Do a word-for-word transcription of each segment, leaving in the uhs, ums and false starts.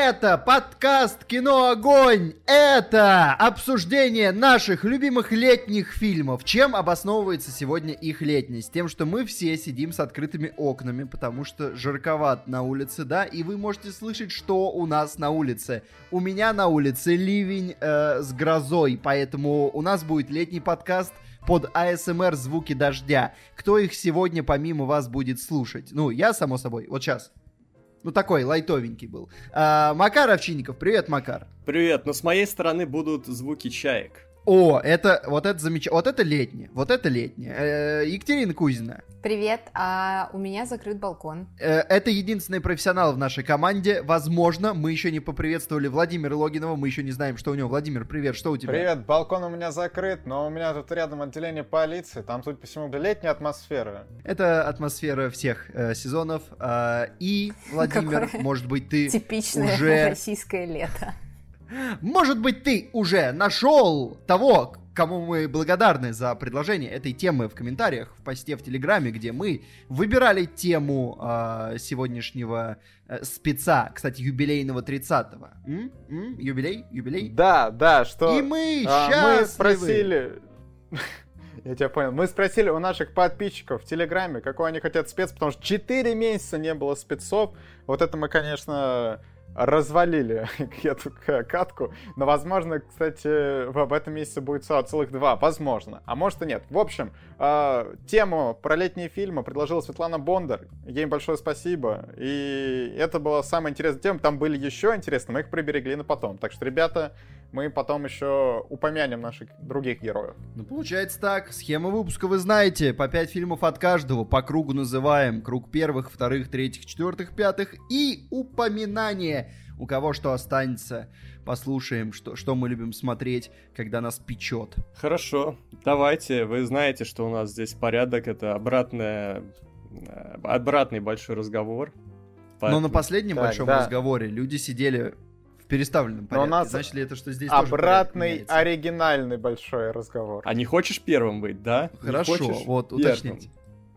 Это подкаст «Кино Огонь». Это обсуждение наших любимых летних фильмов. Чем обосновывается сегодня их летность? Тем, что мы все сидим с открытыми окнами, потому что жарковато на улице, да? И вы можете слышать, что у нас на улице. У меня на улице ливень э, с грозой, поэтому у нас будет летний подкаст под а эс эм эр звуки дождя. Кто их сегодня помимо вас будет слушать? Ну, я, само собой. Вот сейчас. Ну, такой лайтовенький был. А, Макар Овчинников. Привет, Макар. Привет. Но с моей стороны будут звуки чаек. О, это, вот это замечательно. Вот это летнее. Вот это летнее. Э, Екатерина Кузина. Привет. А у меня закрыт балкон. Э, это единственный профессионал в нашей команде. Возможно, мы еще не поприветствовали Владимира Логинова. Мы еще не знаем, что у него. Владимир, привет. Что у тебя? Привет. Балкон у меня закрыт, но у меня тут рядом отделение полиции. Там, судя по всему, летняя атмосфера. Это атмосфера всех э, сезонов. Э, и, Владимир, Какое может быть, ты типичное уже... российское лето. Может быть, ты уже нашел того, кому мы благодарны за предложение этой темы в комментариях, в посте в Телеграме, где мы выбирали тему э, сегодняшнего э, спеца, кстати, юбилейного тридцатого. М? М? Юбилей? Юбилей? Да, да, что... И мы а, счастливы. Мы спросили... Я тебя понял. Мы спросили у наших подписчиков в Телеграме, какой они хотят спец, потому что четыре месяца не было спецов. Вот это мы, конечно... развалили эту катку, но, возможно, кстати, в этом месяце будет целых два, возможно, а может и нет. В общем, э, тему про летние фильмы предложила Светлана Бондар, ей большое спасибо, и это была самая интересная тема, там были еще интересные, мы их приберегли на потом, так что, ребята, мы потом еще упомянем наших других героев. Ну, получается так, схема выпуска вы знаете, по пять фильмов от каждого, по кругу называем, круг первых, вторых, третьих, четвертых, пятых, и упоминание. У кого что останется, послушаем, что, что мы любим смотреть, когда нас печет. Хорошо, давайте. Вы знаете, что у нас здесь порядок. Это обратная, обратный большой разговор. Но Поэтому... на последнем так, большом да. разговоре люди сидели в переставленном порядке. Но у нас Значит ли это, что здесь обратный, тоже оригинальный большой разговор. А не хочешь первым быть, да? Хорошо, хочешь вот, первым? уточните.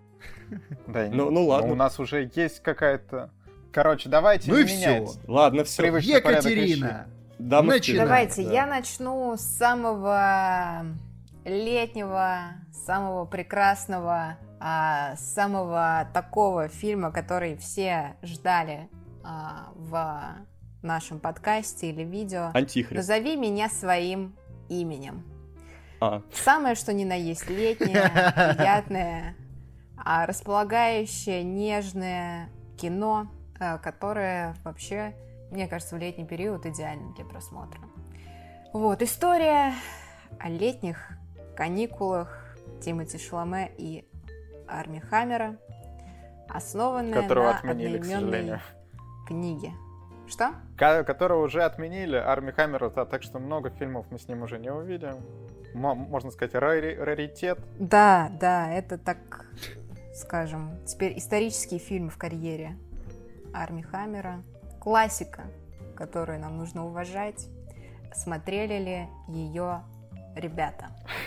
Да, ну, ну ладно. Но у нас уже есть какая-то... Короче, давайте ну не и все. менять. Ладно, все. Привычный порядок вещей. Екатерина, Да, мы начинай. Давайте, да. я начну с самого летнего, самого прекрасного, а, самого такого фильма, который все ждали а, в нашем подкасте или видео. Антихрист. «Назови меня своим именем». А. Самое, что ни на есть, летнее, приятное, а, располагающее, нежное кино, которое вообще, мне кажется, в летний период идеально для просмотра. Вот, история о летних каникулах Тимоти Шаломе и Арми Хаммера, основанная Которого на отменили, к одноименной сожалению. книге. Что? Ко- Которого уже отменили, Арми Хаммера, да, так что много фильмов мы с ним уже не увидим. М- можно сказать, рари- раритет. Да, да, это так, скажем, теперь исторический фильм в карьере Арми Хаммера. Классика, которую нам нужно уважать. Смотрели ли ее ребята?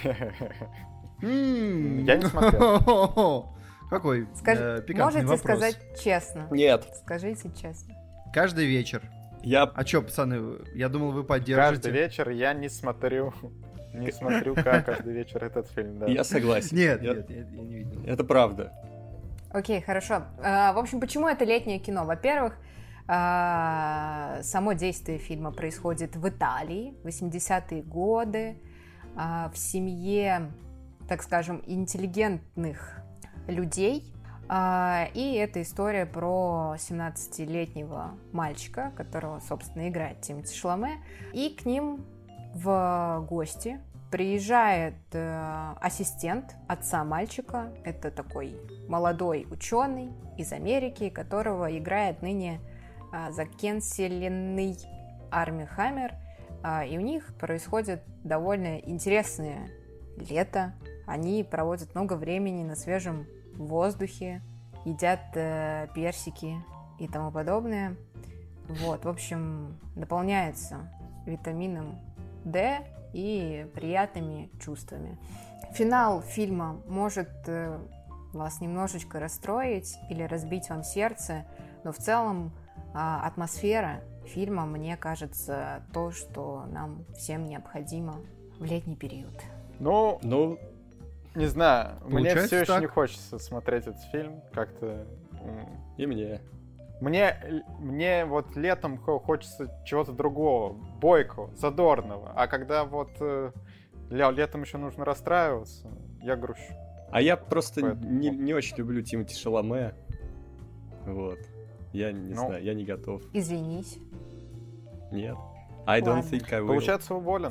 Я не смотрел. Какой Скажи, э, пикантный можете вопрос. сказать честно? Нет. Скажите честно. Каждый вечер. Я... А чё, пацаны, я думал, вы Каждый поддержите. вечер я не смотрю. Не смотрю, как каждый вечер этот фильм, да. Я согласен. Нет, Я- нет, я, я не видел. Это правда. Окей, хорошо. А, в общем, почему это летнее кино? Во-первых, а, само действие фильма происходит в Италии, восьмидесятые годы, а, в семье, так скажем, интеллигентных людей. А, и это история про семнадцатилетнего мальчика, которого, собственно, играет Тимоти Шаломе. И к ним в гости приезжает э, ассистент отца мальчика. Это такой молодой ученый из Америки, которого играет ныне э, закенселенный Арми Хаммер. Э, и у них происходит довольно интересное лето. Они проводят много времени на свежем воздухе, едят э, персики и тому подобное. Вот, в общем, наполняется витамином D и приятными чувствами. Финал фильма может э, вас немножечко расстроить или разбить вам сердце, но в целом а, атмосфера фильма, мне кажется, то, что нам всем необходимо в летний период. Ну, Ну, не знаю, мне Получается все еще так. не хочется смотреть этот фильм. Как-то... м, и мне. Мне, мне вот летом хо- хочется чего-то другого, бойкого, задорного. А когда вот э, ля- летом еще нужно расстраиваться, я грущу. А я просто Поэтому- не, не очень люблю Тимоти Шаломе. Вот. Я не Ну. знаю, я не готов. Извинись. Нет. I don't Ладно. think I will. Получается, уволен.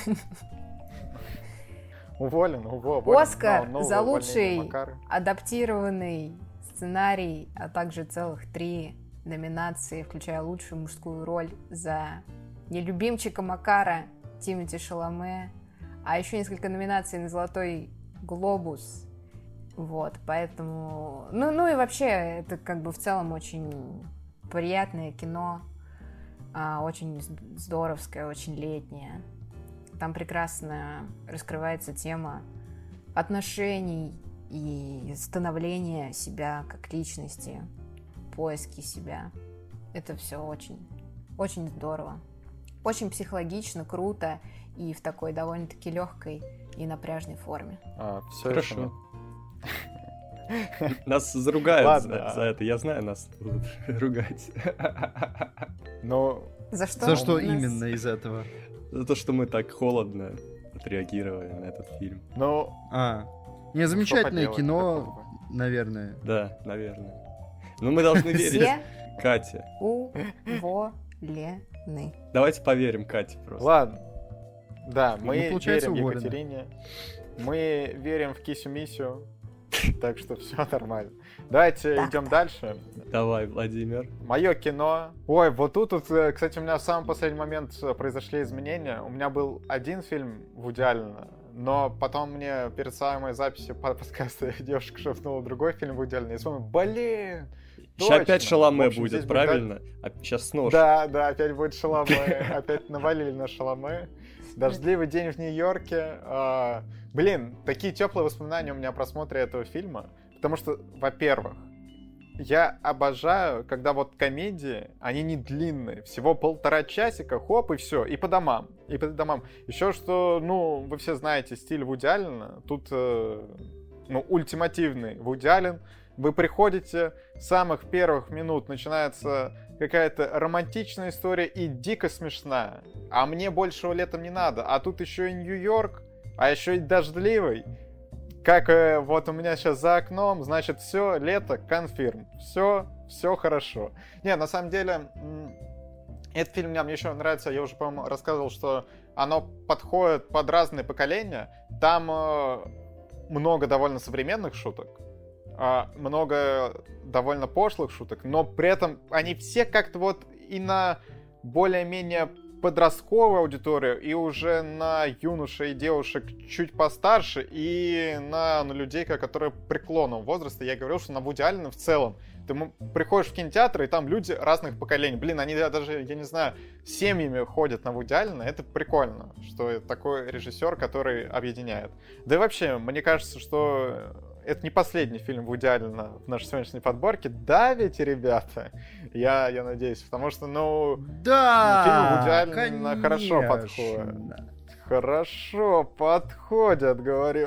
Уволен, уво- уволен. Оскар Но- новое за увольнение лучший Макары. адаптированный сценарий, а также целых три номинации, включая лучшую мужскую роль за нелюбимчика Макара Тимоти Шаломе, а еще несколько номинаций на «Золотой глобус». Вот, поэтому... Ну, ну и вообще, это как бы в целом очень приятное кино, а, очень здоровское, очень летнее. Там прекрасно раскрывается тема отношений и становления себя как личности, поиски себя. Это все очень, очень здорово. Очень психологично, круто и в такой довольно-таки легкой и напряжной форме. А, всё Хорошо. это- Нас заругают Ладно. за, за это. Я знаю, нас будут ругать. Ну, За что? За что у нас- именно из этого? За то, что мы так холодно отреагировали на этот фильм. ну... А, не, замечательное поделать, кино, такого? наверное. Да, наверное. Но мы должны верить Все Кате. уволены. Давайте поверим Кате просто. Ладно. Да, мы Ну, получается, верим уволено. Екатерине. Мы верим в Кисю-Мисю. Так что все нормально. Давайте Так, идем так. дальше. Давай, Владимир. Мое кино. Ой, вот тут, вот, э, кстати, у меня в самый последний момент э, произошли изменения. У меня был один фильм Вуди Аллена, но потом мне перед самой записью по- подкаста девушка шепнула другой фильм Вуди Аллена. И я вспомнил, блин, Сейчас точно. опять Шаломе В общем, здесь будет, будет правильно? А сейчас снова. Да, да, опять будет Шаломе. Опять навалили на Шаломе. Дождливый день в Нью-Йорке. А, Блин, такие теплые воспоминания у меня о просмотре этого фильма. Потому что, во-первых, я обожаю, когда вот комедии, они не длинные. Всего полтора часика, хоп, и все. И по домам. И по домам. Еще что, ну, вы все знаете стиль Вуди Аллена. Тут, э, ну, ультимативный Вуди Аллен. Вы приходите, с самых первых минут начинается какая-то романтичная история и дико смешная. А мне большего летом не надо. А тут еще и Нью-Йорк, а еще и дождливый. Как э, вот у меня сейчас за окном, значит, все, лето, конфирм. Все, все хорошо. Не, на самом деле, м, этот фильм мне, мне еще нравится, я уже, по-моему, рассказывал, что оно подходит под разные поколения. Там э, много довольно современных шуток. А, много довольно пошлых шуток, но при этом они все как-то вот и на более-менее подростковую аудиторию, и уже на юношей и девушек чуть постарше, и на, на людей, которые преклонного возраста. Я говорил, что на Вуди Аллена в целом ты м- приходишь в кинотеатр, и там люди разных поколений. Блин, они даже, я не знаю, семьями ходят на Вуди Аллена. Это прикольно, что такой режиссер, который объединяет. Да и вообще, мне кажется, что это не последний фильм Вуди Аллена в нашей сегодняшней подборке. Да ведь, ребята? Я, я надеюсь, потому что, ну... Да, фильмы Вуди Аллена хорошо конечно. подходят. Хорошо подходят, говорю.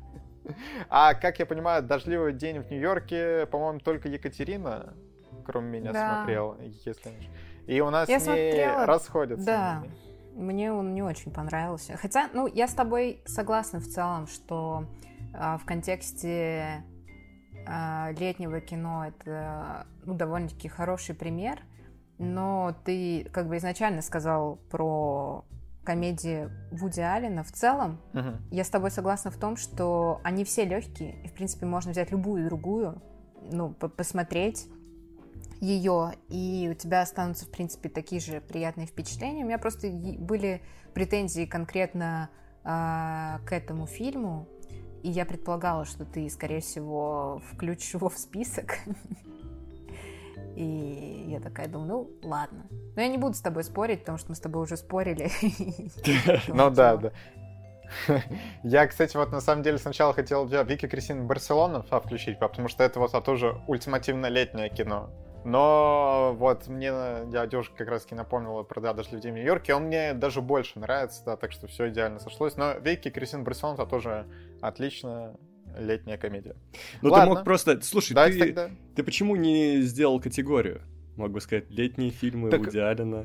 А, как я понимаю, «Дождливый день в Нью-Йорке», по-моему, только Екатерина, кроме меня, Да. смотрела, если не ошибаюсь. И у нас Я не смотрела, расходятся. да. Мне он не очень понравился. Хотя, ну, я с тобой согласна в целом, что а, в контексте а, летнего кино это, ну, довольно-таки хороший пример. Но ты как бы изначально сказал про комедии Вуди Аллена. В целом, Мгм. я с тобой согласна в том, что они все легкие, и, в принципе, можно взять любую другую, ну, по- посмотреть ее, и у тебя останутся, в принципе, такие же приятные впечатления. У меня просто е- были претензии конкретно а, к этому фильму, и я предполагала, что ты, скорее всего, включишь его в список. И я такая думаю, ну, ладно. Но я не буду с тобой спорить, потому что мы с тобой уже спорили. Ну да, да. Я, кстати, вот на самом деле сначала хотел Вики Кристина Барселона включить, потому что это вот а, тоже ультимативно летнее кино. Но вот мне девушка как раз-таки напомнила про «Да, дождь людей в Нью-Йорке», он мне даже больше нравится, да, так что все идеально сошлось. Но Вики Кристин Брессон — это тоже отличная летняя комедия. Ну ты мог просто... Слушай, ты, ты почему не сделал категорию? Мог бы сказать, летние фильмы так... Вуди Аллена.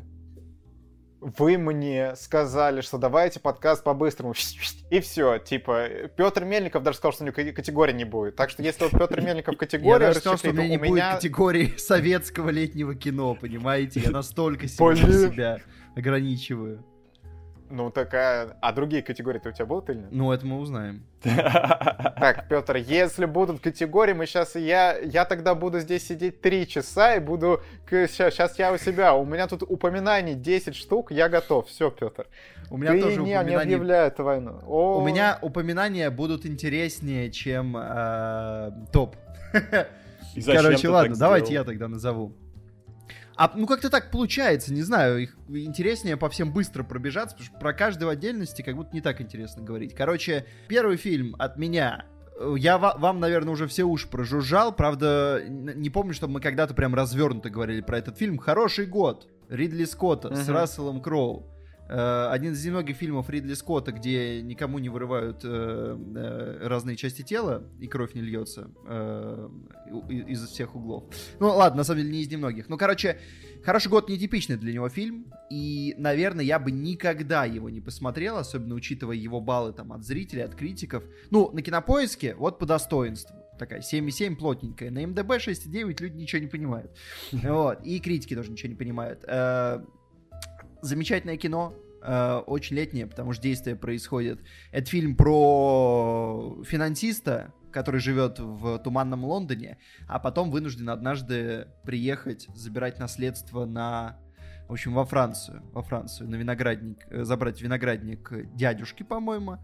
Вы мне сказали, что давайте подкаст по-быстрому. И все, типа, Петр Мельников даже сказал, что у него категории не будет. Так что если вот Петр Мельников категорию... Я даже сказал, что у меня не будет категории советского летнего кино, понимаете? Я настолько себя ограничиваю. Ну, такая... А другие категории-то у тебя будут или нет? Ну, это мы узнаем. Так, Петр, если будут категории, мы сейчас... Я, я тогда буду здесь сидеть три часа и буду... Сейчас, сейчас я у себя. У меня тут упоминаний десять штук, я готов. Все, Петр. У меня Ты тоже не, упоминания... не объявляют войну. О... У меня упоминания будут интереснее, чем э, топ. Короче, ладно, давайте сделал? Я тогда назову. А, ну, как-то так получается, не знаю, их интереснее по всем быстро пробежаться, потому что про каждого в отдельности как будто не так интересно говорить. Короче, первый фильм от меня. Я вам, наверное, уже все уши прожужжал, правда, не помню, чтобы мы когда-то прям развернуто говорили про этот фильм. «Хороший год» Ридли Скотта uh-huh. с Расселом Кроу. Один из немногих фильмов Ридли Скотта, где никому не вырывают э, э, разные части тела и кровь не льется э, из всех углов. Ну ладно, на самом деле не из немногих. Ну короче, «Хороший год» нетипичный для него фильм, и, наверное, я бы никогда его не посмотрел, особенно учитывая его баллы там от зрителей, от критиков. Ну, на Кинопоиске вот по достоинству. Такая семь и семь плотненькая. На эм дэ бэ шесть и девять люди ничего не понимают. Вот. И критики тоже ничего не понимают. Замечательное кино, э, очень летнее, потому что действие происходит... Это фильм про финансиста, который живет в туманном Лондоне, а потом вынужден однажды приехать забирать наследство на... В общем, во Францию, во Францию, на виноградник, забрать виноградник дядюшки, по-моему.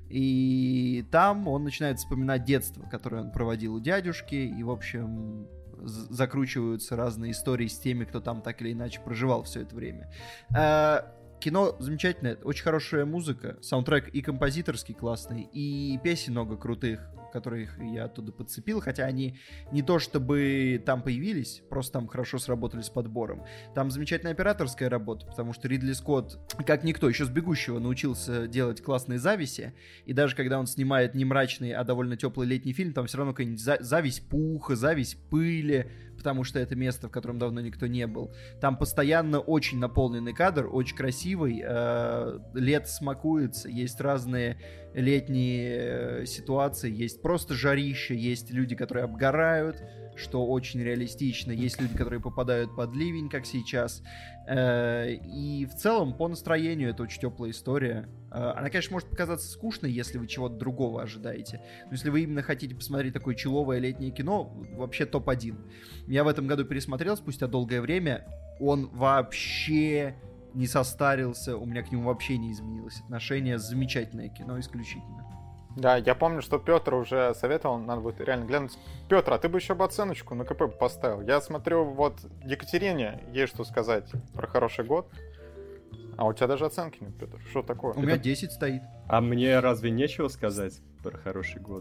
И там он начинает вспоминать детство, которое он проводил у дядюшки, и, в общем... закручиваются разные истории с теми, кто там так или иначе проживал все это время. Э, кино замечательное, очень хорошая музыка, саундтрек и композиторский классный, и песен много крутых, которых я оттуда подцепил, хотя они не то чтобы там появились, просто там хорошо сработали с подбором. Там замечательная операторская работа, потому что Ридли Скотт, как никто, еще с «Бегущего» научился делать классные зависи, и даже когда он снимает не мрачный, а довольно теплый летний фильм, там все равно какая-нибудь за- зависть пуха, зависть пыли, потому что это место, в котором давно никто не был. Там постоянно очень наполненный кадр, очень красивый, э, лето смакуется, есть разные летние э, ситуации, есть просто жарище, есть люди, которые обгорают, что очень реалистично, есть люди, которые попадают под ливень, как сейчас. Э, и в целом, по настроению, это очень теплая история. Э, она, конечно, может показаться скучной, если вы чего-то другого ожидаете. Но если вы именно хотите посмотреть такое чилловое летнее кино, вообще топ один. Я в этом году пересмотрел спустя долгое время. Он вообще не состарился, у меня к нему вообще не изменилось отношение. Замечательное кино, исключительно. Да, я помню, что Петр уже советовал, надо будет реально глянуть. Петр, а ты бы еще бы оценочку на ка пэ поставил. Я смотрю, вот Екатерине есть что сказать про «Хороший год». А у тебя даже оценки нет, Петр. Что такое? У меня десять стоит. А мне разве нечего сказать про «Хороший год»?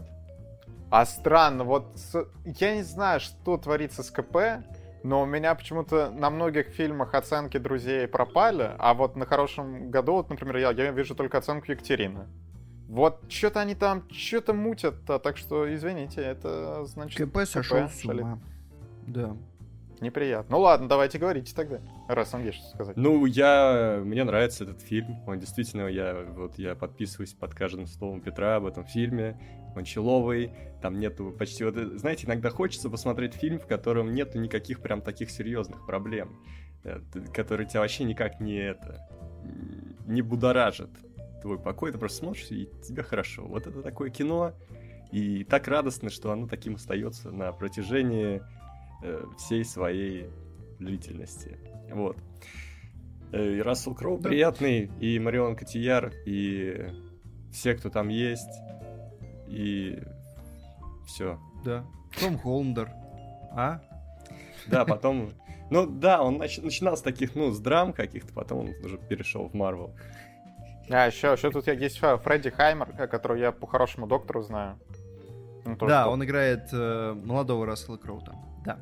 А странно, вот с... я не знаю, что творится с ка пэ, но у меня почему-то на многих фильмах оценки друзей пропали, а вот на «Хорошем году», вот, например, я, я вижу только оценку Екатерины. Вот что-то они там что-то мутят, так что извините, это значит... ка пэ сошел с ума. Да. Неприятно. Ну ладно, давайте говорите тогда, раз вам есть что сказать. Ну, я... Мне нравится этот фильм. Он действительно, я вот я подписываюсь под каждым словом Петра об этом фильме. Он человый, там нету почти... Вот, знаете, иногда хочется посмотреть фильм, в котором нету никаких прям таких серьезных проблем, которые тебя вообще никак не это... не будоражат твой покой, ты просто смотришь, и тебе хорошо. Вот это такое кино, и так радостно, что оно таким остается на протяжении э, всей своей длительности. Вот. И Рассел Кроу да. приятный, и Марион Котийяр, и все, кто там есть, и все. Да. Том Холландер. А? Да, потом... Ну да, он нач... начинал с таких, ну, с драм каких-то, потом он уже перешел в Марвел. А, еще, еще тут есть Фредди Хаймер, которого я по хорошему доктору знаю. Ну, да, он играет э, молодого Рассела Кроу там. Да.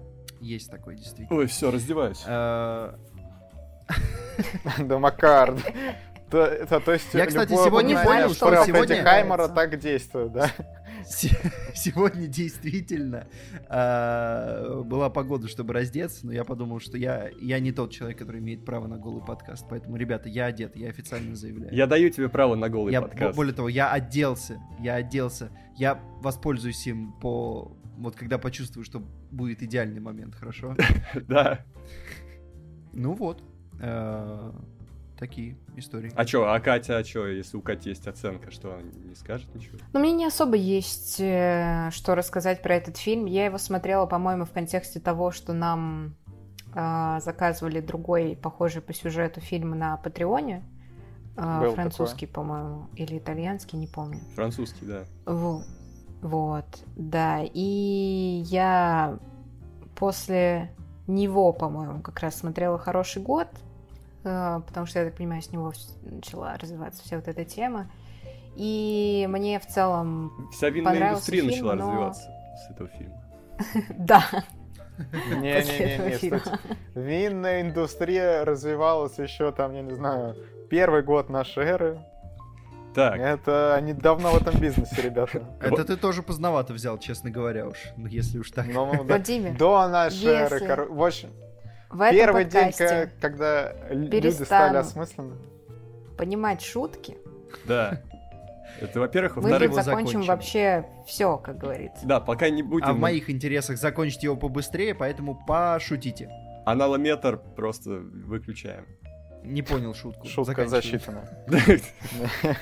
есть такое действительно. Ой, все, раздеваюсь. Э, Да, Макар. То, то, то есть Я, кстати, любое сегодня упоминание понял, что про сегодня- Оппенгеймера так действует, да? се- Сегодня действительно э, была погода, чтобы раздеться, но я подумал, что я, я не тот человек, который имеет право на голый подкаст. Поэтому, ребята, я одет, я официально заявляю. Я даю тебе право на голый Я, подкаст. более того, я оделся, я оделся. Я воспользуюсь им по... Вот когда почувствую, что будет идеальный момент, хорошо? Да. Ну вот. Э, Такие истории. А чё, а Катя, а чё, если у Кати есть оценка, что она не скажет ничего? Но мне не особо есть э, что рассказать про этот фильм. Я его смотрела, по-моему, в контексте того, что нам э, заказывали другой, похожий по сюжету фильм на Патреоне. Э, Был французский, по-моему, или итальянский, не помню. Французский, да. Во- Вот, да. И я после него, по-моему, как раз смотрела «Хороший год», э, потому что, я так понимаю, с него вс- начала развиваться вся вот эта тема. И мне в целом, Вся винная Понравился индустрия фильм, начала но- развиваться с этого фильма. да, Не-не-не, после этого фильма. кстати, винная индустрия развивалась еще там, я не знаю, первый год нашей эры. Так, Это они давно в этом бизнесе, ребята. Это ты тоже поздновато взял, честно говоря уж, ну, если уж так. Ну, да, Владимир, до нашей эры, если коро- в общем, в этом первый день, подкасте ка- когда л- люди перестану. стали осмысленны. понимать шутки, да. Это, во-первых. мы Во-вторых, тут его закончим закончим. вообще все, как говорится. да, пока не будем... А в моих интересах закончить его побыстрее, поэтому пошутите. Аналометр просто выключаем. Не понял шутку. Шутка Заканчиваю. засчитана.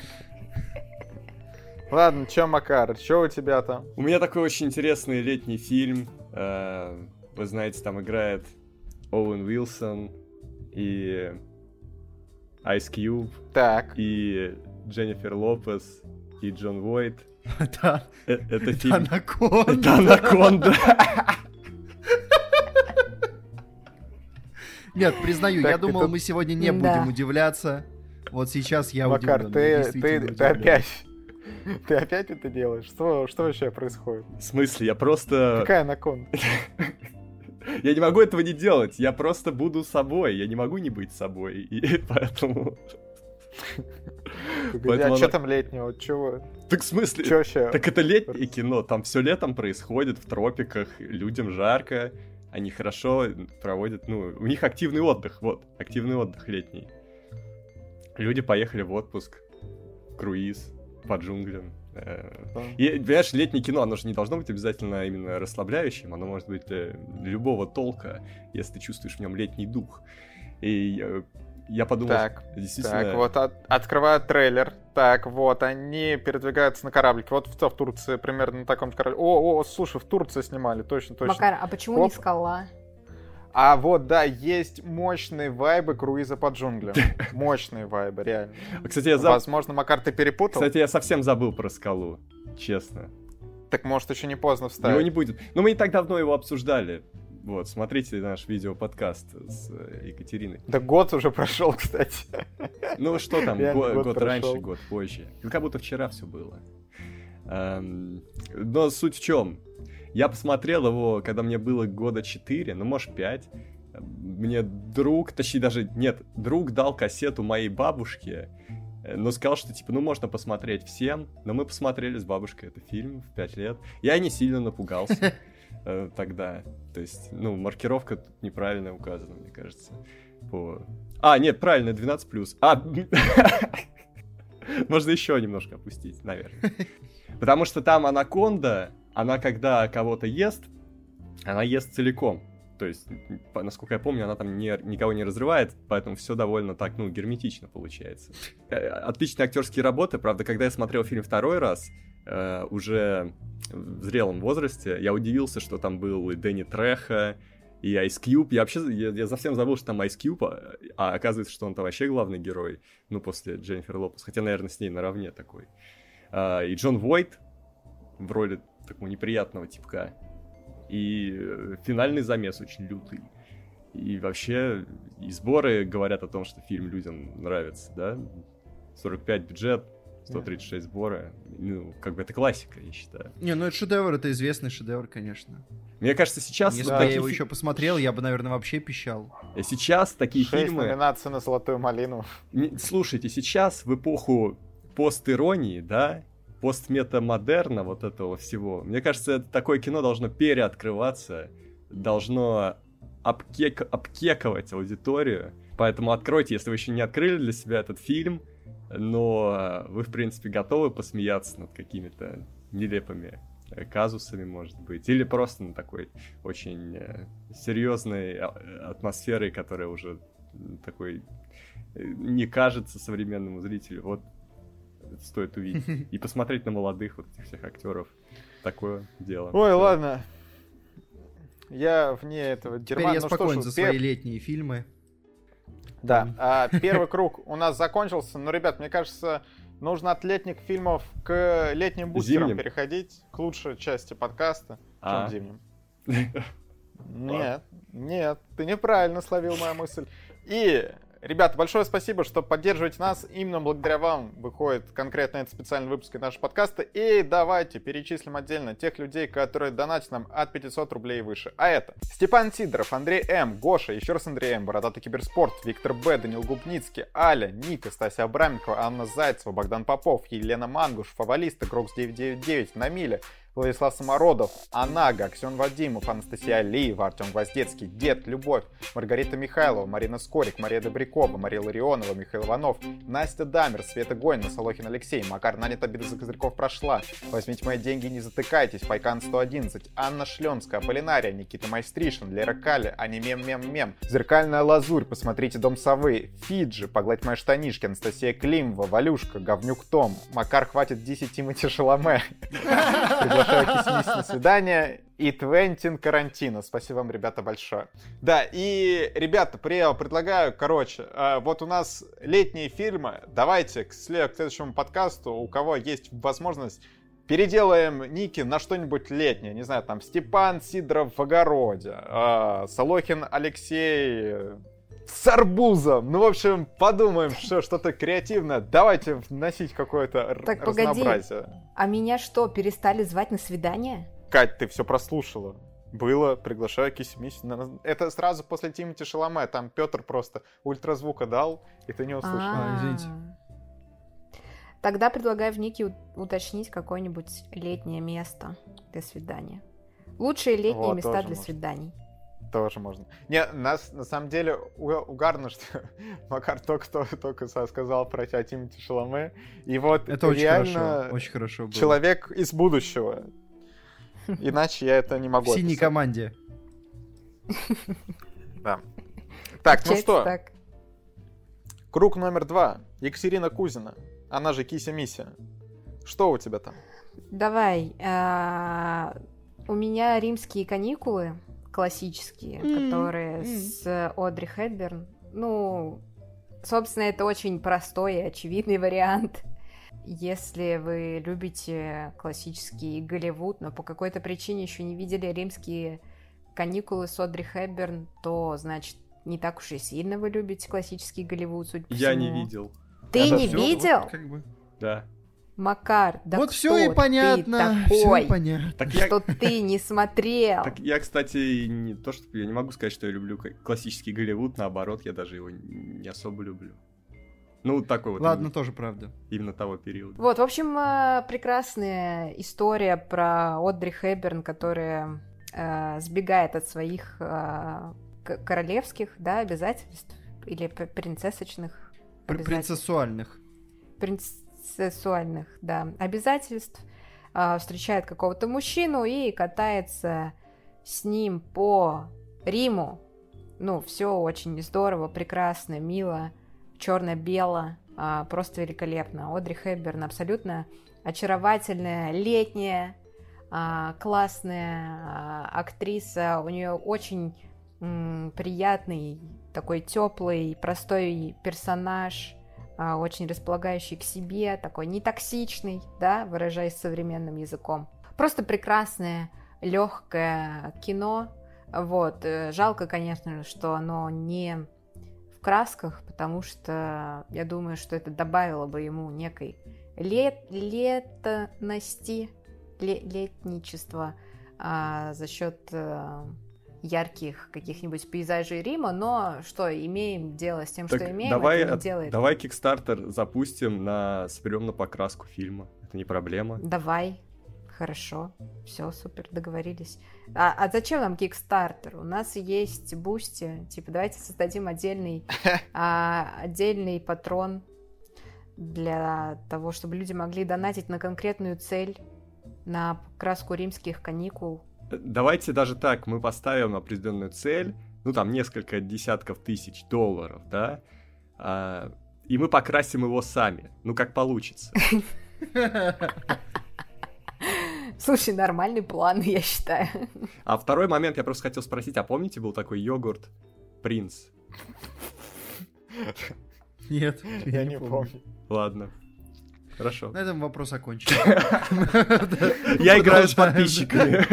Ладно, чё, Макар, чё у тебя там? У меня такой очень интересный летний фильм. Э, Вы знаете, там играет Оуэн Уилсон и Ice Cube, Так, и Дженнифер Лопес, и Джон Войт. Да, Э, Это это фильм... анаконда. Это Анаконда. Нет, признаю, я Так, думал, это- мы сегодня не Да. будем удивляться. Вот сейчас я Макар, удивлен. ты, я ты, действительно ты удивлен. опять... Ты опять это делаешь? Что, что вообще происходит? В смысле, я просто... Какая анаконда? Я не могу этого не делать, я просто буду собой, я не могу не быть собой, и поэтому... А Поэтому что она- там летнего? Чего? Так в смысле? Чё вообще? Так это летнее кино, там все летом происходит, в тропиках, людям жарко, они хорошо проводят, ну, у них активный отдых, вот, активный отдых летний. Люди поехали в отпуск, круиз по джунглям. э, Да. И, понимаешь, летнее кино, оно же не должно быть обязательно именно расслабляющим, оно может быть э, любого толка, если ты чувствуешь в нем летний дух. И э, я подумал, Так, что действительно... Так, вот от- открывают трейлер. Так, вот, они передвигаются на кораблике. Вот в, в Турции примерно на таком корабле. О, о, слушай, в Турции снимали, точно, точно. Макар, а почему не Оп. скала? А вот, да, есть мощные вайбы круиза по джунглям. Мощные вайбы, реально. Кстати, я, заб- Возможно, Макар, ты перепутал? Кстати, я совсем забыл про скалу, честно. Так может еще не поздно вставить. Его не будет. Но мы не так давно его обсуждали. Вот, смотрите наш видеоподкаст с э, Екатериной. Да год уже прошел, кстати. Ну что там, Реально го- год год, прошел. раньше, год позже. Ну, как будто вчера все было. Эм, но суть в чем? Я посмотрел его, когда мне было года четыре, ну, может, пять. Мне друг, точнее, даже, нет, друг дал кассету моей бабушке, э, но сказал, что, типа, ну, можно посмотреть всем. Но мы посмотрели с бабушкой этот фильм в пять лет. Я не сильно напугался э, тогда. То есть, ну, маркировка тут неправильно указана, мне кажется. По... А, нет, правильно, двенадцать плюс. А, можно еще немножко опустить, наверное. Потому что там анаконда, она когда кого-то ест, она ест целиком. То есть, по- насколько я помню, она там не, никого не разрывает, поэтому все довольно так, ну, герметично получается. Э, Отличные актерские работы, правда, когда я смотрел фильм второй раз, э, уже в зрелом возрасте, я удивился, что там был и Дэнни Трехо, и Ice Cube. Я вообще, я, я совсем забыл, что там Ice Cube, а, а оказывается, что он там вообще главный герой, ну, после Дженнифер Лопес, хотя, наверное, с ней наравне такой. А, и Джон Войт в роли такого неприятного типка. И э, финальный замес очень лютый. И вообще, и сборы говорят о том, что фильм людям нравится, да? сорок пять бюджет, сто тридцать шесть сбора. Ну, как бы это классика, я считаю. Не, ну это шедевр, это известный шедевр, конечно. Мне кажется, сейчас... Если вот бы я такие его фи- еще посмотрел, я бы, наверное, вообще пищал. Сейчас такие Шесть фильмы... номинаций на «Золотую малину». Не- Слушайте, сейчас в эпоху постиронии, да, постметамодерна, вот этого всего, мне кажется, это такое кино должно переоткрываться, должно обкек... обкековать аудиторию. Поэтому откройте, если вы еще не открыли для себя этот фильм, но вы, в принципе, готовы посмеяться над какими-то нелепыми казусами, может быть, или просто на такой очень э, серьезной а- атмосферой, которая уже такой э, не кажется современному зрителю. Вот это стоит увидеть. И посмотреть на молодых вот этих всех актеров. Такое дело. Ой, Всё. ладно. Я вне этого Теперь дерьма. я Ну что спокоен ж, за пер- свои летние фильмы. Да, а, первый круг у нас закончился. Но, ребят, мне кажется, нужно от летних фильмов к летним бустерам Зимним. переходить, к лучшей части подкаста. А. Чем зимним? Нет, нет, ты неправильно словил мою мысль. И, ребята, большое спасибо, что поддерживаете нас. Именно благодаря вам выходит конкретно этот специальный выпуск нашего подкаста. И давайте перечислим отдельно тех людей, которые донатят нам от пятьсот рублей и выше. А это Степан Сидоров, Андрей М, Гоша, еще раз Андрей М, Бородатый Киберспорт, Виктор Б, Данил Губницкий, Аля, Ника, Стасия Абраменкова, Анна Зайцева, Богдан Попов, Елена Мангуш, Фавалиста, Грокс девятьсот девяносто девять, Намиля, Владислав Самородов, Анага, Аксен Вадимов, Анастасия Алиева, Артем Гвоздецкий, Дед, Любовь, Маргарита Михайлова, Марина Скорик, Мария Добрякова, Мария Ларионова, Михаил Иванов, Настя Дамер, Света Гойна, Солохин Алексей, Макар Нанят, обида за козырьков прошла, Возьмите мои деньги, не затыкайтесь, Пайкан сто одиннадцать, Анна Шленская, Полинария, Никита Майстришин, Лера Кали, Анимем Мем Мем, Зеркальная лазурь, посмотрите Дом совы, Фиджи, Погладь мои штанишки, Анастасия Климова, Валюшка, Говнюк Том, Макар хватит десять Тимати Шаломе. Приглашаю Кисмис на свидание. И Твентин Карантино. Спасибо вам, ребята, большое. Да, и, ребята, при- предлагаю, короче, э, вот у нас летние фильмы. Давайте к, след- к следующему подкасту, у кого есть возможность, переделаем ники на что-нибудь летнее. Не знаю, там, Степан Сидоров в огороде, э, Солохин Алексей с арбузом. Ну, в общем, подумаем, что что-то креативное. Давайте вносить какое-то р- Так, погоди. разнообразие. А меня что, перестали звать на свидание? Кать, ты все прослушала. Было, приглашаю Кисимись. Это сразу после Тимати Шаломе. Там Петр просто ультразвука дал, и ты не услышал. А, извините. Тогда предлагаю в нике у- уточнить какое-нибудь летнее место для свидания. Лучшие летние Вот, места тоже для можно. свиданий. Тоже можно. Не, нас на самом деле у- угарно, что Макар только, только, только со- сказал про тебя Тимати Шаломе. И вот Это очень реально хорошо. Очень хорошо было. человек из будущего. Иначе я это не могу В синей описать. команде. Да. Так, ну Получается что, так. круг номер два. Екатерина Кузина. Она же Кися-Мися. Что у тебя там? Давай. а, У меня римские каникулы классические, М, которые м. с Одри Хепберн. Ну, собственно, это очень простой и очевидный вариант. Если вы любите классический Голливуд, но по какой-то причине еще не видели римские каникулы с Одри Хепберн, то, значит, не так уж и сильно вы любите классический Голливуд, судя по Я всему. не видел. Ты Это не всё, видел? вот как бы. Да. Макар, да Вот кто все и ты понятно. Все такой, и понятно. Так я, что ты не смотрел? так я, кстати, не то, что я не могу сказать, что я люблю к- классический Голливуд, наоборот, я даже его не особо люблю. Ну, такой вот Ладно, именно, тоже правда. именно того периода. Вот, в общем, э, прекрасная история про Одри Хепберн, которая э, сбегает от своих э, к- королевских, да, обязательств или п- принцессочных Пр- обязательств. Принцессуальных. Принцессуальных, да, обязательств, а, встречает какого-то мужчину и катается с ним по Риму. Ну, все очень здорово, прекрасно, мило, черно-бело, а, просто великолепно. Одри Хепберн абсолютно очаровательная, летняя, а, классная а, актриса. У нее очень м, приятный, такой теплый, простой персонаж, а, очень располагающий к себе, такой нетоксичный, да, выражаясь современным языком. Просто прекрасное, легкое кино. Вот. э, Жалко, конечно же, что оно не в красках, потому что я думаю, что это добавило бы ему некой лет, летности, ле, летничества а, за счет а, ярких каких-нибудь пейзажей Рима, но что, имеем дело с тем, так что имеем, давай, это не делает. Давай Kickstarter запустим, на соберем на покраску фильма. Это не проблема. Давай. Хорошо. Все, супер, договорились. А, а зачем нам Kickstarter? У нас есть Boosty. Типа, давайте создадим отдельный, а, отдельный патрон для того, чтобы люди могли донатить на конкретную цель, на краску римских каникул. Давайте даже так, мы поставим определенную цель, ну там несколько десятков тысяч долларов, да, а, и мы покрасим его сами, ну как получится. Слушай, нормальный план, я считаю. А второй момент, я просто хотел спросить, а помните, был такой йогурт Принц? Нет, я не помню. Ладно. Хорошо. На этом вопрос окончен. Я играю с подписчиками.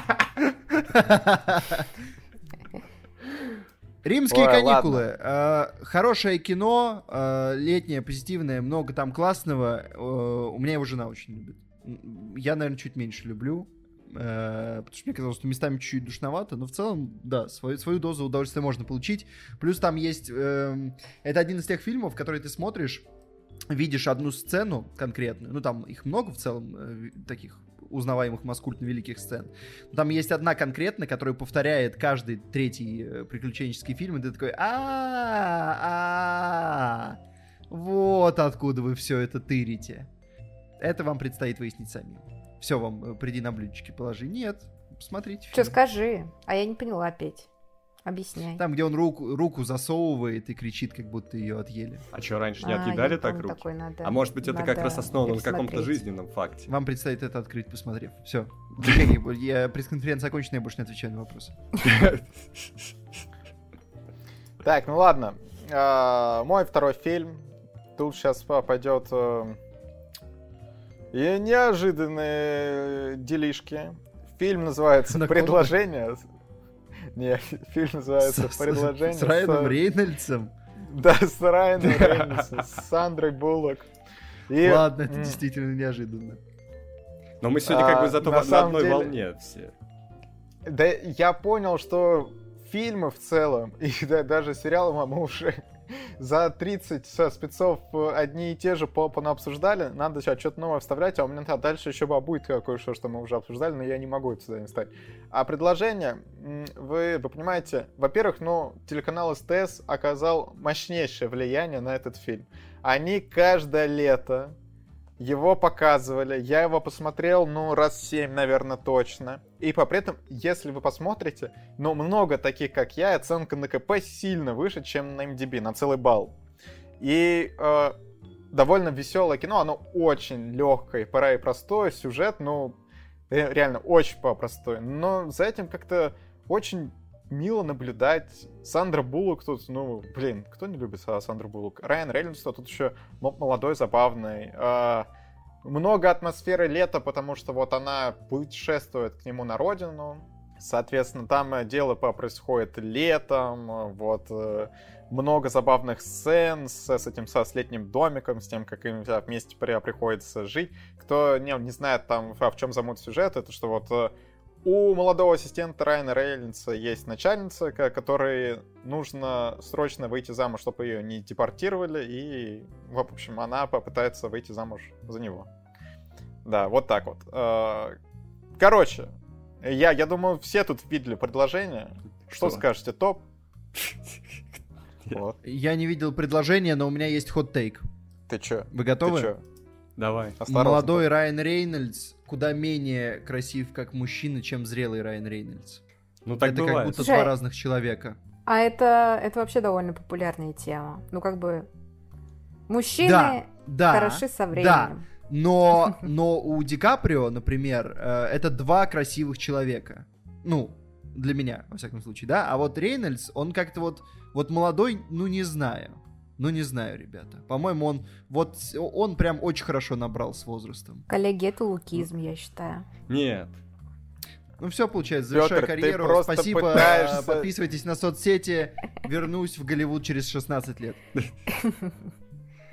Римские каникулы. Хорошее кино, летнее, позитивное, много там классного. У меня его жена очень любит. Я, наверное, чуть меньше люблю, потому что мне казалось, что местами чуть-чуть душновато, но в целом, да, свою, свою дозу удовольствия можно получить. Плюс там есть... Это один из тех фильмов, которые ты смотришь, видишь одну сцену конкретную, ну там их много в целом, э, таких узнаваемых маскультно великих сцен. Но там есть одна конкретная, которая повторяет каждый третий э, приключенческий фильм, и ты такой: а-а-а, вот откуда вы все это тырите. Это вам предстоит выяснить самим. Все вам э, приди на блюдечки положи. Нет, смотрите. Что, скажи? А я не поняла опять. Объясняй. Там, где он руку, руку засовывает и кричит, как будто ее отъели. А что, раньше не А, отъедали я так помню, руки? такой надо- А может быть, это как надо раз основано на каком-то пересмотреть. жизненном факте? Вам предстоит это открыть, посмотрев. Все. Я пресс-конференция окончена, я больше не отвечаю на вопросы. Так, ну ладно. А, мой второй фильм. Тут сейчас пойдет э, и неожиданные делишки. Фильм называется Анаконда? «Предложение». Не, фильм называется С- с- «Предложение». С Райаном Рейнольдсом? Да, с Райаном Рейнольдсом, с Сандрой Буллок. И, Ладно, это м, действительно неожиданно. Но мы сегодня как А, бы зато на на самом одной деле- волне все. Да, я понял, что фильмы в целом, и да- даже сериалы мы уже за тридцать со спецов одни и те же по обсуждали. Надо сейчас что-то новое вставлять, а у меня там дальше еще будет кое-что, что мы уже обсуждали, но я не могу это сюда не вставить. А предложение, м, вы, вы понимаете, во-первых, ну, телеканал СТС оказал мощнейшее влияние на этот фильм. Они каждое лето его показывали, я его посмотрел, ну, раз семь, наверное, точно. И по при этом, если вы посмотрите, ну, много таких, как я, оценка на КП сильно выше, чем на эм ди би, на целый балл. И э, довольно веселое кино, оно очень легкое, пора и простое, сюжет, ну, ре- реально очень простой. Но за этим как-то очень мило наблюдать. Сандра Буллок тут, ну, блин, кто не любит Сандру Буллок? Райан Рейнольдс тут еще молодой, забавный. А, много атмосферы лета, потому что вот она путешествует к нему на родину. Соответственно, там дело происходит летом. Вот много забавных сцен с, с этим со, с летним домиком, с тем, как им вместе приходится жить. Кто не, не знает там, в чем замут сюжет, это что вот у молодого ассистента Райана Рейнольдса есть начальница, которой нужно срочно выйти замуж, чтобы ее не депортировали, и, в общем, она попытается выйти замуж за него. Да, вот так вот. Короче, я, я думаю, все тут видели предложение. Что, Что? скажете, топ? Вот. Я не видел предложения, но у меня есть хот-тейк. Ты чё? Вы готовы? Ты чё? Давай. Осторожно. Молодой Райан Рейнольдс куда менее красив как мужчина, чем зрелый Райан Рейнольдс. Ну так Это как бывает. будто Слушай, два разных человека. А это, это вообще довольно популярная тема. Ну, как бы, мужчины Да, да, хороши со да. временем. Но, но у Ди Каприо, например, э, это два красивых человека. Ну, для меня, во всяком случае, да? А вот Рейнольдс, он как-то вот, вот молодой, ну, не знаю. Ну, не знаю, ребята. По-моему, он вот он прям очень хорошо набрал с возрастом. Коллеги, это лукизм, я считаю. Нет. Ну, все, получается, завершаю Пётр, ты карьеру. просто Спасибо, пытаешься- подписывайтесь на соцсети. Вернусь в Голливуд через шестнадцать лет.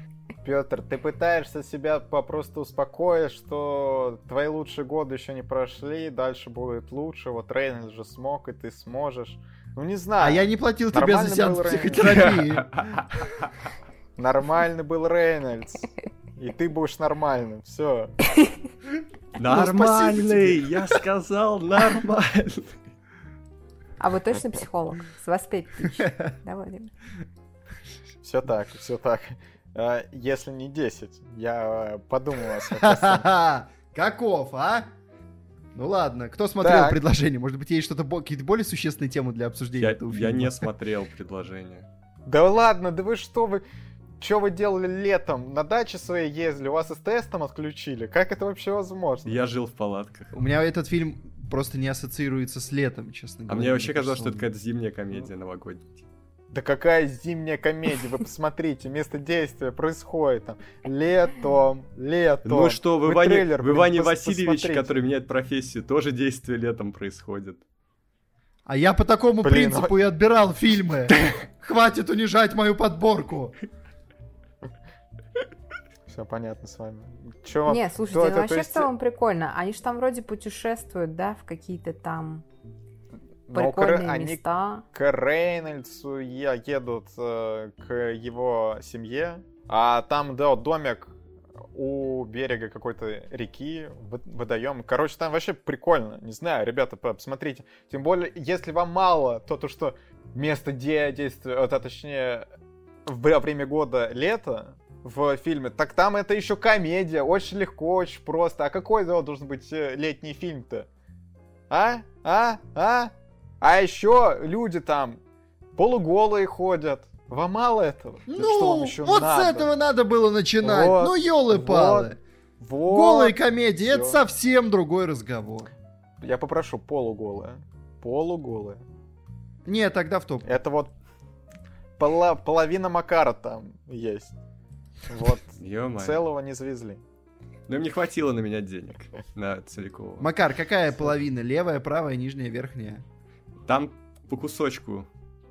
Петр, ты пытаешься себя попросту успокоить, что твои лучшие годы еще не прошли, дальше будет лучше, вот Рейнольдс же смог, и ты сможешь. Ну не знаю. А я не платил тебе за Нормальный сеанс был психотерапии. Нормальный был Рейнольдс. И ты будешь нормальным, все. Нормальный, я сказал нормальный. А вы точно психолог? С вас пять тысяч. Да, Владимир? Все так, все так. А, если не десять, я подумал о своем. Каков, а? Ну ладно, кто смотрел Так. предложение? Может быть, есть что-то бо- какие-то более существенные темы для обсуждения Я, этого я фильма? не смотрел предложение. Да ладно, да вы что вы... Что вы делали летом? На даче своей ездили, у вас СТС там отключили? Как это вообще возможно? Я жил в палатках. У меня этот фильм просто не ассоциируется с летом, честно А говоря. мне вообще казалось, кажется, что это он- какая-то зимняя комедия новогодняя. Да какая зимняя комедия, вы посмотрите, место действия происходит там летом, летом. Ну что, в Иване, трейлер, в блин, Иване пос- Васильевиче, посмотрите. который меняет профессию, тоже действие летом происходит. А я по такому Блин, принципу и отбирал фильмы. Хватит унижать мою подборку. Все понятно с вами. Чё вам- Не, кто слушайте, ну это, то вообще в есть, целом прикольно. Они же там вроде путешествуют, да, в какие-то там ну, прикольные к- они места. к Рейнольдсу я едут э, к его семье, а там, да, вот домик у берега какой-то реки, вы- водоем. Короче, там вообще прикольно. Не знаю, ребята, по- посмотрите. Тем более, если вам мало, то то, что место де- действия, а точнее, в время года лето в фильме, так там это еще комедия. Очень легко, очень просто. А какой да, должен быть э, летний фильм-то? А? А? А? А еще люди там полуголые ходят. Вам мало этого? Да что вам Ну, еще вот надо? с этого надо было начинать. Вот, Ну, елы-палы. Вот. Голые комедии, всё. это совсем другой разговор. Я попрошу полуголые. Полуголые. Не, тогда в топ. Это вот пола- половина Макара там есть. Вот. Ё-моё. Целого не завезли. Но им не хватило на меня денег. На Целикова. Макар, какая половина? Левая, правая, нижняя, верхняя? Там по кусочку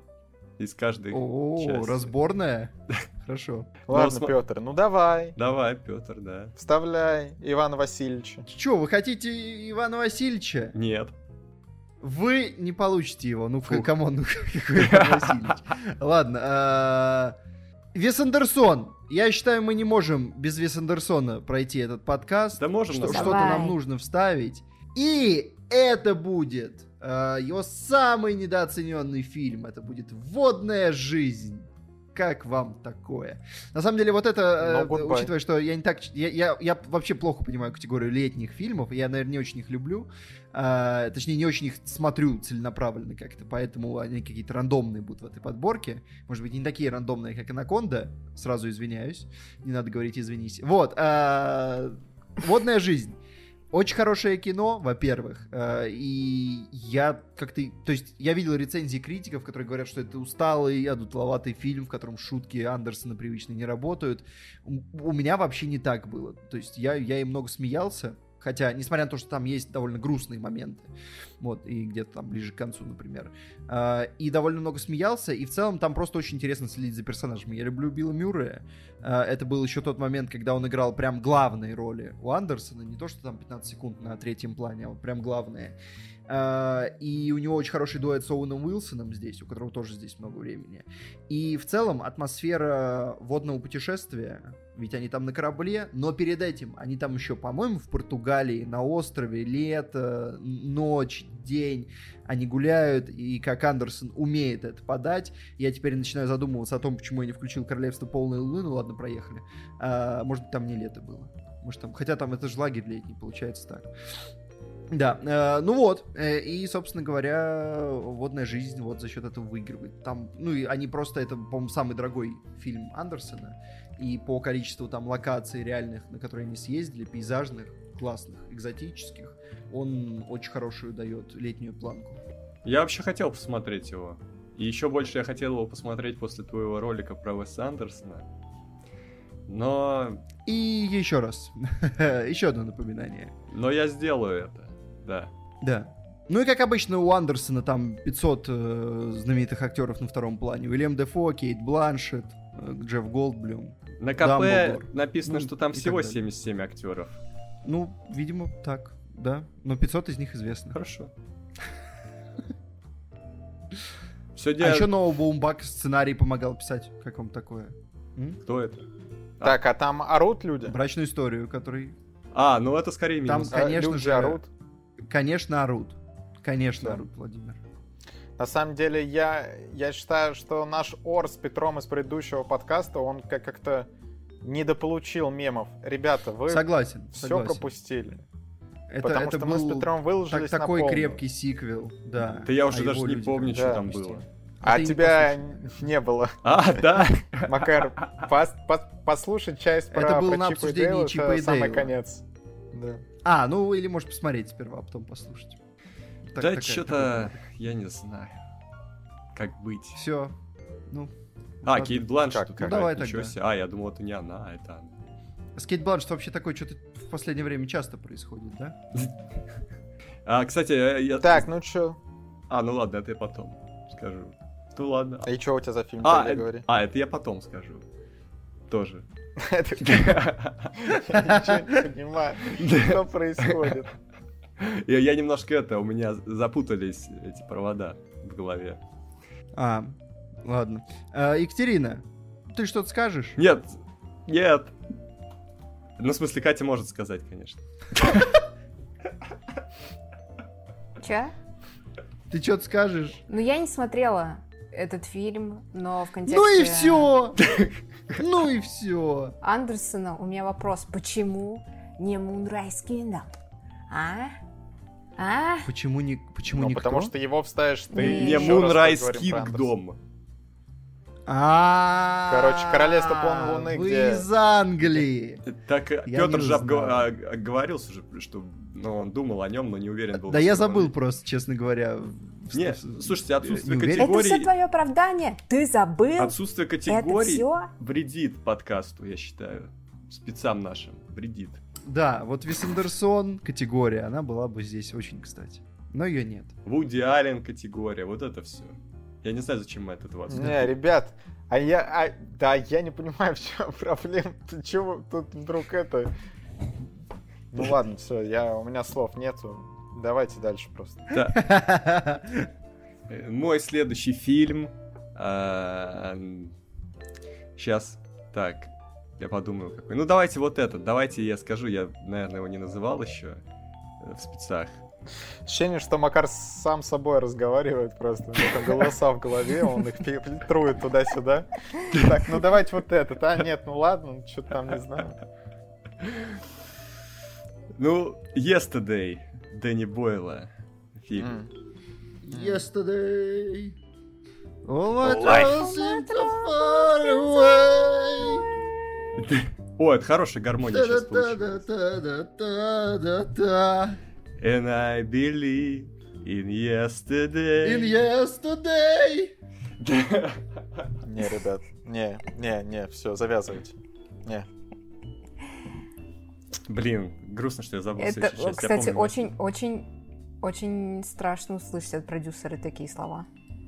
из каждой О, части. разборная? Хорошо. Ладно, см- Петр, ну давай. Давай, Петр, да. Вставляй Ивана Васильевича. Че, вы хотите Ивана Васильевича? Нет. Вы не получите его. Ну, Фух. камон, ну какой Иван Васильевич. Ладно. а, Вес Андерсон. Я считаю, мы не можем без Вес Андерсона пройти этот подкаст. Да можем, Что- на самом Что-то Давай. нам нужно вставить. И это будет э, его самый недооцененный фильм. Это будет «Водная жизнь». Как вам такое? На самом деле, вот это, э, No goodbye. учитывая, что я не так... Я, я, я вообще плохо понимаю категорию летних фильмов, я, наверное, не очень их люблю. Э, точнее, не очень их смотрю целенаправленно как-то, поэтому они какие-то рандомные будут в этой подборке. Может быть, не такие рандомные, как «Анаконда». Сразу извиняюсь. Не надо говорить «извинись». Вот. э, «Водная жизнь». Очень хорошее кино, во-первых, э, и я как-то, то есть я видел рецензии критиков, которые говорят, что это усталый, одутловатый фильм, в котором шутки Андерсона привычные не работают. У, у меня вообще не так было, то есть я, я и много смеялся, хотя, несмотря на то, что там есть довольно грустные моменты, вот, и где-то там ближе к концу, например, э, и довольно много смеялся, и в целом там просто очень интересно следить за персонажами. Я люблю Билла Мюррея. Э, это был еще тот момент, когда он играл прям главные роли у Андерсона, не то, что там пятнадцать секунд на третьем плане, а вот прям главные. Э, и у него очень хороший дуэт с Оуэном Уилсоном здесь, у которого тоже здесь много времени. И в целом атмосфера водного путешествия, ведь они там на корабле, но перед этим они там еще, по-моему, в Португалии, на острове, лето, ночь, день, они гуляют, и как Андерсон умеет это подать. Я теперь начинаю задумываться о том, почему я не включил «Королевство полной луны». Ну ладно, проехали. А, может быть, там не лето было. Может, там... Хотя там это же лагерь летний, получается так. Да, э, ну вот, э, и, собственно говоря, «Водная жизнь» вот за счет этого выигрывает. Там, ну и они просто, это, по-моему, самый дорогой фильм Андерсона, и по количеству там локаций реальных, на которые они съездили, пейзажных, классных, экзотических, он очень хорошую дает летнюю планку. Я вообще хотел посмотреть его. И еще больше я хотел его посмотреть после твоего ролика про Уэса Андерсона. Но... И еще раз, еще одно напоминание. Но я сделаю это, да. Да. Ну и как обычно у Андерсона там пятьсот э, знаменитых актеров на втором плане. Уильям Дефо, Кейт Бланшетт, э, Джефф Голдблюм. На КП Дамблдор. написано, Ну, что там и всего так далее. семьдесят семь актеров. Ну, видимо, так, да. Но пятьсот из них известны. Хорошо. Все А дело... еще Ноа Баумбак сценарий помогал писать. Как вам такое? М? Кто это? Так, а там орут люди? Брачную историю, который... А, ну это скорее Там, минус. А, конечно люди же, орут? Конечно, орут. Конечно, Да. орут, Владимир. На самом деле, я, я считаю, что наш Ор с Петром из предыдущего подкаста, он как- как-то недополучил мемов. Ребята, вы Согласен, все согласен. пропустили. Это, потому это что был мы с Петром так- выложились на такой полную. крепкий сиквел, да. Да я уже А даже его не люди помню, как-то что Да. там пропустили. было. А ты не тебя послушал. не было. А, да? Макар, пос- пос- послушать часть про, Это было про на Чипа и обсуждении Дейла, Чипа это и самый Дейла. конец. Да. А, ну или можешь посмотреть сперва, а потом послушать. Так- Да такая- что-то я не знаю. Как быть. Все. Ну, А, ладно. Кейт Бланшетт Как, тут как? играет, Давай ничего тогда. себе. А, я думал, это не она, а это она. Скейт Бланшетт вообще такое что-то в последнее время часто происходит, да? А, кстати, я... я- Так, ну чё? А, ну ладно, это я потом скажу. Ну ладно. И чё у тебя за фильм? А, Тогда э- говори. а, это я потом скажу. Тоже. Это- Я ничего не понимаю, что происходит. Я, я немножко это, у меня запутались эти провода в голове. А, ладно. А, Екатерина, ты что-то скажешь? Нет, нет. Ну, в смысле, Катя может сказать, конечно. Че? Ты что-то скажешь? Ну, я не смотрела этот фильм, но в контексте... Ну и все! Ну и все! Андерсона у меня вопрос. Почему не Moonrise Kingdom? А? А? Почему не, почему Ну, никто? потому что его вставишь ты. Не Не Ещё раз Moonrise поговорим про Андерсона. Kingdom. А, Короче, «Королевство полной луны», вы где- из Англии. Так Я Петр не же обго- знал. а- оговорился же, что ну, он думал о нем, но не уверен был. Да я насколько он- забыл просто, честно говоря. в- Не, в- слушайте, отсутствие не уверен. Это категории... все твое оправдание? Ты забыл? Отсутствие Это категорий все? вредит подкасту, я считаю. Спецам нашим вредит. Да, вот Вес Андерсон категория, она была бы здесь очень кстати. Но ее нет. Вуди Аллен категория, вот это все. Я не знаю, зачем мы от этого отступили. Не, ребят, а я, а, да, я не понимаю, в чем проблема. Ты чего тут вдруг это? Ну ладно, все, я, у меня слов нету. Давайте дальше просто. Да. Э, Мой следующий фильм. Сейчас. Так. Я подумаю, какой. Ну, давайте вот этот. Давайте я скажу. Я, наверное, его не называл еще э, в спецах. Ощущение, что Макар сам с собой разговаривает просто. У него там голоса в голове, он их фильтрует туда-сюда. Так, ну давайте вот этот. А, нет, ну ладно, что-то там не знаю. Ну, Yesterday. Дэнни Бойла. Фильм. М. Yesterday. All my Life. troubles seem so far away. О, это хорошая гармония сейчас получилась. Та-да-та-да-та-да-та-да. And I believe in yesterday. In yesterday. Не, ребят, не, не, не, все, завязывайте. Не. Блин, грустно, что я забыл Это, следующую часть. Я кстати, помню. очень, очень, очень страшно услышать от продюсера такие слова.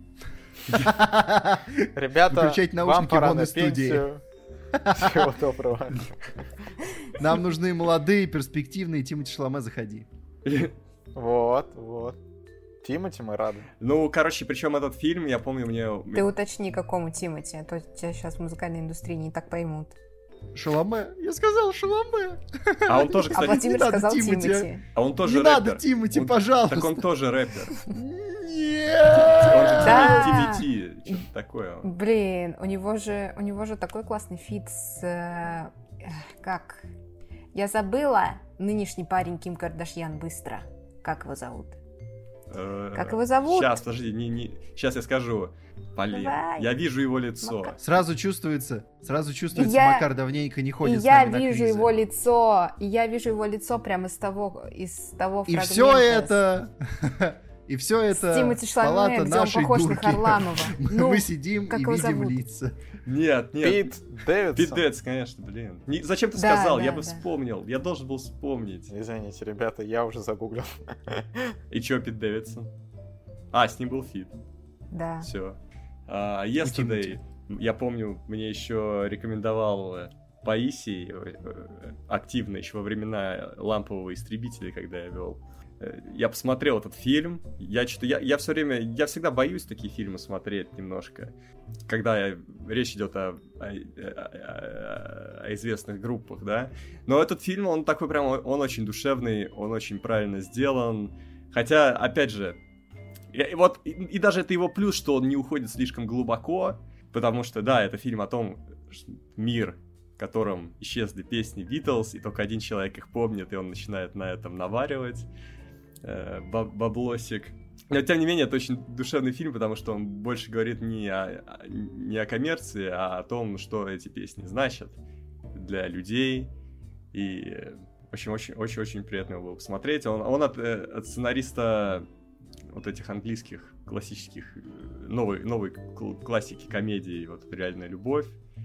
Ребята, Выключайте вам наушники пора вон на из студии. пенсию. Всего доброго. Нам нужны молодые, перспективные. Тимати Шаламе, заходи. Вот, вот. Тимати, мы рады. Ну, короче, причем этот фильм, я помню, мне... Ты уточни, какому Тимати, а то тебя сейчас в музыкальной индустрии не так поймут. Шаламе. Я сказал Шаламе. А он тоже, А кстати... Владимир не надо сказал Тимати. Тимати. А он тоже Не рэпер. надо, Тимати, Он- пожалуйста. Так он тоже рэпер. Он же Нет. Да. Тимати, что-то такое. Блин, у него же, у него же такой классный фит с... э, как? Я забыла нынешний парень Ким Кардашьян быстро. Как его зовут? Как его зовут? Сейчас, подожди, не, не... сейчас я скажу. Блин, Давай. я вижу его лицо. Макар. Сразу чувствуется, сразу чувствуется, Я- Макар давненько не И ходит с я нами на вижу квизы. его лицо, и я вижу его лицо прямо из того, из того И фрагмента. все это, и все это С Тимати Шаламе, палата где он нашей похож на дурки. Харламова. Ну, Мы сидим как и его видим зовут? лица. Нет, нет. Пит Дэвидсон. Пит Дэвидс, конечно, блин. Не- зачем ты Да, сказал? да, Я бы да. вспомнил. Я должен был вспомнить. Извините, ребята, я уже загуглил. И чё, Пит Дэвидсон? А, с ним был фит. Да. Все. Yesterday. Тимати. Я помню, мне еще рекомендовал Паисий активно еще во времена лампового истребителя, когда я вел. Я посмотрел этот фильм. Я что-то я, я все время, я всегда боюсь такие фильмы смотреть немножко, когда я, речь идет о, о, о, о известных группах, да. Но этот фильм, он такой прям, он очень душевный, он очень правильно сделан. Хотя, опять же, и, вот и, и даже это его плюс, что он не уходит слишком глубоко, потому что, да, это фильм о том, мир, в котором исчезли песни Beatles, и только один человек их помнит, и он начинает на этом наваривать э, баблосик. Но, тем не менее, это очень душевный фильм, потому что он больше говорит не о, не о коммерции, а о том, что эти песни значат для людей. И очень-очень-очень приятно его было посмотреть. Он, он от, от сценариста вот этих английских классических, новой, новой классики комедии, вот «Реальная любовь»,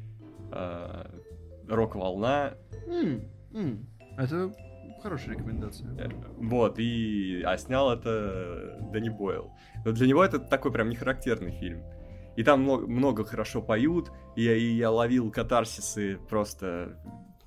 э, «Рок-волна». Mm, mm. Это хорошая рекомендация. Вот, и... А снял это Дэнни Бойл. Но для него это такой прям нехарактерный фильм. И там много, много хорошо поют, и я, и я ловил катарсисы просто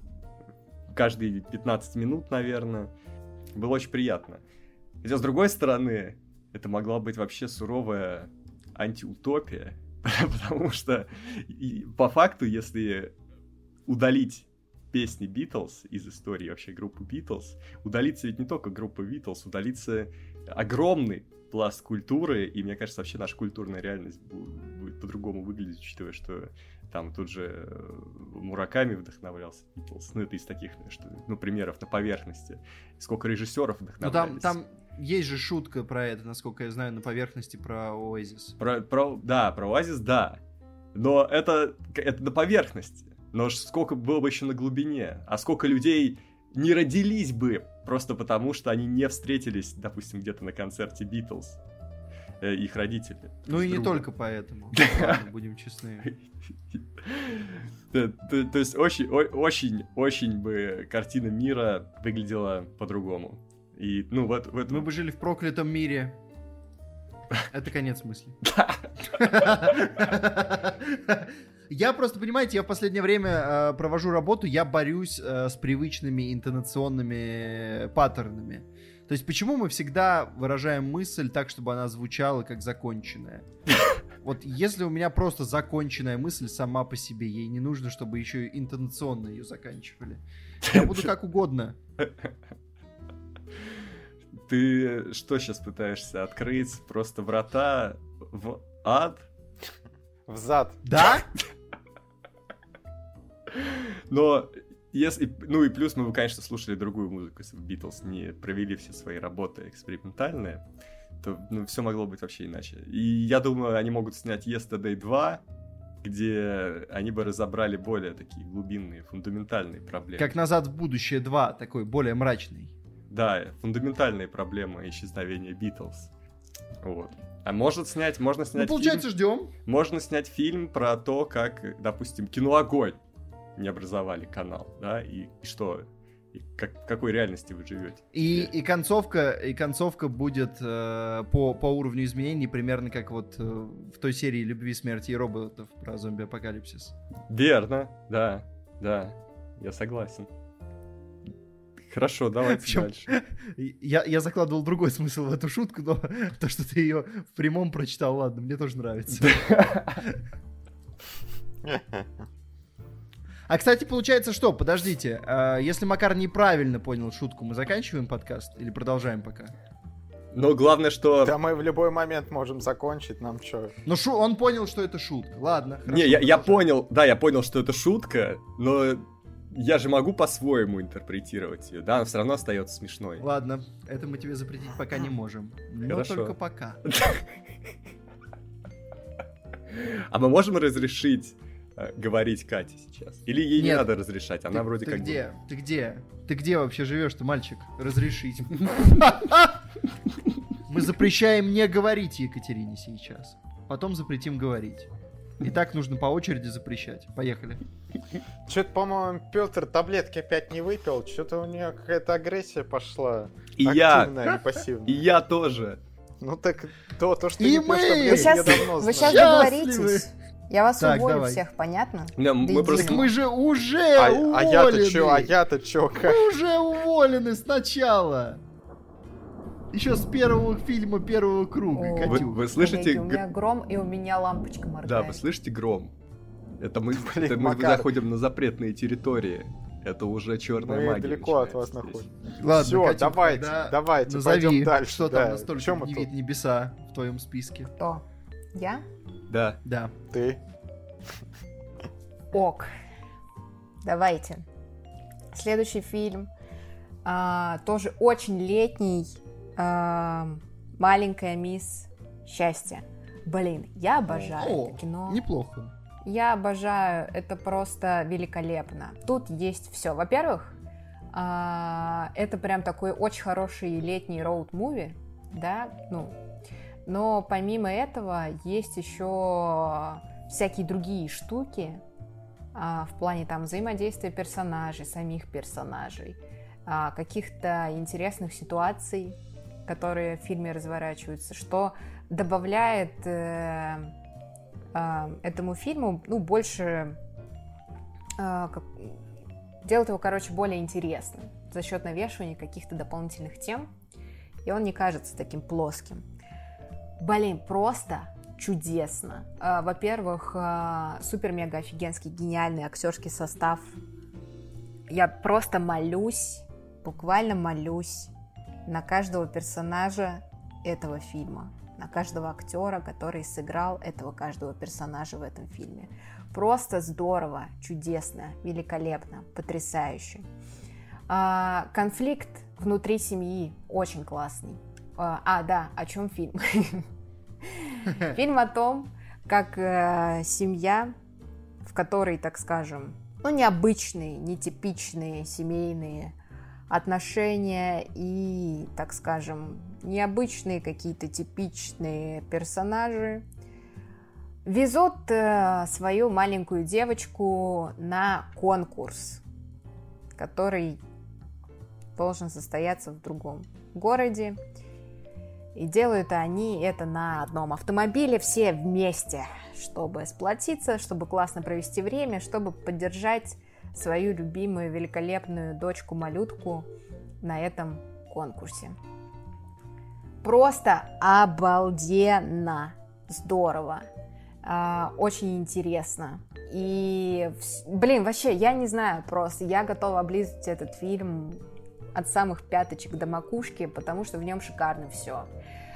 каждые пятнадцать минут, наверное. Было очень приятно. Хотя, с другой стороны, это могла быть вообще суровая антиутопия, потому что по факту, если удалить песни Beatles из истории вообще группы Beatles, удалится ведь не только группа Beatles, удалится огромный пласт культуры, и мне кажется, вообще наша культурная реальность будет по-другому выглядеть, учитывая, что там тут же Мураками вдохновлялся Beatles, ну это из таких, что, ну, примеров на поверхности, сколько режиссеров вдохновлялись. Ну там, там есть же шутка про это, насколько я знаю, на поверхности про Oasis. Про, про, да, про Oasis, да, но это, это на поверхности. Но сколько было бы еще на глубине, а сколько людей не родились бы просто потому, что они не встретились, допустим, где-то на концерте Beatles, э, их родители. Ну и не только поэтому, ладно, будем честны. То есть очень-очень бы картина мира выглядела по-другому. И, ну, вот, вот... Мы бы жили в проклятом мире. Это конец мысли. Я просто, понимаете, я в последнее время э, провожу работу, я борюсь э, с привычными интонационными паттернами. То есть почему мы всегда выражаем мысль так, чтобы она звучала как законченная? Вот если у меня просто законченная мысль сама по себе, ей не нужно, чтобы еще и интонационно ее заканчивали. Я буду как угодно. Ты что сейчас пытаешься открыть? Просто врата в ад? В зад. Да? Но если... Ну и плюс мы бы, конечно, слушали другую музыку, если бы Beatles не провели все свои работы экспериментальные, то ну, все могло быть вообще иначе. И я думаю, они могут снять Yesterday два, где они бы разобрали более такие глубинные, фундаментальные проблемы. Как «Назад в будущее два», такой более мрачный. Да, фундаментальные проблемы исчезновения Beatles. Вот. А может снять, можно снять ну, получается, фильм... ждем. Можно снять фильм про то, как, допустим, «Киноогонь» не образовали канал, да, и, и что, и как, в какой реальности вы живете. И, и концовка, и концовка будет э, по, по уровню изменений примерно как вот э, в той серии «Любви, смерти и роботов» про зомби-апокалипсис. Верно, да, да, я согласен. Хорошо, давайте Причем, дальше. Я, я закладывал другой смысл в эту шутку, но то, что ты ее в прямом прочитал, ладно, мне тоже нравится. А, кстати, получается что? Подождите, если Макар неправильно понял шутку, мы заканчиваем подкаст или продолжаем пока? Но главное, что... Да мы в любой момент можем закончить, нам что? Ну, шу... он понял, что это шутка, ладно. Хорошо, Не, я, я понял, да, я понял, что это шутка, но... Я же могу по-своему интерпретировать ее, да, она все равно остается смешной. Ладно, это мы тебе запретить пока не можем. Но Хорошо. Только пока. А мы можем разрешить э, говорить Кате сейчас? Или ей Нет. не надо разрешать? Она ты, вроде ты как где? бы... Ты где? Ты где вообще живешь-то, мальчик? Разрешить. Мы запрещаем не говорить Екатерине сейчас. Потом запретим говорить. И так нужно по очереди запрещать. Поехали. Что-то, по-моему, Петр таблетки опять не выпил. Что-то у нее какая-то агрессия пошла. И активная, я. Не пассивная. И я тоже. Ну так то, то что И не мы. пьешь таблетки, Вы сейчас, я давно вы знаю. сейчас договоритесь. Я вас Так, уволю давай. всех, понятно? Да, мы иди просто- Так мы же уже А, уволены! а я-то чё, а я-то чё, как? Мы уже уволены сначала! Еще с первого фильма первого круга, О, Катюх. Вы, вы слышите? коллеги, у г- меня гром, и у меня лампочка моргает. Да, вы слышите гром? Это мы, Блин, это мы Макар. заходим на запретные территории. Это уже черная Мы магия. далеко от вас начинается здесь. находимся. Ладно, Всё, Катюх, давайте, тогда давайте, назови, пойдем дальше. что да. там настолько Чё мы не тут? видят небеса в твоем списке. Кто? Я? Да. Да. Ты? Ок. Давайте. Следующий фильм. а, тоже очень летний. а, «Маленькая мисс Счастье». Блин, я обожаю О, это кино. неплохо. Я обожаю, это просто великолепно. Тут есть все. Во-первых, а, это прям такой очень хороший летний роуд-муви, да, ну, но помимо этого есть еще всякие другие штуки а, в плане там взаимодействия персонажей, самих персонажей, а, каких-то интересных ситуаций, которые в фильме разворачиваются, что добавляет э, э, этому фильму, ну, больше, э, как, делает его, короче, более интересным за счет навешивания каких-то дополнительных тем, и он не кажется таким плоским. Блин, просто чудесно. Э, во-первых, э, супер-мега-офигенский, гениальный актерский состав. Я просто молюсь, буквально молюсь на каждого персонажа этого фильма, на каждого актера, который сыграл этого каждого персонажа в этом фильме. Просто здорово, чудесно, великолепно, потрясающе. А, конфликт внутри семьи очень классный. А, а, да, о чем фильм? Фильм о том, как э, семья, в которой, так скажем, ну, необычные, нетипичные семейные отношения и, так скажем, необычные какие-то типичные персонажи везут э, свою маленькую девочку на конкурс, который должен состояться в другом городе. И делают они это на одном автомобиле все вместе, чтобы сплотиться, чтобы классно провести время, чтобы поддержать свою любимую великолепную дочку-малютку на этом конкурсе. Просто обалденно, здорово, э, очень интересно. И, блин, вообще, я не знаю просто, я готова облизывать этот фильм от самых пяточек до макушки, потому что в нем шикарно все.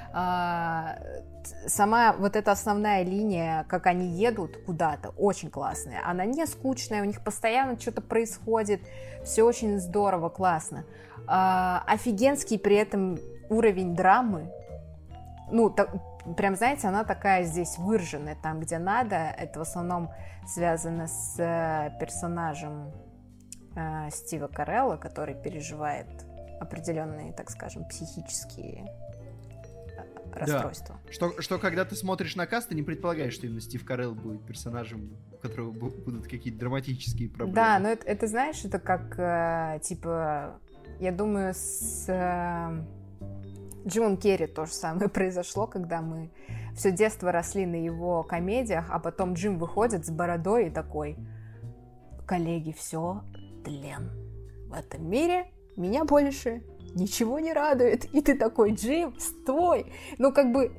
Сама вот эта основная линия, как они едут куда-то, очень классная. Она не скучная, у них постоянно что-то происходит, все очень здорово, классно. Офигенский при этом уровень драмы. Ну, так, прям, знаете, она такая здесь выраженная, там, где надо. Это в основном связано с персонажем э, Стива Карелла, который переживает определенные, так скажем, психические расстройства. Да. Что, что когда ты смотришь на каст, ты не предполагаешь, что именно Стив Карелл будет персонажем, у которого будут какие-то драматические проблемы. Да, но это, это знаешь, это как, э, типа, я думаю, с э, Джимом Керри то же самое произошло, когда мы все детство росли на его комедиях, а потом Джим выходит с бородой и такой: коллеги, все тлен. В этом мире меня больше ничего не радует. И ты такой: Джим, стой! Ну, как бы,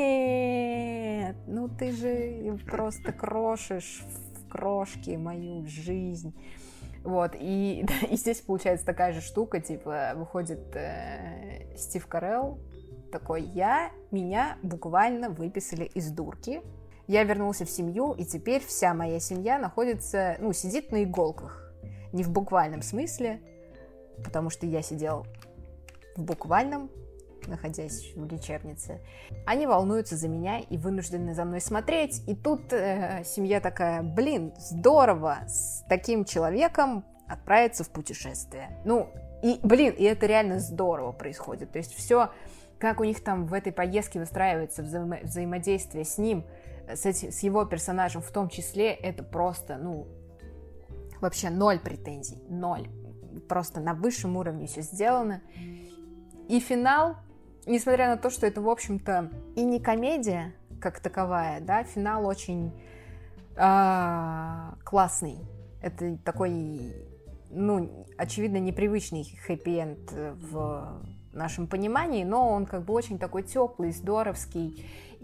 нет! Ну, ты же просто крошишь в крошки мою жизнь. Вот, и, да, и здесь получается такая же штука, типа, выходит э, Стив Карелл, такой: я, меня буквально выписали из дурки. Я вернулся в семью, и теперь вся моя семья находится, ну, сидит на иголках. Не в буквальном смысле, потому что я сидел в буквальном, находясь в лечебнице. Они волнуются за меня и вынуждены за мной смотреть. И тут э, семья такая: блин, здорово с таким человеком отправиться в путешествие. Ну, и, блин, и это реально здорово происходит. То есть все, как у них там в этой поездке выстраивается взаимо- взаимодействие с ним, с, эти, с его персонажем в том числе, это просто, ну, вообще ноль претензий, ноль. Просто на высшем уровне все сделано. И финал, несмотря на то, что это, в общем-то, и не комедия как таковая, да, финал очень а, классный. Это такой, ну, очевидно, непривычный хэппи-энд в нашем понимании, но он как бы очень такой теплый, здоровский.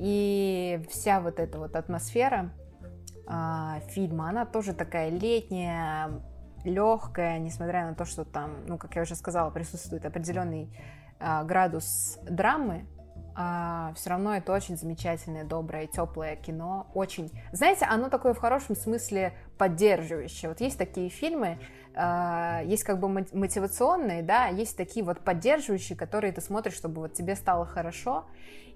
И вся вот эта вот атмосфера а, фильма, она тоже такая летняя, легкая, несмотря на то, что там, ну, как я уже сказала, присутствует определенный а, градус драмы. А, все равно это очень замечательное, доброе, теплое кино. Очень, знаете, оно такое в хорошем смысле поддерживающее. Вот есть такие фильмы, а, есть как бы мотивационные, да, есть такие вот поддерживающие, которые ты смотришь, чтобы вот тебе стало хорошо.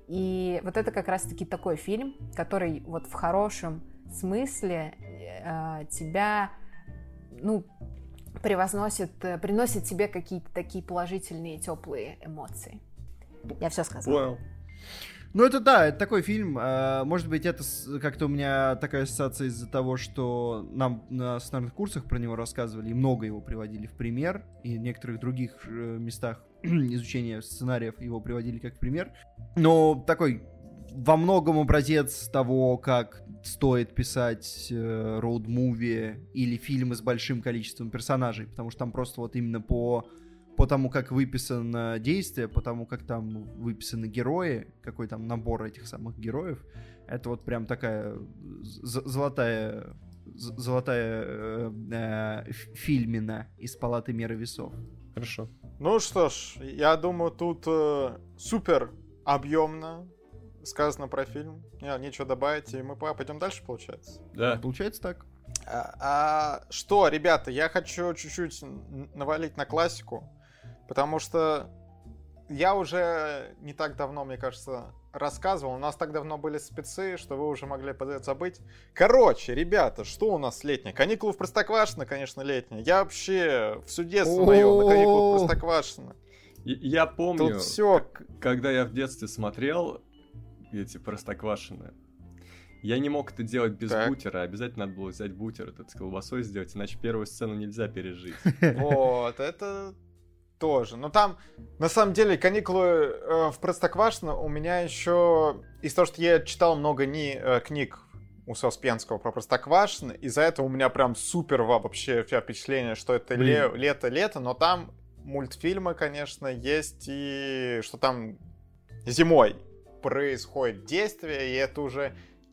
И вот это как раз-таки такой фильм, который вот в хорошем смысле а, тебя, ну, превозносит, приносит тебе какие-то такие положительные, теплые эмоции. Я все сказала. Понял. Ну, это да, это такой фильм. а, Может быть, это с- как-то у меня такая ассоциация из-за того, что нам на сценарных курсах про него рассказывали, и много его приводили в пример, и в некоторых других э, местах изучения сценариев его приводили как пример. Но такой во многом образец того, как стоит писать э, роуд-муви или фильмы с большим количеством персонажей, потому что там просто вот именно по... по тому, как выписано действие, по тому, как там выписаны герои, какой там набор этих самых героев, это вот прям такая з- золотая, з- золотая э, э, фильмина из палаты меры весов. Хорошо. Ну что ж, я думаю, тут э, супер объемно сказано про фильм. Не, нечего добавить, и мы пойдем дальше, получается. Да. Получается так. А, а что, ребята, я хочу чуть-чуть н- навалить на классику, потому что я уже не так давно, мне кажется, рассказывал. У нас так давно были спецы, что вы уже могли забыть. Короче, ребята, что у нас летнее? Каникулы в Простоквашино, конечно, летнее. Я вообще всю детство мое на каникулах в Простоквашино. И- Я помню, Тут всё. к- когда я в детстве смотрел эти Простоквашино, я не мог это делать без Так. бутера. Обязательно надо было взять бутер этот с колбасой сделать, иначе первую сцену нельзя пережить. Вот, это тоже. Но там, на самом деле, каникулы э, в Простоквашино у меня еще... Из-за того, что я читал много ни, э, книг у Успенского про Простоквашино, из-за этого у меня прям супер вообще впечатление, что это ле- лето-лето, но там мультфильмы, конечно, есть, и что там зимой происходит действие, и это уже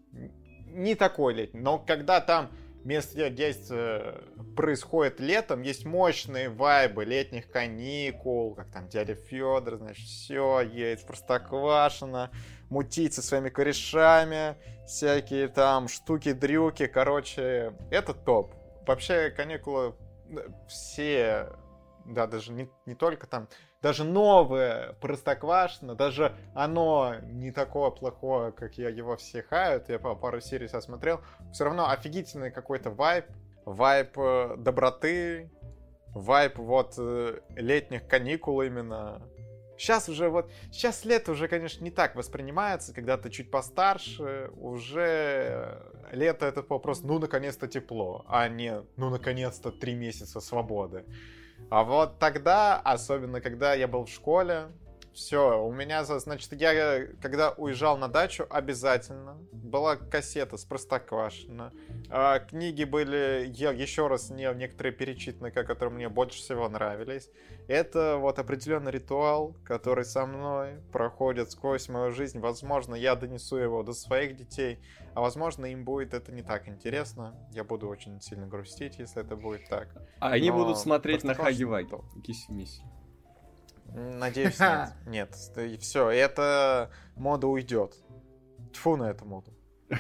не такой летний. Но когда там место действия происходит летом, есть мощные вайбы летних каникул, как там дядя Федор, значит, все, едет в Простоквашино, мутить со своими корешами, всякие там штуки-дрюки, короче, это топ. Вообще каникулы все, да, даже не, не только там, даже новое Простоквашино, даже оно не такое плохое, как я его все хают, я по пару серий сейчас смотрел, все равно офигительный какой-то вайб, вайб э, доброты, вайб вот э, летних каникул именно. Сейчас уже вот, сейчас лето уже, конечно, не так воспринимается, когда ты чуть постарше, уже лето это просто, ну, наконец-то тепло, а не, ну, наконец-то три месяца свободы. А вот тогда, особенно когда я был в школе, все, у меня, значит, я когда уезжал на дачу, обязательно была кассета с Простоквашино. А, книги были, я еще раз, не, некоторые перечитаны, которые мне больше всего нравились. Это вот определенный ритуал, который со мной проходит сквозь мою жизнь. Возможно, я донесу его до своих детей, а возможно, им будет это не так интересно. Я буду очень сильно грустить, если это будет так. А они Но будут смотреть на Простоквашино Хаги-Ваги. топ. Киси-миси. Надеюсь, нет. Нет. И все, эта мода уйдет. Тьфу на эту моду.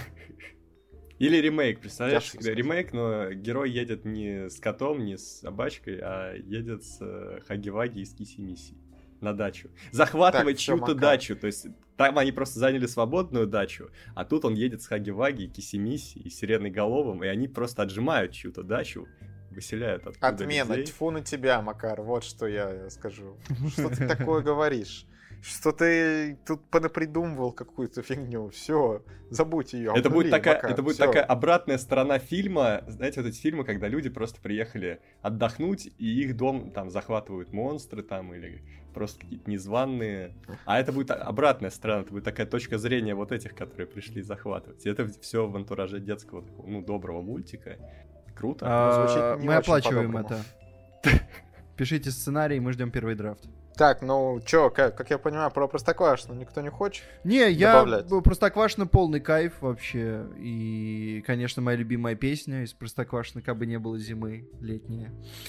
Или ремейк, представляешь? Я что Когда ремейк, но герой едет не с котом, не с собачкой, а едет с э, Хаги-Ваги и с Киси-Миси на дачу. Захватывает Так, всё, чью-то Макар. дачу, то есть там они просто заняли свободную дачу, а тут он едет с Хаги-Ваги, Киси-Миси и Сиреноголовым, и они просто отжимают чью-то дачу, выселяют оттуда Отмена. людей. Тьфу на тебя, Макар. Вот что я скажу. Что ты такое говоришь? Что ты тут понапридумывал какую-то фигню. Все, забудь ее. Это будет, такая, это будет такая обратная сторона фильма. Знаете, вот эти фильмы, когда люди просто приехали отдохнуть, и их дом там захватывают монстры там или просто какие-то незваные. А это будет обратная сторона, это будет такая точка зрения вот этих, которые пришли захватывать. И это все в антураже детского, такого, ну, доброго мультика. Круто. А, мы оплачиваем это. Пишите сценарий, мы ждем первый драфт. Так, ну чё, как, как я понимаю, про Простоквашино никто не хочет Не, добавлять? Я Простоквашино полный кайф вообще. И, конечно, моя любимая песня из Простоквашино «Как бы не было зимы» летняя.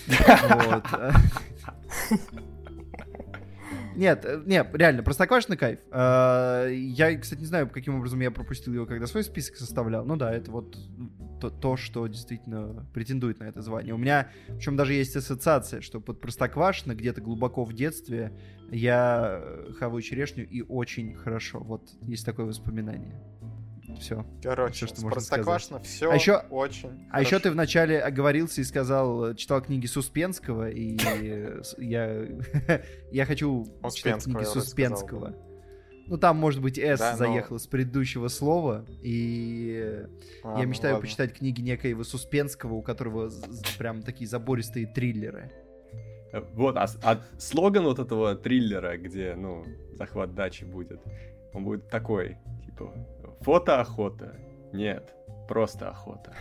Нет, нет, реально, Простоквашино кайф. Я, кстати, не знаю, каким образом я пропустил его, когда свой список составлял. Ну да, это вот то, то, что действительно претендует на это звание. У меня, причем даже есть ассоциация, что под Простоквашино где-то глубоко в детстве я хаваю черешню и очень хорошо. Вот есть такое воспоминание. Все. Короче, все, что с Простоквашино все а еще, очень А еще ты вначале оговорился и сказал, читал книги Суспенского, и я, я хочу читать книги Суспенского. Ну, там, может быть, «С» да, заехало но... с предыдущего слова, и а, я мечтаю ну, почитать книги некоего Суспенского, у которого прям такие забористые триллеры. Вот, а, а слоган вот этого триллера, где, ну, захват дачи будет, он будет такой, типа, фото-охота. Нет, просто охота.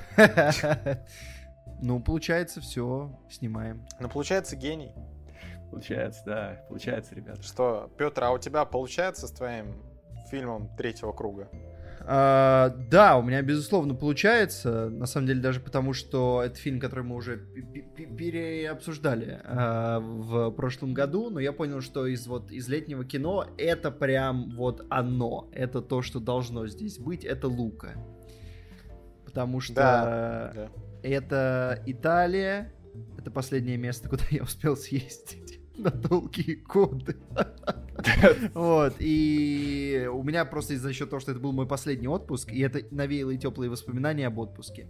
Ну, получается, все, снимаем. Ну, получается, гений. Получается, да, получается, ребята. Что, Петр, а у тебя получается с твоим фильмом третьего круга? А, да, у меня, безусловно, получается. На самом деле, даже потому, что это фильм, который мы уже переобсуждали а, в прошлом году, но я понял, что из, вот, из летнего кино это прям вот оно. Это то, что должно здесь быть. Это Лука. Потому что да, да. это Италия. Это последнее место, куда я успел съездить на долгие годы. Вот, и у меня просто из-за счет того, что это был мой последний отпуск, и это навеяло и теплые воспоминания об отпуске.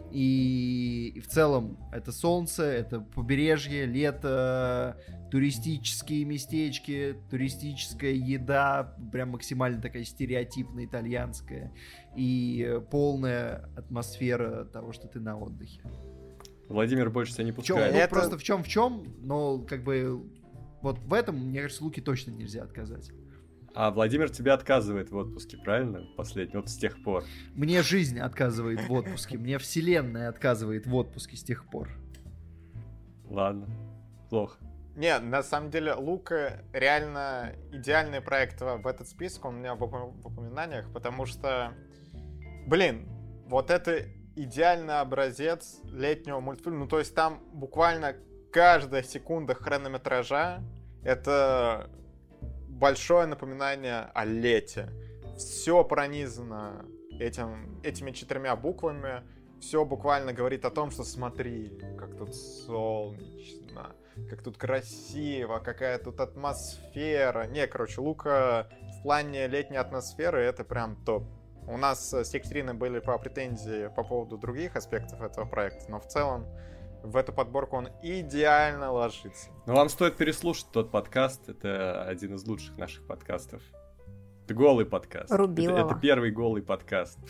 И, и в целом это солнце, это побережье, лето, туристические местечки, туристическая еда, прям максимально такая стереотипная итальянская, и полная атмосфера того, что ты на отдыхе. Владимир больше тебя не пускает. В чем, это... ну, просто в чем в чем, но как бы вот в этом, мне кажется, Луке точно нельзя отказать. А Владимир тебе отказывает в отпуске, правильно? Последний, вот с тех пор. Мне жизнь отказывает в отпуске, мне вселенная отказывает в отпуске с тех пор. Ладно, плохо. Не, на самом деле, Лука реально идеальный проект в этот список, он у меня в упоминаниях, потому что, блин, вот это идеальный образец летнего мультфильма. Ну, то есть там буквально каждая секунда хронометража — это большое напоминание о лете. Все пронизано этим, этими четырьмя буквами. Все буквально говорит о том, что смотри, как тут солнечно, как тут красиво, какая тут атмосфера. Не, короче, Лука в плане летней атмосферы — это прям топ. У нас с Екатериной были по претензии по поводу других аспектов этого проекта, но в целом в эту подборку он идеально ложится. Но вам стоит переслушать тот подкаст, это один из лучших наших подкастов. Это голый подкаст. Рубилова. Это, это первый голый подкаст.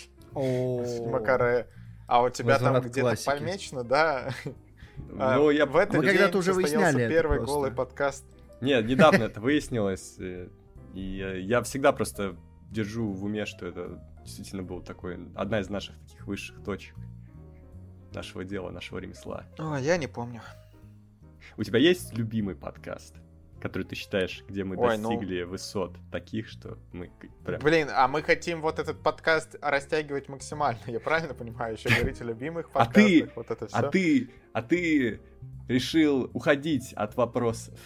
Макаре. А у тебя там где-то помечено, да? Ну, я... В этот Мы когда-то уже выясняли первый голый подкаст. Нет, недавно это выяснилось. И я всегда просто держу в уме, что это действительно был такой, одна из наших таких высших точек нашего дела, нашего ремесла. О, я не помню. У тебя есть любимый подкаст, который ты считаешь, где мы Ой, достигли ну... высот таких, что мы прям... Блин, а мы хотим вот этот подкаст растягивать максимально, я правильно понимаю? Еще говорить о любимых подкастах, а ты, вот это все. А ты, а ты решил уходить от вопросов.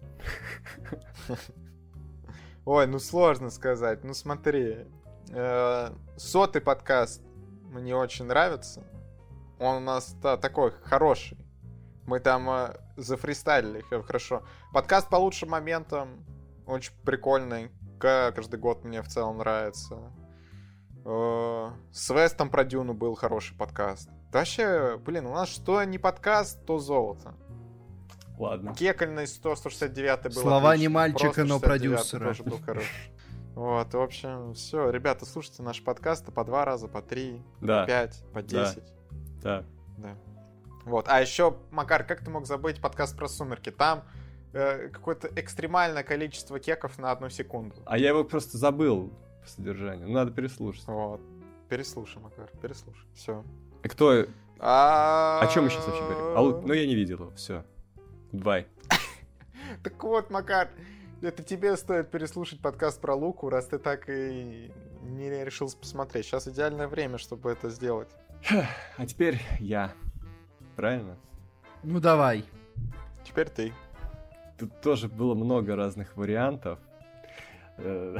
Ой, ну сложно сказать. Ну смотри, э, сотый подкаст мне очень нравится. Он у нас да, такой хороший. Мы там э, зафристайлили хорошо. Подкаст по лучшим моментам очень прикольный. Каждый год мне в целом нравится. Э, с Вестом про Дюну был хороший подкаст. Да вообще, блин, у нас что не подкаст, то золото. ладно. Кекольный сто шестьдесят девять был Слова отлично. не мальчика, Просто но шестьдесят девять продюсера. тоже был хорош. Вот, в общем, все, ребята, слушайте наши подкасты по два раза, по три, Да. по пять, по десять. Да. Да. Вот, а еще, Макар, как ты мог забыть подкаст про «Сумерки»? Там э, какое-то экстремальное количество кеков на одну секунду. А я его просто забыл по содержанию. Надо переслушать. Вот. Переслушай, Макар, переслушай. Все. А кто... А... О чем мы сейчас вообще говорим? А, Лу- ну, я не видел его. Все. Гудбай. Так вот, Макар, это тебе стоит переслушать подкаст про Луку, раз ты так и не решил посмотреть. Сейчас идеальное время, чтобы это сделать. А теперь я. Правильно? Ну давай. Теперь ты. Тут тоже было много разных вариантов. Э,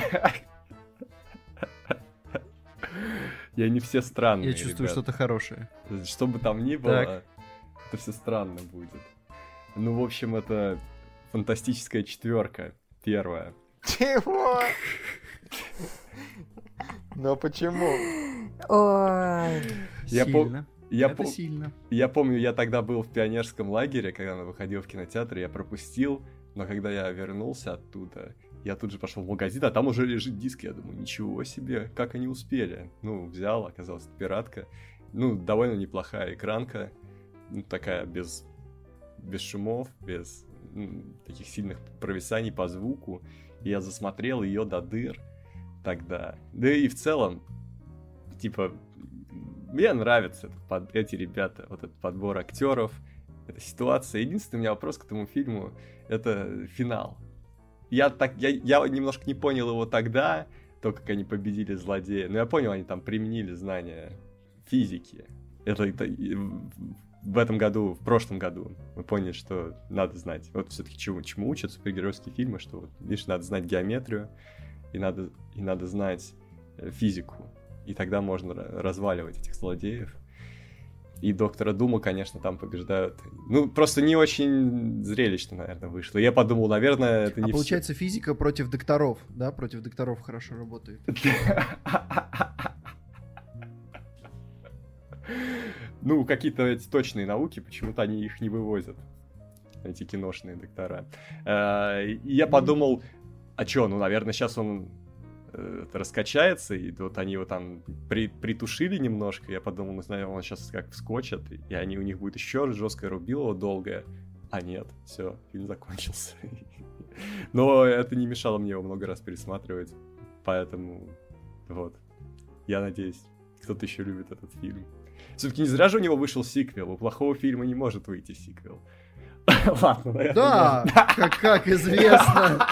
Я не все странные, Я чувствую ребят. что-то хорошее. Что бы там ни было, Так. это все странно будет. Ну, в общем, это фантастическая четверка. Первая. Чего? Но почему? Ой. Я по- Сильно. Я, Это пом- сильно. я помню, я тогда был в пионерском лагере, когда он выходил в кинотеатр, я пропустил, но когда я вернулся оттуда, я тут же пошел в магазин, а там уже лежит диск, я думаю, ничего себе, как они успели. Ну, взял, оказалось, это пиратка. Ну, довольно неплохая экранка, ну, такая без, без шумов, без м, таких сильных провисаний по звуку. И я засмотрел ее до дыр тогда. Да и в целом, типа, мне нравятся этот под- эти ребята, вот этот подбор актеров, эта ситуация. Единственный у меня вопрос к этому фильму — это финал. Я, так, я, я немножко не понял его тогда, то, как они победили злодея. Но я понял, они там применили знания физики. Это, это и в- в этом году, в прошлом году мы поняли, что надо знать. Вот все-таки чему, чему учат супергеройские фильмы, что, вот, видишь, надо знать геометрию, и надо, и надо знать э, физику. И тогда можно ра- разваливать этих злодеев. И Доктора Дума, конечно, там побеждают. Ну, просто не очень зрелищно, наверное, вышло. Я подумал, наверное, это А не получается, физика против докторов, да? Против докторов хорошо работает. Ну, какие-то эти точные науки, почему-то они их не вывозят, эти киношные доктора. Э, И я подумал, а чё, ну, наверное, сейчас он э, раскачается, и вот они его там при- притушили немножко. Я подумал, ну, знаю, он сейчас как вскочит, и они, у них будет еще жесткое рубилово долгое. А нет, все, фильм закончился. Но это не мешало мне его много раз пересматривать, поэтому вот. Я надеюсь, кто-то еще любит этот фильм. Все-таки не зря же у него вышел сиквел. У плохого фильма не может выйти сиквел. Ладно, наверное. Да, как, как известно.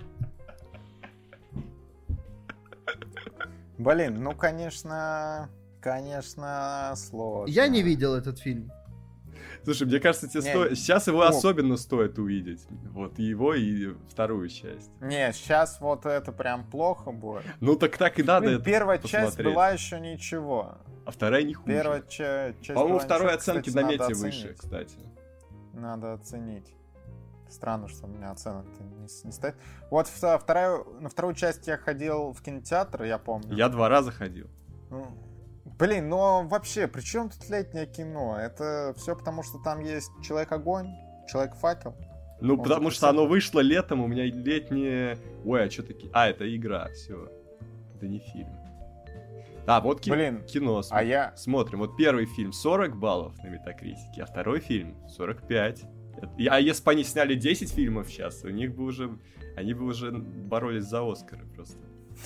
Блин, ну, конечно, конечно, сложно. Я не видел этот фильм. Слушай, мне кажется, тебе Не, стоит... Сейчас его ну- особенно стоит увидеть. Вот и его, и вторую часть. Не, сейчас вот это прям плохо будет. Ну так так и надо Блин, это первая часть посмотреть. была еще ничего. А вторая не хуже. Первая ча- часть По-моему, была второй ничего, оценки кстати, на надо мете выше, оценить. кстати. Надо оценить. Странно, что у меня оценок-то не, с- не стоит. Вот в- вторая, на вторую часть я ходил в кинотеатр, я помню. Я два раза ходил. Ну, Блин, ну вообще, при чем тут летнее кино? Это все потому, что там есть Человек-огонь, Человек-факел. Ну, Он потому что записал. оно вышло летом, у меня летнее... Ой, а что таки... А, это игра, все. Это не фильм. А, вот ки- Блин, кино. А я... Смотрим, вот первый фильм сорок баллов на Метакритике, а второй фильм сорок пять. Это- и- А если бы они сняли десять фильмов сейчас, у них бы уже... Они бы уже боролись за Оскары просто.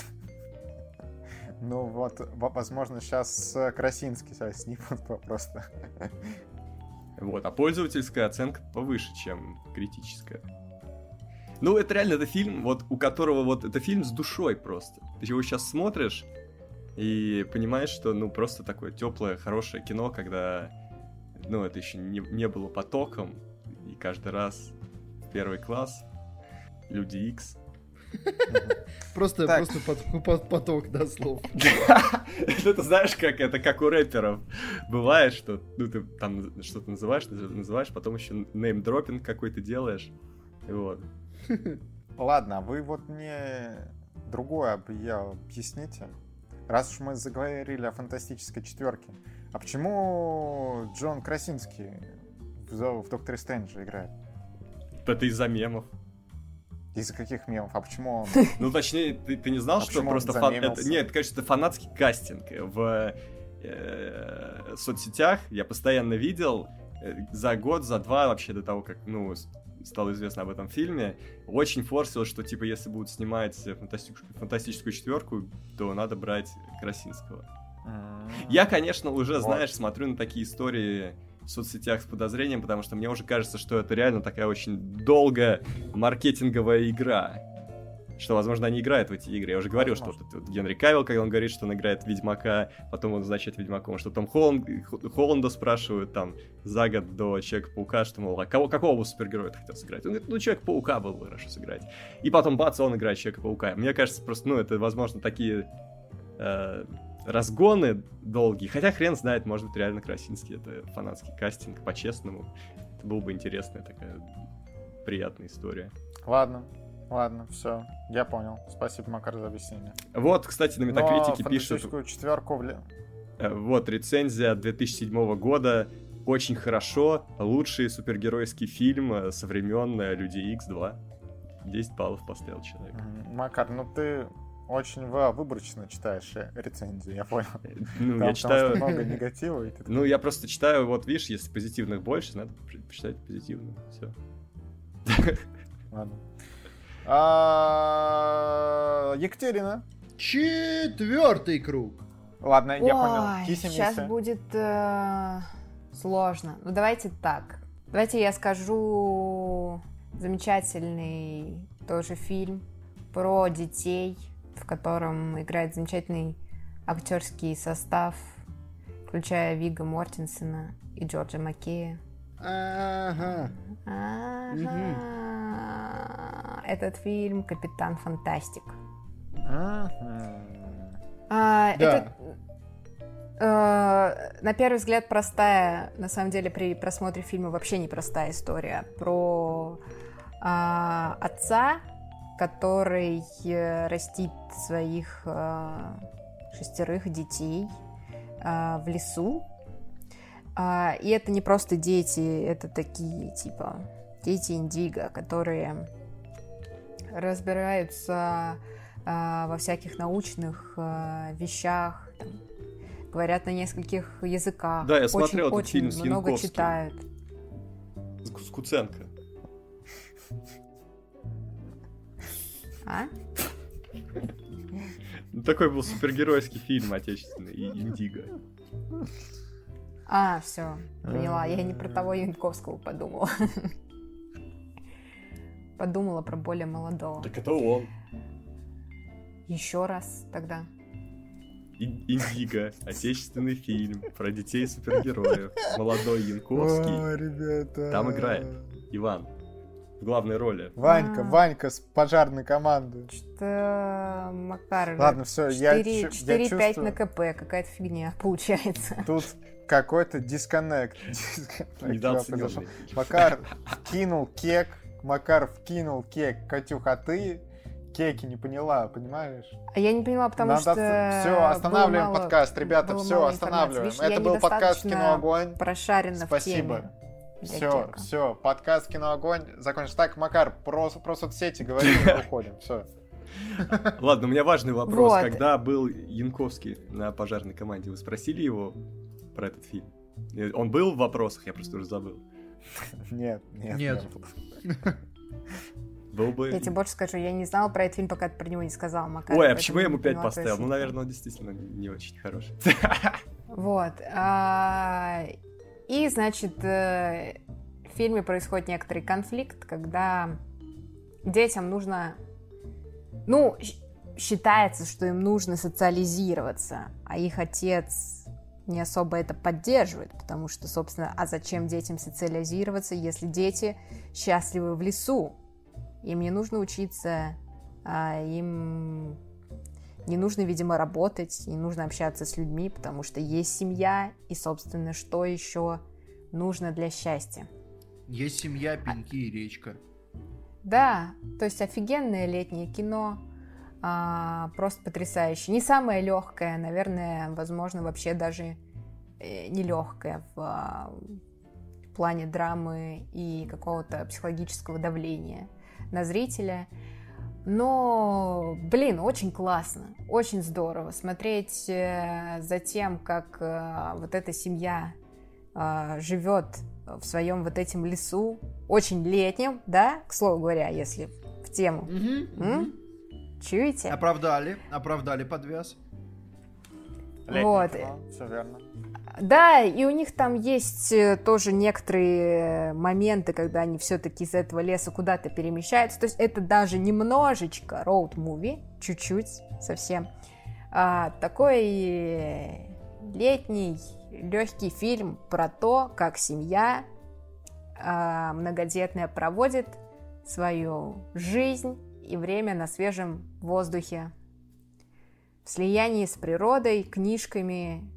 Ну вот, в- возможно, сейчас Красинский сейчас снимут по- просто. Вот, а пользовательская оценка повыше, чем критическая. Ну, это реально, это фильм, вот у которого вот, это фильм с душой просто. Ты его сейчас смотришь и понимаешь, что, ну, просто такое теплое, хорошее кино, когда, ну, это еще не, не было потоком, и каждый раз в первый класс, Люди Икс. Просто, Так. просто под- под- поток, да, слов. Ну, ты знаешь, как это, как у рэперов бывает, что, ну, ты там что-то называешь, называешь, потом еще неймдропинг какой-то делаешь, и вот. Ладно, вы вот мне другое об- я объясните. Раз уж мы заговорили о фантастической четверке, а почему Джон Красинский в, в Докторе Стрэнджа играет? Это из-за мемов. Из-за каких мемов? А почему он... Ну, точнее, ты, ты не знал, а что просто... Фан... Это, нет, это, конечно, это фанатский кастинг. В э, соцсетях я постоянно видел э, за год, за два вообще до того, как, ну, стало известно об этом фильме, очень форсилось, что, типа, если будут снимать фантастическую, фантастическую четверку, то надо брать Красинского. Mm-hmm. Я, конечно, уже, вот. знаешь, смотрю на такие истории... в соцсетях с подозрением, потому что мне уже кажется, что это реально такая очень долгая маркетинговая игра. Что, возможно, они играют в эти игры. Я уже говорил, возможно. что вот, вот Генри Кавилл, когда он говорит, что он играет в Ведьмака, потом он назначает Ведьмаком, что там Холланд, Холланда спрашивают там за год до Человека-паука, что, мол, а кого, какого бы супергероя ты хотел сыграть? Он говорит, ну, Человека-паука было бы хорошо сыграть. И потом, бац, он играет Человека-паука. Мне кажется, просто, ну, это, возможно, такие... Э- разгоны долгие, хотя хрен знает, может быть, реально Красинский, это фанатский кастинг, по-честному. Это была бы интересная такая приятная история. Ладно, ладно, все, я понял. Спасибо, Макар, за объяснение. Вот, кстати, на Метакритике пишут... четверку... В... Вот, рецензия две тысячи седьмого года. Очень хорошо. Лучший супергеройский фильм со времен Люди Икс два. десять баллов поставил человек. Макар, ну ты... Очень выборочно читаешь рецензии, я понял. Ну, Там, я читаю... много негатива. И ты... Ну, я просто читаю, вот видишь, если позитивных больше, надо почитать позитивно. Все. Ладно. А... Екатерина. Четвертый круг. Ладно, я Ой, понял. Кися сейчас Мися. будет э, сложно. Ну, давайте так. Давайте я скажу замечательный тоже фильм про детей, в котором играет замечательный актерский состав, включая Вигго Мортенсена и Джорджа Маккея. Ага. Ага. Этот фильм «Капитан Фантастик». Ага. А, Да. это, э, на первый взгляд, простая, на самом деле, при просмотре фильма вообще непростая история про э, отца, который э, растит своих э, шестерых детей э, в лесу. Э, и это не просто дети, это такие, типа, дети индиго, которые разбираются э, во всяких научных э, вещах, там, говорят на нескольких языках. Да, я очень, смотрел этот очень фильм с много Янковским. читают. С, с Куценко. А? Ну, такой был супергеройский фильм отечественный, и Индиго. А, все, поняла. Я не про того Янковского подумала. Подумала про более молодого. Так это он. Еще раз тогда. И- Индиго. Отечественный фильм про детей-супергероев. Молодой Янковский. Ой, ребята. Там играет Иван. В главной роли. Ванька, А. Ванька с пожарной команды. Что, Макар, Ладно, все, я, чу- я четыре-пять чувствую, на КП, какая-то фигня получается. тут какой-то дисконнект. Недооцененный. Макар вкинул кек, Макар вкинул кек, Катюха, а ты кеки не поняла, понимаешь? А я не поняла, потому Надо... что... Все, останавливаем было мало- подкаст, ребята, было все, мало останавливаем. информации. Видишь, Это я был подкаст недостаточно «Кино Огонь». Прошарена в Спасибо. теме. для Все, кека. все, подкаст «Кино Огонь» закончился. Так, Макар, про, про соцсети говорим, мы уходим, все. Ладно, у меня важный вопрос. Вот. Когда был Янковский на пожарной команде, вы спросили его про этот фильм? Э, Он был в вопросах, я просто уже забыл. Нет, нет. Нет. Был бы... Я тебе больше скажу, я не знала про этот фильм, пока ты про него не сказал, Макар. Ой, а поэтому почему я ему не пять поняла поставил? твою Ну, шутку. наверное, он действительно не очень хороший. Вот. а, И, значит, э, в фильме происходит некоторый конфликт, когда детям нужно... Ну, щ- считается, что им нужно социализироваться, а их отец не особо это поддерживает, потому что, собственно, а зачем детям социализироваться, если дети счастливы в лесу? Им не нужно учиться, а им не нужно, видимо, работать, не нужно общаться с людьми, потому что есть семья, и, собственно, что еще нужно для счастья? Есть семья, пеньки и речка. Да, то есть офигенное летнее кино, а, просто потрясающе. Не самое легкое, наверное, возможно, вообще даже э, не легкое в, а, в плане драмы и какого-то психологического давления на зрителя. Но, блин, очень классно, очень здорово смотреть за тем, как вот эта семья живет в своем вот этом лесу, очень летнем, да, к слову говоря, если в тему. Угу, М? угу. Чуете? Оправдали, оправдали подвяз. Летнее Вот. кино, все верно. Да, и у них там есть тоже некоторые моменты, когда они все-таки из этого леса куда-то перемещаются. То есть это даже немножечко роуд-муви, чуть-чуть, совсем. А, такой летний легкий фильм про то, как семья а, многодетная проводит свою жизнь и время на свежем воздухе, в слиянии с природой, книжками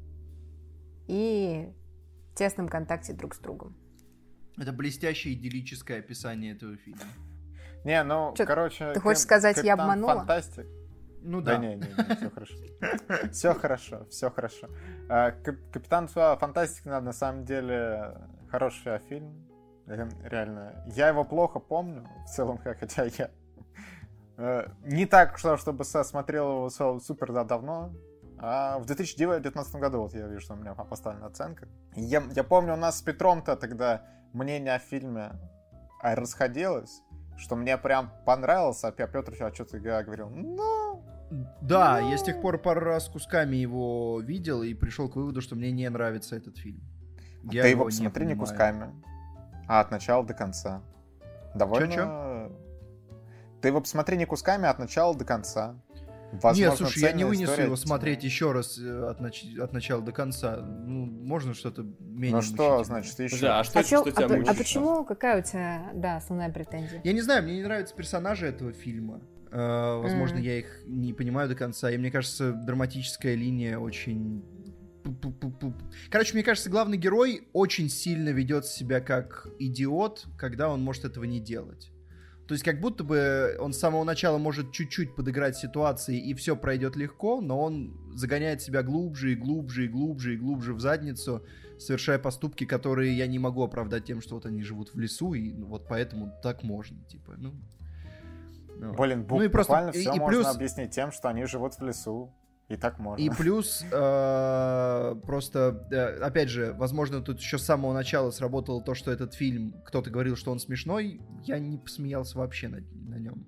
и в тесном контакте друг с другом. Это блестящее идиллическое описание этого фильма. Не, ну, Чё, короче... ты хочешь сказать, я Капитан обманула? Фантастик. Ну Да, да. не, не, не, все хорошо. Все хорошо, все хорошо. А, Кап- Капитан Фантастик, на на самом деле, хороший фильм. Ре- Реально. Я его плохо помню, в целом, х- хотя я э, не так, что, чтобы со- смотрел его со- супер да- давно. А в две тысячи девятнадцатом году вот я вижу, что у меня поставлена оценка. Я, я помню, у нас с Петром-то тогда мнение о фильме а, расходилось, что мне прям понравился, а Петр что-то говорил, ну... Да, Ну. я с тех пор пару раз кусками его видел и пришел к выводу, что мне не нравится этот фильм. Я Ты его не посмотри не понимаю. кусками, а от начала до конца. Довольно... Чё-чё? Ты его посмотри не кусками, а от начала до конца. Нет, Возможно, слушай, я не цельная вынесу история его тебе- смотреть еще раз э, от, нач- от начала до конца. Ну, можно что-то менее Ну что, мучительное. значит, еще... Подожди, а что, А, чё- что тебя а по- а мучает? почему, какая у тебя, да, основная претензия? Я не знаю, мне не нравятся персонажи этого фильма. Э, возможно, Мгм. я их не понимаю до конца. И мне кажется, драматическая линия очень... пу-пу-пу-пу. Короче, мне кажется, главный герой очень сильно ведет себя как идиот, когда он может этого не делать. То есть как будто бы он с самого начала может чуть-чуть подыграть ситуации, и все пройдет легко, но он загоняет себя глубже и глубже и глубже и глубже в задницу, совершая поступки, которые я не могу оправдать тем, что вот они живут в лесу, и ну, вот поэтому так можно, типа, ну... ну. Блин, бу- Ну и просто- буквально и- все и можно плюс- объяснить тем, что они живут в лесу. И так можно. И плюс, э, просто, э, опять же, возможно, тут еще с самого начала сработало то, что этот фильм, кто-то говорил, что он смешной, я не посмеялся вообще на, на нем.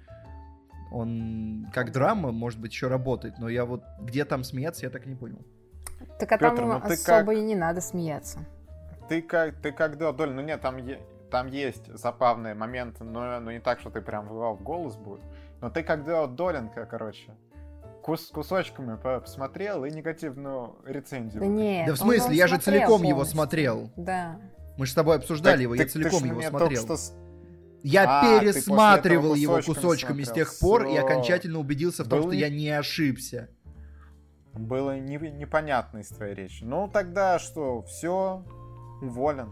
Он как драма, может быть, еще работает, но я вот где там смеяться, я так и не понял. Так а там Пётр, ну ты особо как? и не надо смеяться. Ты как, ты как Доль, ну нет, там, е- там есть забавные моменты, но, но не так, что ты прям вывал в голос будет. Но ты как Доленко, короче, кус, кусочками по- посмотрел и негативную рецензию. Да нет. Да в он- смысле, он я же смотрел целиком его полностью. смотрел. Да. Мы же с тобой обсуждали Так- его, так я ты целиком ж его мне смотрел. только что с- Я А, ты после пересматривал этого его кусочками кусочками с смотрел. тех пор и Всё. окончательно убедился в том, Был что не- я не ошибся. Было не- непонятно из твоей речи. Ну тогда что, все, уволен.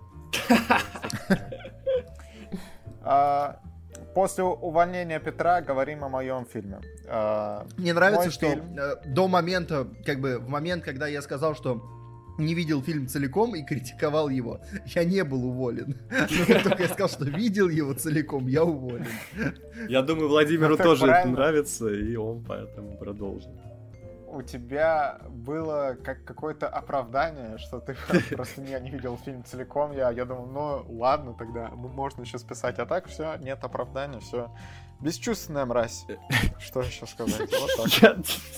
А, После увольнения Петра говорим о моем фильме. А, Мне нравится, мой что фильм- э, до момента, как бы в момент, когда я сказал, что не видел фильм целиком и критиковал его, я не был уволен. Но как только я сказал, что видел его целиком, я уволен. Я думаю, Владимиру Ну, так тоже это правильно. нравится, и он поэтому продолжит. У тебя было как какое-то оправдание, что ты просто не, не видел фильм целиком. Я, я думал, ну ладно, тогда м- можно еще списать. А так все, нет оправдания, все. Бесчувственная мразь. Что еще сказать? Вот так.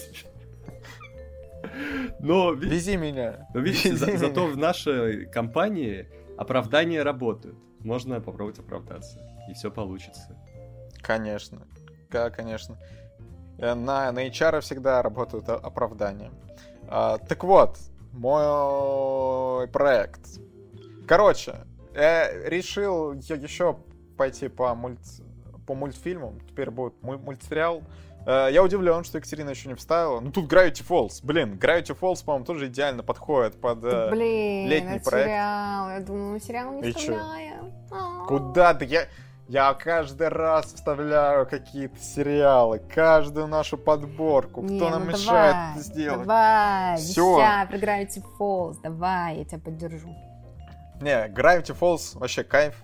Но, ви- Вези меня. но видите, за- Вези зато меня. в нашей компании оправдания работают. Можно попробовать оправдаться, и все получится. Конечно. Да, конечно. Э, На, на эйч ар всегда работают о- оправдания. А, так вот, мой проект. Короче, я решил я еще пойти по, мульт... по мультфильмам. Теперь будет муль- мультсериал. Э, Я удивлен, что Екатерина еще не вставила. Ну тут Gravity Falls. Блин, Gravity Falls, по-моему, тоже идеально подходит под... Да, э, блин, летний это проект. сериал. Я думаю, мы сериал не И чё? вставляем. А. Куда ты? Я, я каждый раз вставляю какие-то сериалы, каждую нашу подборку. Не, Кто нам ну мешает давай, это сделать? Давай, Всё. вися про Gravity Falls, давай, я тебя поддержу. Не, Gravity Falls вообще кайф.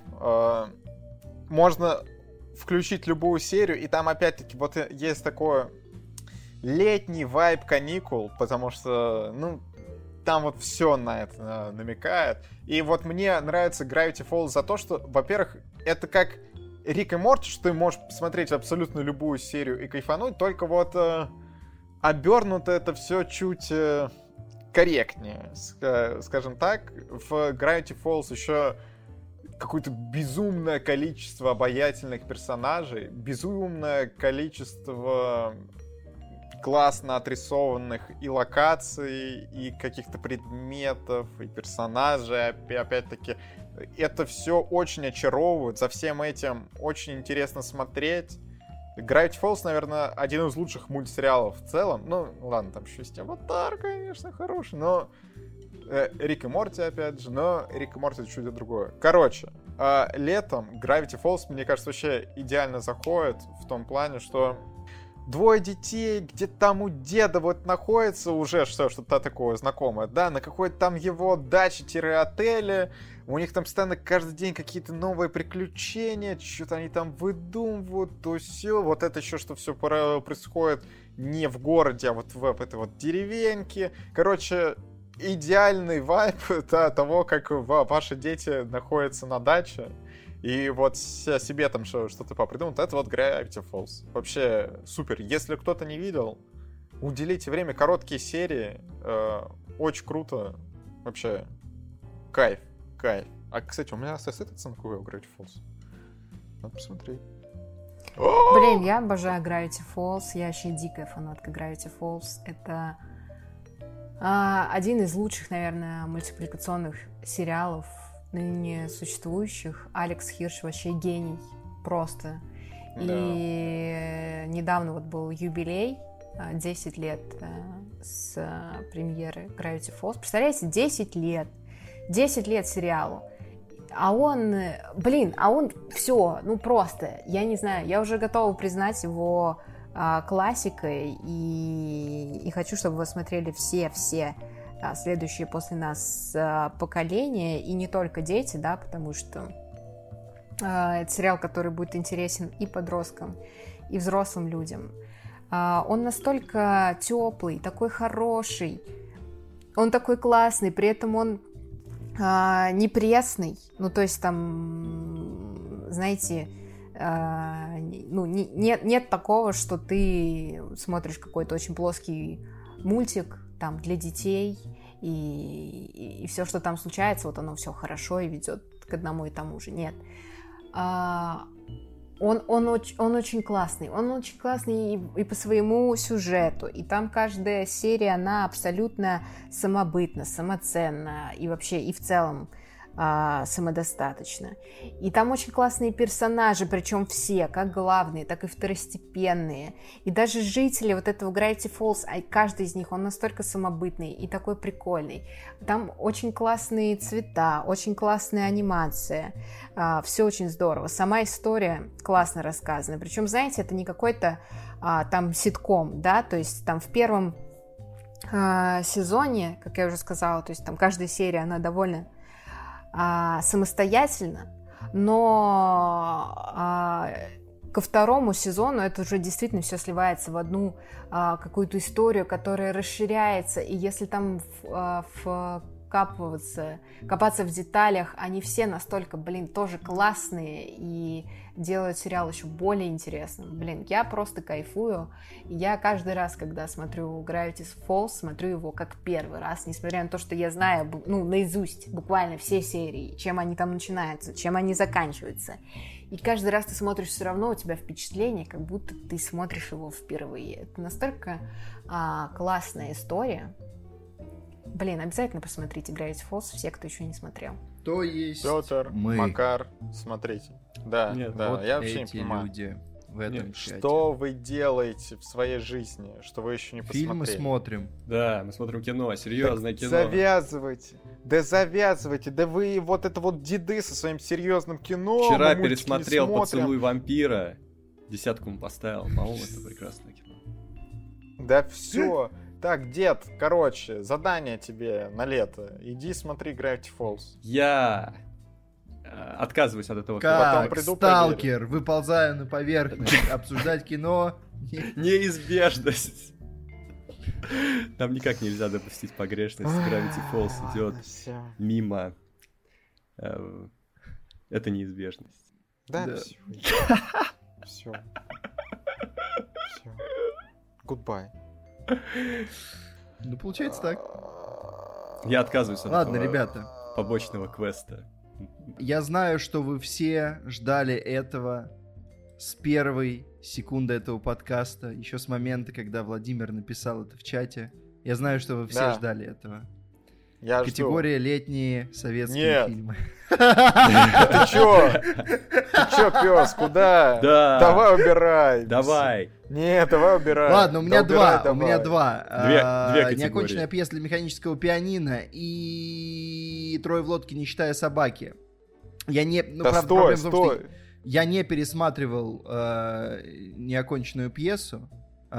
Можно включить любую серию, и там опять-таки вот есть такое летний вайб каникул, потому что, ну, там вот все на это намекает. И вот мне нравится Gravity Falls за то, что, во-первых, это как Рик и Морти, что ты можешь посмотреть абсолютно любую серию и кайфануть, только вот э, обернуто это все чуть э, корректнее, скажем так. В Gravity Falls еще какое-то безумное количество обаятельных персонажей, безумное количество классно отрисованных и локаций, и каких-то предметов, и персонажей, опять-таки. Это все очень очаровывает, за всем этим очень интересно смотреть. Gravity Falls, наверное, один из лучших мультсериалов в целом. Ну, ладно, там еще есть Аватар, конечно, хороший, но... Э, Рик и Морти, опять же, но Рик и Морти чуть другое. Короче, э, летом Gravity Falls, мне кажется, вообще идеально заходит в том плане, что двое детей где-то там у деда вот находится уже что, что-то такое знакомое, да, на какой-то там его даче-отеле, у них там постоянно каждый день какие-то новые приключения, что-то они там выдумывают, то все, вот это еще, что все происходит не в городе, а вот в этой вот деревеньке. Короче, идеальный вайб того, как ваши дети находятся на даче, и вот себе там что-то попридумают, это вот Gravity Falls. Вообще супер. Если кто-то не видел, уделите время, короткие серии, э, очень круто. Вообще кайф, кайф. А, кстати, у меня остается этот оценка у Gravity Falls. Надо посмотреть. Блин, я обожаю Gravity Falls. Я вообще дикая фанатка Gravity Falls. Это а, один из лучших, наверное, мультипликационных сериалов ныне существующих. Алекс Хирш вообще гений. Просто. Да. И недавно вот был юбилей. десять лет с премьеры Gravity Falls. Представляете, десять лет. десять лет сериалу. А он, блин, а он все, ну просто, я не знаю, я уже готова признать его а, классикой, и, и хочу, чтобы вы смотрели все-все а, следующие после нас а, поколения, и не только дети, да, потому что а, это сериал, который будет интересен и подросткам, и взрослым людям. А, он настолько теплый, такой хороший, он такой классный, при этом он Uh, не пресный, ну, то есть там, знаете, uh, ну, не, нет, нет такого, что ты смотришь какой-то очень плоский мультик там для детей, и, и, и все, что там случается, вот оно все хорошо и ведет к одному и тому же. Нет. Uh, Он, он, очень, он очень классный, он очень классный и, и по своему сюжету, и там каждая серия, она абсолютно самобытна, самоценна, и вообще, и в целом а, самодостаточна. И там очень классные персонажи, причем все, как главные, так и второстепенные, и даже жители вот этого Gravity Falls, каждый из них, он настолько самобытный и такой прикольный. Там очень классные цвета, очень классная анимация, а, все очень здорово. Сама история классно рассказана, причем, знаете, это не какой-то а, там ситком, да, то есть там в первом а, сезоне, как я уже сказала, то есть там каждая серия, она довольно а, самостоятельна, но а, ко второму сезону это уже действительно все сливается в одну а, какую-то историю, которая расширяется, и если там в, а, в капываться, копаться в деталях, они все настолько, блин, тоже классные и делают сериал еще более интересным. Блин, я просто кайфую. Я каждый раз, когда смотрю Gravity Falls, смотрю его как первый раз, несмотря на то, что я знаю, ну, наизусть буквально все серии, чем они там начинаются, чем они заканчиваются. И каждый раз ты смотришь, все равно у тебя впечатление, как будто ты смотришь его впервые. Это настолько а, классная история. Блин, обязательно посмотрите Gravity Falls, все, кто еще не смотрел. То есть Петр, мы... Макар, смотрите. Да, Нет, да, вот я вообще не эти понимаю. люди в этом Нет, чате. Что вы делаете в своей жизни, что вы еще не Фильмы посмотрели? смотрим. Да, мы смотрим кино, серьезное Так кино. Завязывайте. Да завязывайте. Да вы вот это вот деды со своим серьезным кино. Вчера мы пересмотрел не смотрим. «Поцелуй вампира». Десятку ему поставил. По-моему, это прекрасное кино. Да все. Так, дед, короче, задание тебе на лето. Иди смотри Gravity Falls. Я э, отказываюсь от этого. Как приду, сталкер, выползаю на поверхность, обсуждать кино. Неизбежность. Там никак нельзя допустить погрешность. Gravity Falls идет мимо. Э, Это неизбежность. Да, Да. все. Все. Все. Goodbye. Ну, получается так. Я отказываюсь от Ладно, этого ребята, побочного квеста. я знаю, что вы все ждали этого с первой секунды этого подкаста, еще с момента, когда Владимир написал это в чате. Я знаю, что вы все Да. ждали этого. Я жду. Категория летние советские Нет. фильмы. Ты чё? Ты чё, пес, куда? Да. Давай убирай. Давай. Нет, давай убирай. Ладно, у меня Да убирай два, у меня давай. два. Две- А, две категории. Неоконченная пьеса для механического пианино и Трое в лодке, не считая собаки. Я не, ну, Да правда, стой, проблема в том, что стой. я не пересматривал э, неоконченную пьесу,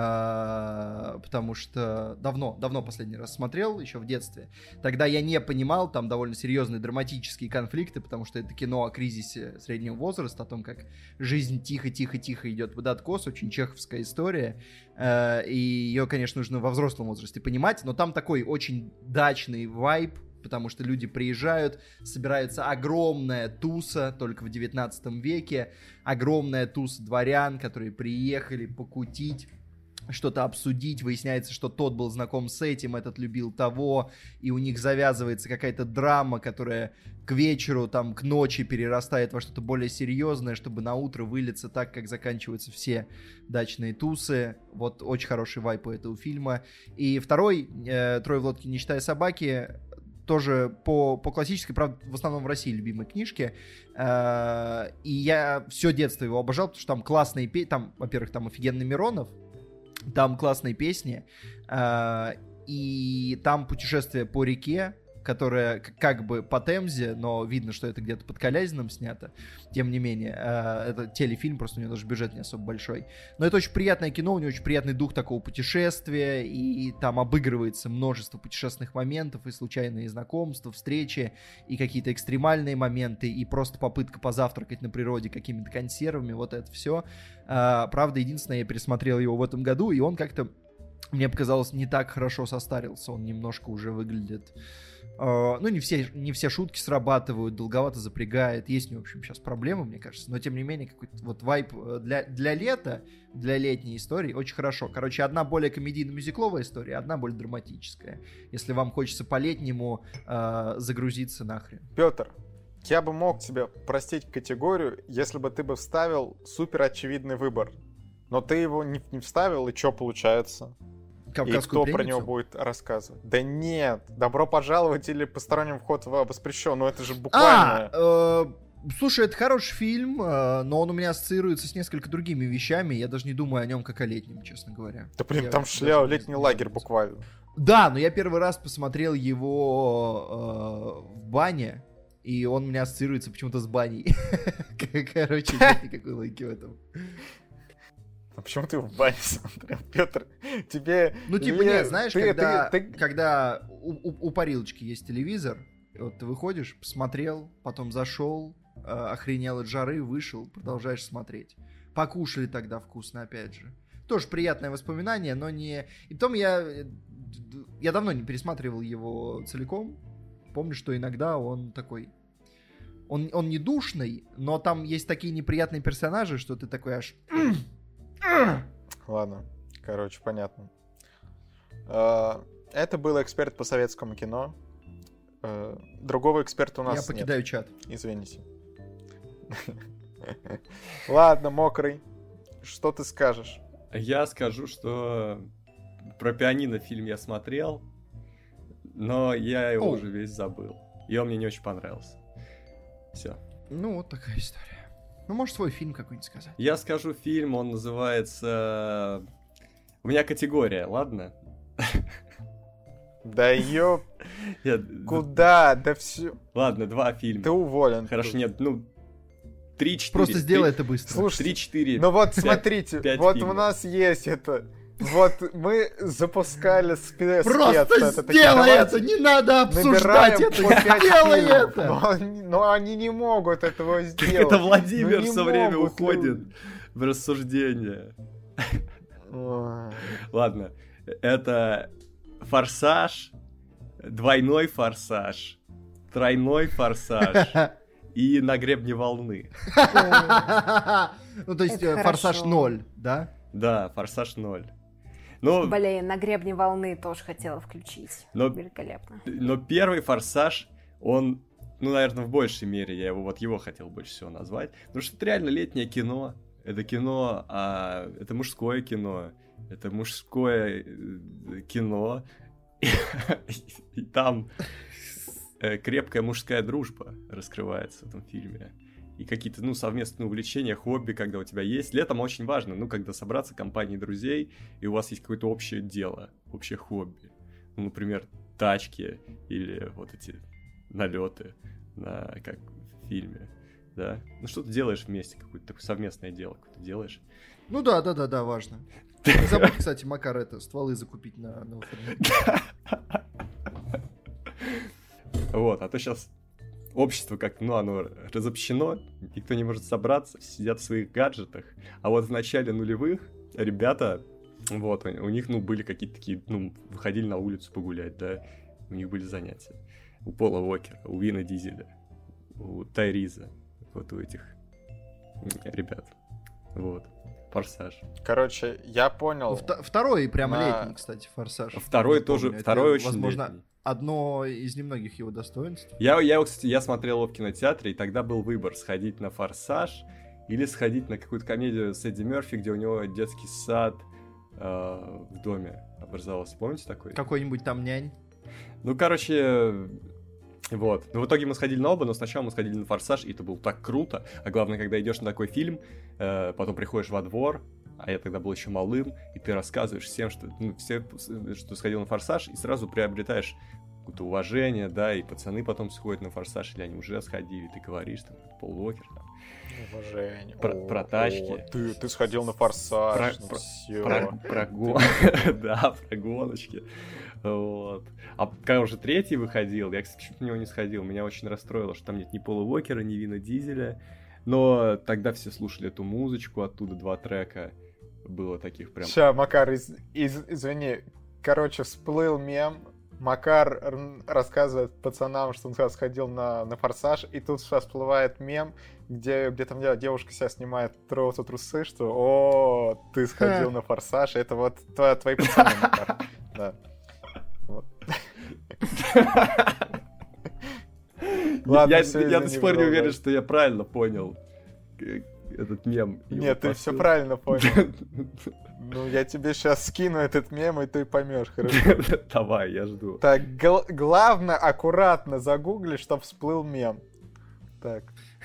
э, потому что давно, давно последний раз смотрел, еще в детстве. Тогда я не понимал, там довольно серьезные драматические конфликты, потому что это кино о кризисе среднего возраста, о том, как жизнь тихо-тихо-тихо идет под откос, очень чеховская история, э, и ее, конечно, нужно во взрослом возрасте понимать, но там такой очень дачный вайб, потому что люди приезжают, собирается огромная туса, только в девятнадцатом веке, огромная туса дворян, которые приехали покутить, что-то обсудить, выясняется, что тот был знаком с этим, этот любил того, и у них завязывается какая-то драма, которая к вечеру, там, к ночи перерастает во что-то более серьезное, чтобы на утро вылиться так, как заканчиваются все дачные тусы. Вот очень хороший вайп у этого фильма. И второй, э, «Трое в лодке, не считая собаки», тоже по, по классической, правда, в основном в России любимой книжке. Э, и я все детство его обожал, потому что там классные песни, там, во-первых, там офигенный Миронов, там классные песни, э, и там путешествие по реке, которое к- как бы по Темзе, но видно, что это где-то под Калязином снято. Тем не менее, э, это телефильм, просто у него даже бюджет не особо большой. Но это очень приятное кино, у него очень приятный дух такого путешествия, и там обыгрывается множество путешественных моментов, и случайные знакомства, встречи, и какие-то экстремальные моменты, и просто попытка позавтракать на природе какими-то консервами, вот это все. Правда, единственное, я пересмотрел его в этом году, и он как-то, мне показалось, не так хорошо состарился, он немножко уже выглядит... Uh, ну, не все, не все шутки срабатывают, долговато запрягает. Есть у него, в общем, сейчас проблемы, мне кажется. Но, тем не менее, какой-то вот вайп для, для лета, для летней истории очень хорошо. Короче, одна более комедийно-мюзикловая история, одна более драматическая. Если вам хочется по-летнему uh, загрузиться нахрен. Петр, я бы мог тебе простить категорию, если бы ты бы вставил супер очевидный выбор. Но ты его не, не вставил, и что получается? И кто про него будет рассказывать? Да нет, добро пожаловать или посторонним вход воспрещен, ну это же буквально... А, э, слушай, это хороший фильм, э, но он у меня ассоциируется с несколько другими вещами, я даже не думаю о нем как о летнем, честно говоря. Да блин, Я там шлял даже летний не лагерь знаю. буквально. Да, но я первый раз посмотрел его э, в бане, и он у меня ассоциируется почему-то с баней. Короче, нет никакой логики в этом. А почему ты в бане смотрел, Петр? Тебе... Ну, типа, ле- нет, знаешь, ты- когда, ты- ты- когда у, у- у парилочки есть телевизор, вот ты выходишь, посмотрел, потом зашел, э, охренел от жары, вышел, продолжаешь смотреть. Покушали тогда вкусно, опять же. Тоже приятное воспоминание, но не... И потом я... э, д- Я давно не пересматривал его целиком. Помню, что иногда он такой... Он, он не душный, но там есть такие неприятные персонажи, что ты такой аж... Ладно, короче, понятно. А, Это был эксперт по советскому кино. А, Другого эксперта у нас Я нет. покидаю чат. Извините. Ладно, мокрый. Что ты скажешь? Я скажу, что про пианино фильм я смотрел, но я его О. уже весь забыл. И он мне не очень понравился. Все. Ну, вот такая история. Ну, можешь свой фильм какой-нибудь сказать. Я скажу фильм, он называется... У меня категория, ладно? Да ёп, Я- куда? Да все. Ладно, два фильма. Ты уволен. Хорошо, нет, ну... Три-четыре. Просто сделай это быстро. Слушай, Три-четыре. ну вот пять- смотрите, пять вот фильмов. у нас есть это Вот мы запускали спец. Просто сделай это, не надо обсуждать это, сделай это! Но, но они не могут этого сделать. Это Владимир все время уходит в рассуждение. Ладно, это форсаж, двойной форсаж, тройной форсаж и на гребне волны. Ну, то есть форсаж ноль, да? Да, форсаж ноль. Но, Блин, на гребне волны тоже хотела включить. Но, Великолепно. Но первый форсаж, он, ну, наверное, в большей мере, я его вот его хотел больше всего назвать. Потому что это реально летнее кино. Это кино, а это мужское кино. Это мужское кино. И там крепкая мужская дружба раскрывается в этом фильме. И какие-то, ну, совместные увлечения, хобби, когда у тебя есть. Летом очень важно, ну, когда собраться компанией друзей, и у вас есть какое-то общее дело, общее хобби. Ну, например, тачки или вот эти налеты, на, как в фильме, да. Ну, что ты делаешь вместе, какое-то такое совместное дело, какое-то делаешь. Ну да, да, да, да, важно. Не забудь, кстати, Макар, это, стволы закупить на, на выходные. Вот, а то сейчас... Общество как, ну, оно разобщено, никто не может собраться, сидят в своих гаджетах. А вот в начале нулевых ребята, вот, у них, ну, были какие-то такие, ну, выходили на улицу погулять, да, у них были занятия. У Пола Уокера, у Вина Дизеля, у Тайриза, вот у этих ребят. Вот, форсаж. Короче, я понял. Вт- второй прям на... летний, кстати, форсаж. Второй тоже, помню. второй Это, очень возможно, летний. Одно из немногих его достоинств. Я, я, кстати, я смотрел его в кинотеатре, и тогда был выбор, сходить на «Форсаж» или сходить на какую-то комедию с Эдди Мерфи, где у него детский сад э, в доме образовался. Помните такой? Какой-нибудь там нянь. Ну, короче, вот. Ну, в итоге мы сходили на оба, но сначала мы сходили на «Форсаж», и это было так круто. А главное, когда идешь на такой фильм, э, потом приходишь во двор, а я тогда был еще малым, и ты рассказываешь всем, что, ну, все, что сходил на «Форсаж», и сразу приобретаешь какое-то уважение, да, и пацаны потом сходят на «Форсаж», или они уже сходили, ты говоришь, там, Пол Уокер, там. Уважение. Про, О, про тачки. О, ты, ты сходил на «Форсаж», про, ну про, всё. Про, про гон... да, про гоночки. Вот. А когда уже третий выходил, я, кстати, чуть на него не сходил, меня очень расстроило, что там нет ни Пола Уокера, ни Вина Дизеля, но тогда все слушали эту музычку, оттуда два трека было таких прям... Ща, Макар, из, из, извини, короче, всплыл мем, Макар р- рассказывает пацанам, что он сходил на, на «Форсаж», и тут сейчас всплывает мем, где, где там девушка себя снимает трусы, трусы, что «О, ты сходил на «Форсаж», это вот твои, твои пацаны, Макар. Да. Вот. Ладно, я, все, я до сих пор не уверен, что я правильно понял этот мем. Нет, ты все правильно понял. Ну, я тебе сейчас скину этот мем, и ты поймешь, хорошо? Давай, я жду. Так, гл- главное, аккуратно загугли, чтоб всплыл мем. Так.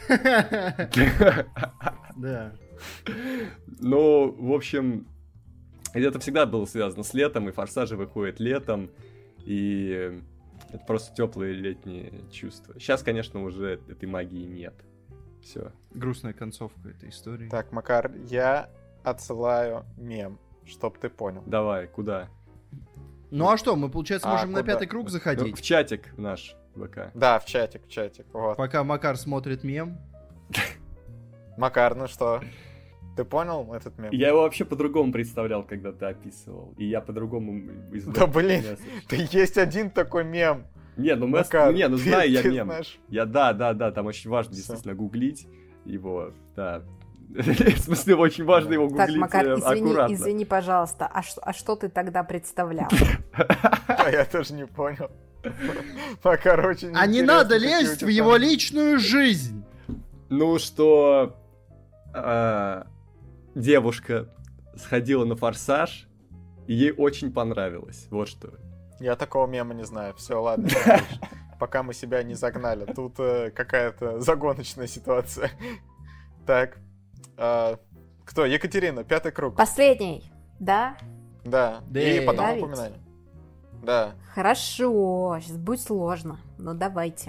Да. Ну, в общем, это всегда было связано с летом, и «Форсажи» выходят летом, и это просто теплые летние чувства. Сейчас, конечно, уже этой магии нет. Все. Грустная концовка этой истории. Так, Макар, я отсылаю мем, чтоб ты понял. Давай, куда? Ну а что, мы, получается, А, можем на куда? пятый круг Ну, заходить? в чатик наш ВК. Да, в чатик, в чатик. Вот. Пока Макар смотрит мем. Макар, ну что? Ты понял этот мем? Я его вообще по-другому представлял, когда ты описывал. И я по-другому... Да блин, да есть один такой мем. Не, ну, мы... Макар, ну, не, ну ты- знаю я ты мем. знаешь. Я, да, да, да, там очень важно Всё. действительно гуглить его, да. В смысле, очень важно его Так, гуглить Макар, э, извини, аккуратно. извини, пожалуйста, а что, а что ты тогда представлял? А я тоже не понял. Макар, очень А не интересно, надо какие у лезть тебя в его там- личную жизнь! Ну, что а, девушка сходила на «Форсаж», и ей очень понравилось. Вот что. Я такого мема не знаю. Все, ладно. дальше. Пока мы себя не загнали. Тут э, какая-то загоночная ситуация. Так. э, кто? Екатерина, пятый круг. Последний, да? Да. Да. И потом Да, ведь? упоминание. Да. Хорошо, сейчас будет сложно, но давайте.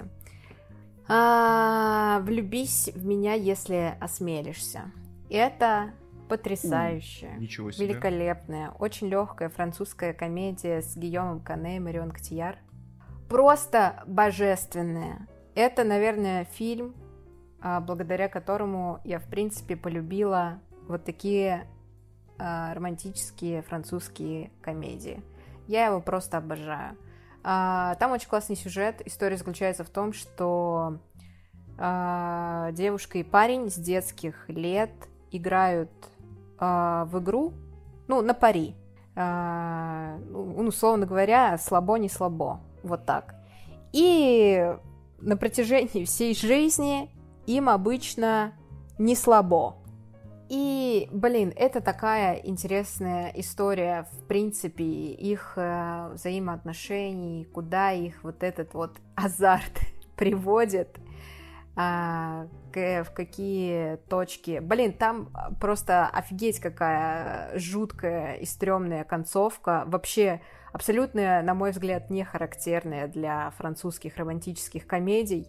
А, влюбись в меня, если осмелишься. Это Потрясающая. Ничего себе. Великолепная. Очень легкая французская комедия с Гийомом Кане и Марион Котийяр. Просто божественная. Это, наверное, фильм, благодаря которому я, в принципе, полюбила вот такие романтические французские комедии. Я его просто обожаю. Там очень классный сюжет. История заключается в том, что девушка и парень с детских лет играют в игру, ну, на пари. Ну, условно говоря, слабо не слабо. Вот так. И на протяжении всей жизни им обычно не слабо. И, блин, это такая интересная история, в принципе, их э, взаимоотношений, куда их вот этот вот азарт приводит, э, к, в какие точки. Блин, там просто офигеть какая жуткая и стрёмная концовка. Вообще, абсолютно, на мой взгляд, не характерная для французских романтических комедий.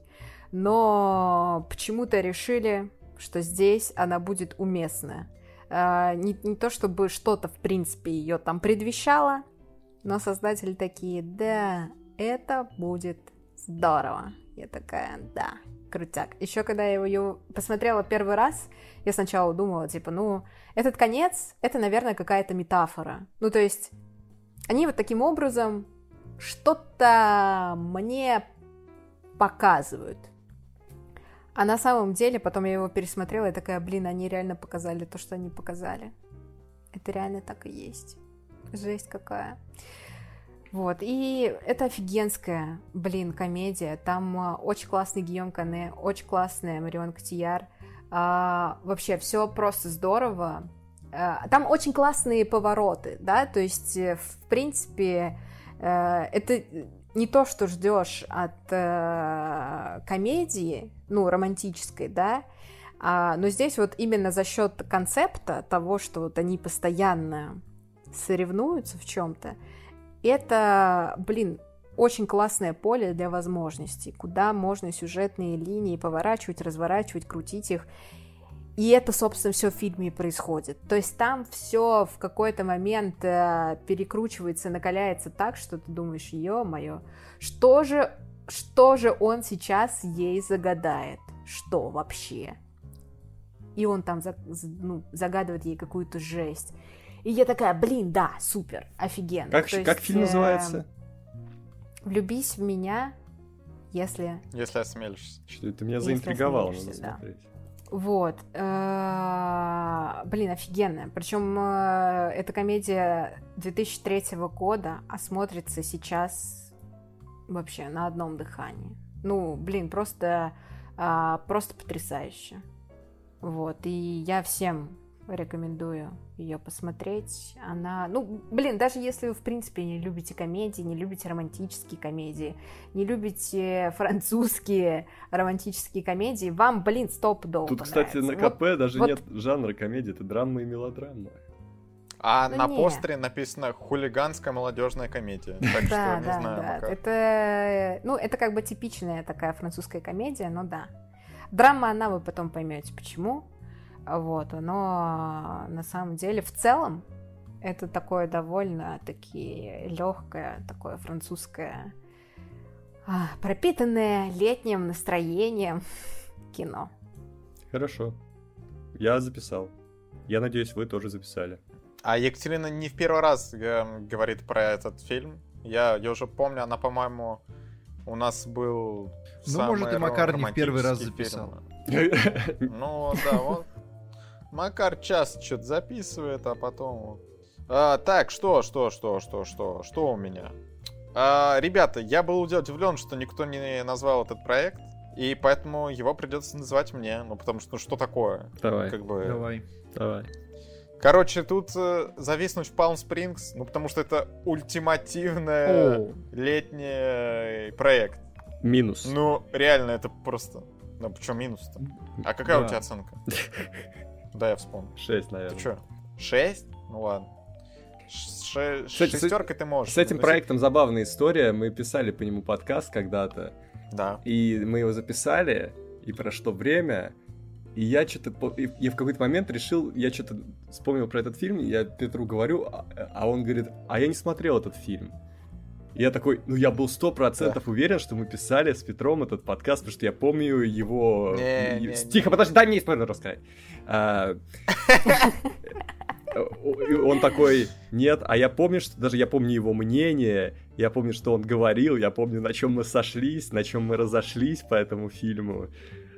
Но почему-то решили, что здесь она будет уместна. А, не, не то чтобы что-то, в принципе, ее там предвещало, но создатели такие: да, это будет здорово. Я такая: да, крутяк. Еще когда я ее посмотрела первый раз, я сначала думала, типа, ну, этот конец, это, наверное, какая-то метафора. Ну, то есть, они вот таким образом что-то мне показывают. А на самом деле, потом я его пересмотрела и такая: блин, они реально показали то, что они показали. Это реально так и есть. Жесть какая. Вот, и это офигенская, блин, комедия. Там а, очень классный Гийом Кане, очень классная Марион Котийяр. А, вообще, все просто здорово. А, там очень классные повороты, да, то есть, в принципе, а, это не то, что ждешь от э, комедии, ну, романтической, да, а, но здесь вот именно за счет концепта того, что вот они постоянно соревнуются в чем-то, это, блин, очень классное поле для возможностей, куда можно сюжетные линии поворачивать, разворачивать, крутить их. И это, собственно, все в фильме и происходит. То есть там все в какой-то момент э, перекручивается, накаляется так, что ты думаешь: ё-моё, что же, что же он сейчас ей загадает? Что вообще? И он там за, ну, загадывает ей какую-то жесть. И я такая: блин, да, супер, офигенно. Как, То как есть, фильм называется? Э, «Влюбись в меня, если...» Если осмелишься. Что ты меня Если заинтриговал, надо осмелишься, да. смотреть. Вот. Блин, офигенная. Причем эта комедия две тысячи третьего года, а смотрится сейчас вообще на одном дыхании. Ну, блин, просто, просто потрясающе. Вот. И я всем рекомендую ее посмотреть. Она, ну, блин, даже если вы, в принципе, не любите комедии, не любите романтические комедии, не любите французские романтические комедии, вам, блин, стопудово Тут, понравится. кстати, на Вот, КП даже вот... нет жанра комедии, это драма и мелодрама. А Ну, на не. постере написано «Хулиганская молодежная комедия». Так Да, что, не да, знаю, да. Макар. Это, ну, это как бы типичная такая французская комедия, но да. Драма, она, вы потом поймете, почему. Вот, но на самом деле в целом это такое довольно-таки легкое, такое французское, а, пропитанное летним настроением кино. Хорошо. Я записал. Я надеюсь, вы тоже записали. А Екатерина не в первый раз э, говорит про этот фильм. Я, я уже помню, она, по-моему, у нас был... Ну, может, и Макар не в первый раз романтический записал. фильм. Ну, да, вот. Макар часто что-то записывает, а потом... А, так, что, что, что, что, что, что у меня? А, ребята, я был удивлен, что никто не назвал этот проект, и поэтому его придется называть мне, ну, потому что, ну, что такое? Давай, Как бы... Давай. давай. Короче, тут э, зависнуть в Палм-Спрингс, ну, потому что это ультимативный О. летний проект. Минус. Ну, реально, это просто... Ну, почему минус-то? А какая Да. у тебя оценка? Да, я вспомню. Шесть, наверное. Ты чё? Шесть? Ну ладно. Ше- Кстати, с- Шестеркой ты можешь. С этим Ну, проектом забавная история. Мы писали по нему подкаст когда-то, Да. и мы его записали, и прошло время, И я что-то... И, и в какой-то момент решил... Я что-то вспомнил про этот фильм, я Петру говорю, а, а он говорит, а я не смотрел этот фильм. И я такой, ну я был сто процентов да. уверен, что мы писали с Петром этот подкаст, потому что я помню его... Не, не, Тихо, не. подожди, дай мне спойлер рассказать. Он такой, нет, а я помню, что даже я помню его мнение, я помню, что он говорил, я помню, на чем мы сошлись, на чем мы разошлись по этому фильму.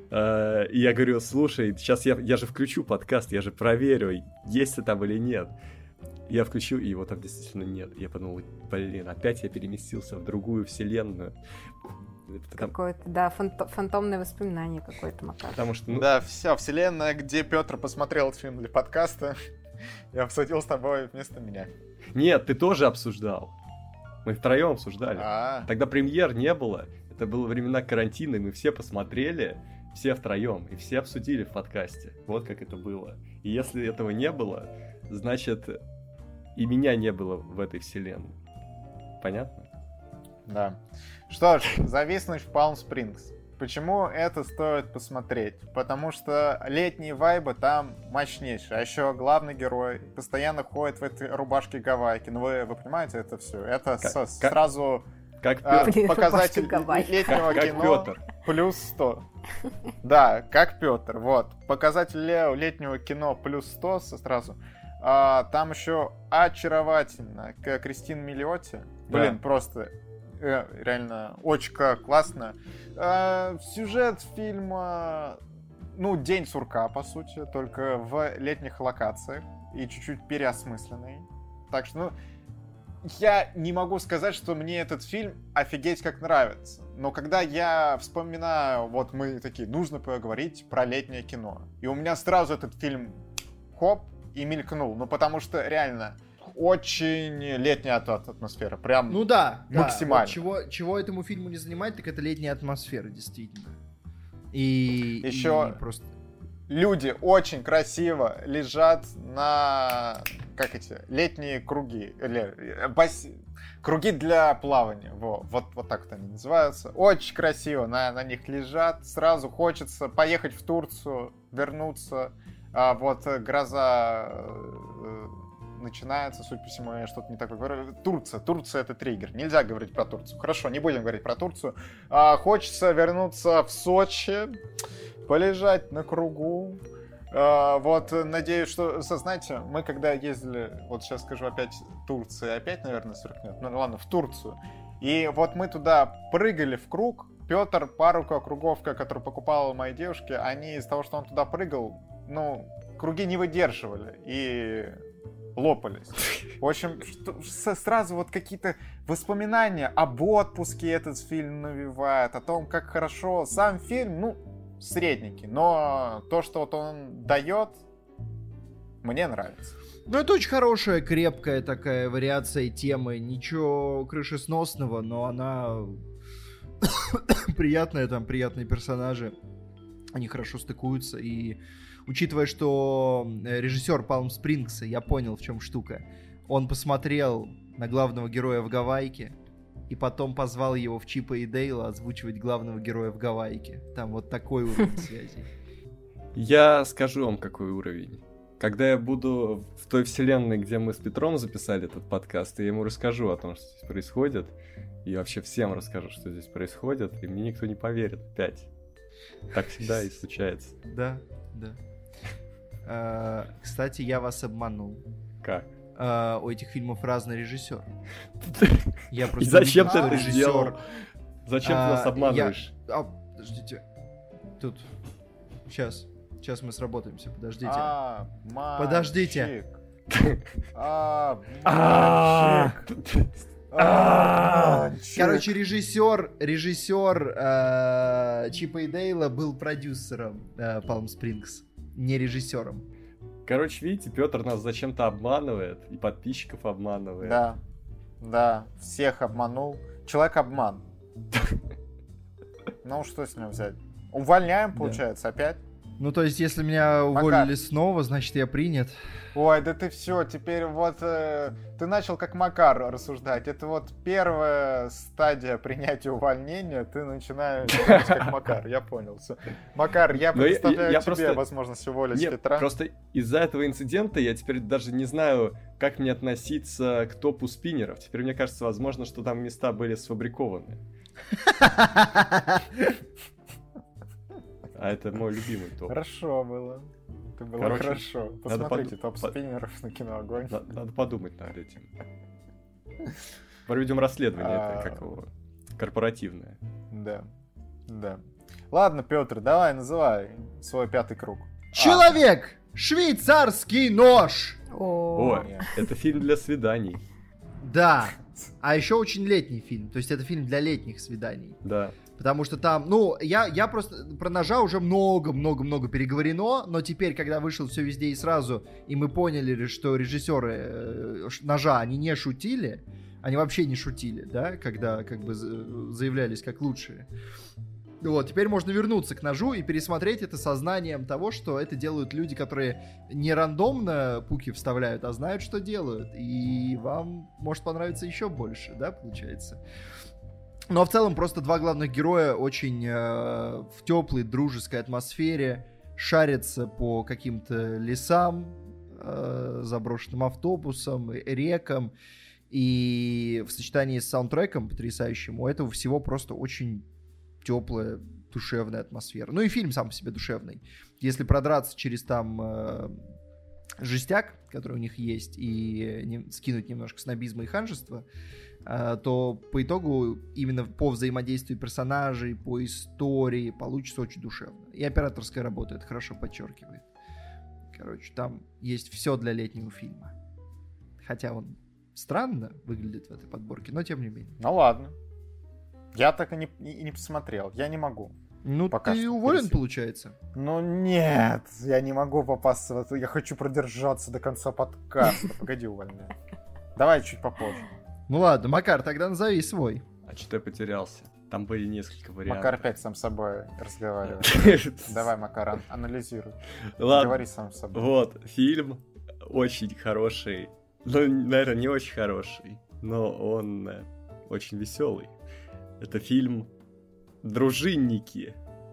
И я говорю, слушай, сейчас я, я же включу подкаст, я же проверю, есть ли там или нет. Я включил, и его там действительно нет. Я подумал, блин, опять я переместился в другую вселенную. Там... Какое-то, да, фанто- фантомное воспоминание какое-то, Макар. Потому что, ну... Да, все, вселенная, где Петр посмотрел этот фильм для подкаста, я обсудил с тобой вместо меня. Нет, ты тоже обсуждал. Мы втроем обсуждали. А-а-а. Тогда премьер не было. Это было времена карантина, и мы все посмотрели, все втроем, и все обсудили в подкасте. Вот как это было. И если этого не было, значит... И меня не было в этой вселенной. Понятно? Да. Что ж, зависнуть в Палм-Спрингс. Почему это стоит посмотреть? Потому что летние вайбы там мощнейшие. А еще главный герой постоянно ходит в этой рубашке гавайки. Ну вы, вы понимаете это все? Это как, с, как, сразу как а, Блин, показатель летнего как, кино как Петр. Плюс сто. Да, как Петр. Вот. Показатель летнего кино плюс сто сразу. А, там еще очаровательно Кристин Миллиотти. Блин, да. просто э, реально очень классно. А, сюжет фильма, ну, День сурка, по сути, только в летних локациях и чуть-чуть переосмысленный. Так что, ну, я не могу сказать, что мне этот фильм офигеть как нравится. Но когда я вспоминаю, вот мы такие, нужно поговорить про летнее кино. И у меня сразу этот фильм, хоп, и мелькнул. Ну, потому что, реально, очень летняя атмосфера. Прям ну, да, максимально. Да. Вот чего, чего этому фильму не занимать, так это летняя атмосфера, действительно. И... Еще и просто... люди очень красиво лежат на... Как эти? Летние круги. Или... Бас... Круги для плавания. Во. Вот, вот так вот они называются. Очень красиво на, на них лежат. Сразу хочется поехать в Турцию, вернуться... А вот гроза э, начинается, судя по всему, я что-то не так говорю. Турция, Турция — это триггер. Нельзя говорить про Турцию. Хорошо, не будем говорить про Турцию. А, хочется вернуться в Сочи, полежать на кругу. А, вот, надеюсь, что, знаете, мы когда ездили, вот сейчас скажу опять Турция, опять, наверное, сверкнет. Ну ладно, в Турцию. И вот мы туда прыгали в круг. Петр пару кругов, которые покупала моей девушке, они из-за того, что он туда прыгал, ну, круги не выдерживали и лопались. В общем, что, сразу вот какие-то воспоминания об отпуске этот фильм навевает, о том, как хорошо. Сам фильм, ну, средненький, но то, что вот он дает, мне нравится. Ну, это очень хорошая, крепкая такая вариация темы. Ничего крышесносного, но она приятная, там приятные персонажи. Они хорошо стыкуются. И учитывая, что режиссер Палм Спрингса, я понял, в чем штука. Он посмотрел на главного героя в Гавайке и потом позвал его в Чипа и Дейла озвучивать главного героя в Гавайке. Там вот такой уровень связи. Я скажу вам, какой уровень. Когда я буду в той вселенной, где мы с Петром записали этот подкаст, я ему расскажу о том, что здесь происходит, и вообще всем расскажу, что здесь происходит, и мне никто не поверит. Опять. Так всегда и случается. Да, да. А, кстати, я вас обманул. Как? А, у этих фильмов разный режиссер. Я И зачем ты это сделал? Зачем ты нас обманываешь? А, подождите. Тут. Сейчас. Сейчас мы сработаемся, подождите. А, подождите. А, Короче, режиссер, режиссер Чипа и Дейла был продюсером Палм Спрингс, не режиссером. Короче, видите, Петр нас зачем-то обманывает и подписчиков обманывает. Да, да, всех обманул. Человек-обман. Ну, что с него взять? Увольняем, получается, опять? Ну, то есть, если меня уволили снова, значит, я принят. Ой, да ты все, теперь вот э, ты начал как Макар рассуждать. Это вот первая стадия принятия увольнения, ты начинаешь как Макар, я понял. Все. Макар, я предоставляю я, я тебе просто... возможность уволить Нет, Петра. Просто из-за этого инцидента я теперь даже не знаю, как мне относиться к топу спиннеров. Теперь мне кажется, возможно, что там места были сфабрикованы. А это мой любимый топ. Хорошо было. Это было Короче, хорошо. Посмотрите под... топ спиннеров под... на кино Огонь. Надо, надо подумать над этим. Проведем расследование, это как его корпоративное. Да, да. Ладно, Петр, давай называй свой пятый круг. Человек! А. Швейцарский нож! О, это фильм для свиданий. Да. А еще очень летний фильм. То есть это фильм для летних свиданий. Да. Потому что там, ну, я, я просто про ножа уже много-много-много переговорено, но теперь, когда вышел «Все везде и сразу», и мы поняли, что режиссеры э, ножа, они не шутили, они вообще не шутили, да, когда как бы заявлялись как лучшие. Вот, теперь можно вернуться к ножу и пересмотреть это сознанием того, что это делают люди, которые не рандомно пуки вставляют, а знают, что делают. И вам может понравиться еще больше, да, получается? Но в целом просто два главных героя очень э, в теплой, дружеской атмосфере шарятся по каким-то лесам, э, заброшенным автобусам, рекам. И в сочетании с саундтреком потрясающим у этого всего просто очень теплая, душевная атмосфера. Ну и фильм сам по себе душевный. Если продраться через там э, жестяк, который у них есть, и не, скинуть немножко снобизма и ханжества, то по итогу именно по взаимодействию персонажей, по истории получится очень душевно. И операторская работа это хорошо подчеркивает. Короче, там есть все для летнего фильма. Хотя он странно выглядит в этой подборке, но тем не менее. Ну ладно. Я так и не, и не посмотрел. Я не могу. Ну Пока ты уволен, пересек. Получается? Ну нет, я не могу попасться в это. Я хочу продержаться до конца подкаста. Погоди, увольняй. Давай чуть попозже. Ну ладно, Макар, тогда назови свой. А что я потерялся? Там были несколько вариантов. Макар опять сам с собой разговаривает. Давай, Макар, анализируй. Ладно. Говори сам с собой. Вот, фильм очень хороший. Ну, наверное, не очень хороший, но он очень веселый. Это фильм «Дружинники».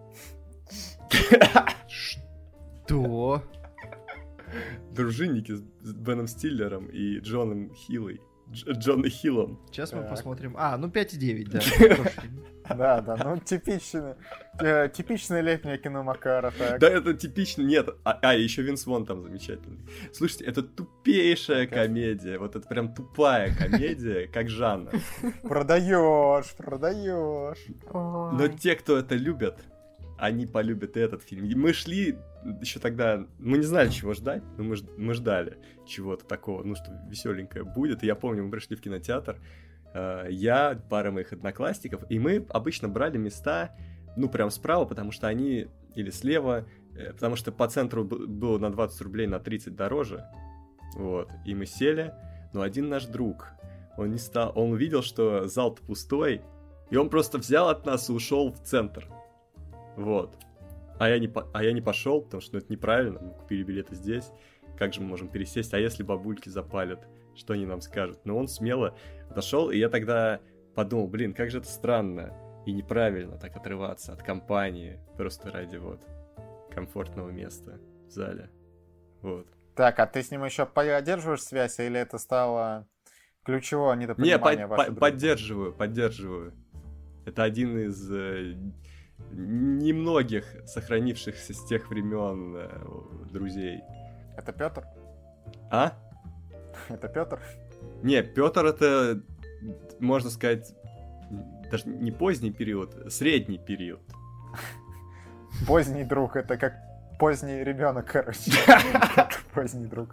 Что? «Дружинники» с Беном Стиллером и Джоном Хиллой. Дж- Джона Хиллом. Сейчас так. Мы посмотрим. А, ну пять и девять, да. Да, да, ну типичное, типичное летнее кино Макара. Да, это типично, нет. А, еще Винс Вон там замечательный. Слушайте, это тупейшая комедия. Вот это прям тупая комедия, как жанр. Продаешь, продаешь. Но те, кто это любят, они полюбят и этот фильм. Мы шли еще тогда, мы не знали, чего ждать, но мы, мы ждали чего-то такого, ну, что веселенькое будет. И я помню, мы пришли в кинотеатр, э, я, пара моих одноклассников, и мы обычно брали места, ну, прям справа, потому что они, или слева, э, потому что по центру было на двадцать рублей, на тридцать дороже, вот, и мы сели, но один наш друг, он не стал, он увидел, что зал-то пустой, и он просто взял от нас и ушел в центр. Вот. А я, не по... а я не пошел, потому что ну, это неправильно. Мы купили билеты здесь. Как же мы можем пересесть? А если бабульки запалят? Что они нам скажут? Но он смело отошел, и я тогда подумал, блин, как же это странно и неправильно так отрываться от компании просто ради вот комфортного места в зале. Вот. Так, а ты с ним еще поддерживаешь связь, или это стало ключевое недопонимание? Не, по- по- поддерживаю, поддерживаю. Это один из... немногих сохранившихся с тех времен э, друзей. Это Петр? А? Это Петр? Не, Петр это, можно сказать, даже не поздний период, средний период. Поздний друг, это как поздний ребенок, короче. Поздний друг.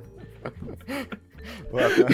Ладно.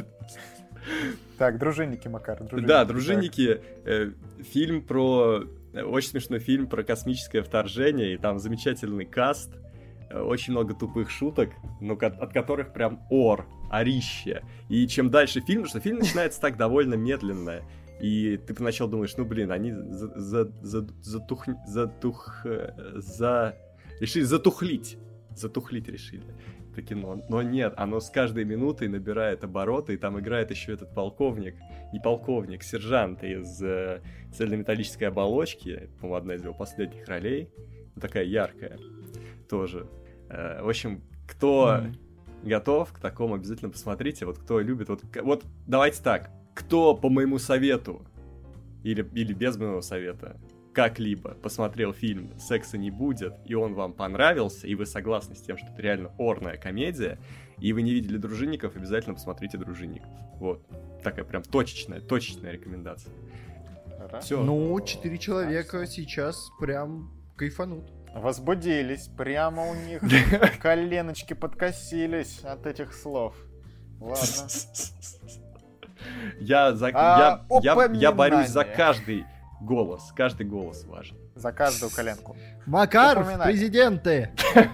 Так, «Дружинники», Макар. Да, «Дружинники», фильм про... Очень смешной фильм про космическое вторжение, и там замечательный каст, очень много тупых шуток, но от которых прям ор, орище. И чем дальше фильм, потому что фильм начинается так довольно медленно, и ты поначалу думаешь, ну блин, они за, за, за, затух, затух, за, решили затухлить. Затухлить решили это кино. Но нет, оно с каждой минутой набирает обороты, и там играет еще этот полковник, не полковник, сержант из э, цельнометаллической оболочки, по-моему, одна из его последних ролей, такая яркая тоже. Э, в общем, кто mm. готов к такому, обязательно посмотрите. Вот кто любит, вот, вот давайте так, кто по моему совету или, или без моего совета как-либо посмотрел фильм «Секса не будет», и он вам понравился, и вы согласны с тем, что это реально орная комедия, и вы не видели «Дружинников», обязательно посмотрите «Дружинников». Вот. Такая прям точечная, точечная рекомендация. Все. Ну, четыре человека сейчас прям кайфанут. Возбудились, прямо у них коленочки подкосились от этих слов. Ладно. Я, за, а, я, я, я борюсь за каждый голос. Каждый голос важен. За каждую коленку. Макар, президенты!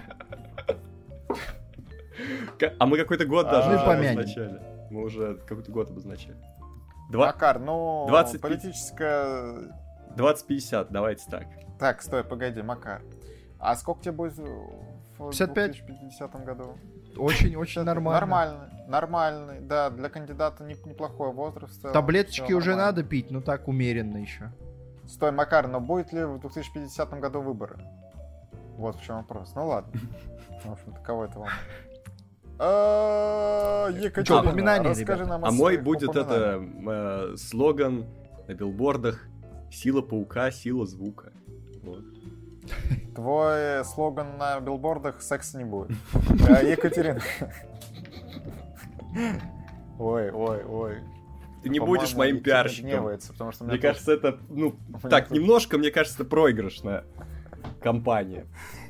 А мы какой-то год даже обозначали. Мы уже какой-то год обозначали. Макар, ну, политическая... двадцать пятьдесят, давайте так. Так, стой, погоди, Макар. А сколько тебе будет в пятьдесят пять две тысячи пятидесятом году? Очень-очень нормально. Нормальный, нормальный, да, для кандидата неплохой возраст. Таблеточки уже надо пить, но так умеренно еще. Стой, Макар, но будет ли в две тысячи пятидесятом году выборы? Вот в чем вопрос. Ну ладно. В общем-то, кого это вам? Екатерина, расскажи нам о А мой будет это слоган на билбордах: «Сила паука, сила звука». Твой слоган на билбордах: «Секса не будет». Екатерина. Ой, ой, ой. Ты не будешь моим пиарщиком. Потому что мне кажется, это, ну, так, немножко, мне кажется, это проигрышная компания.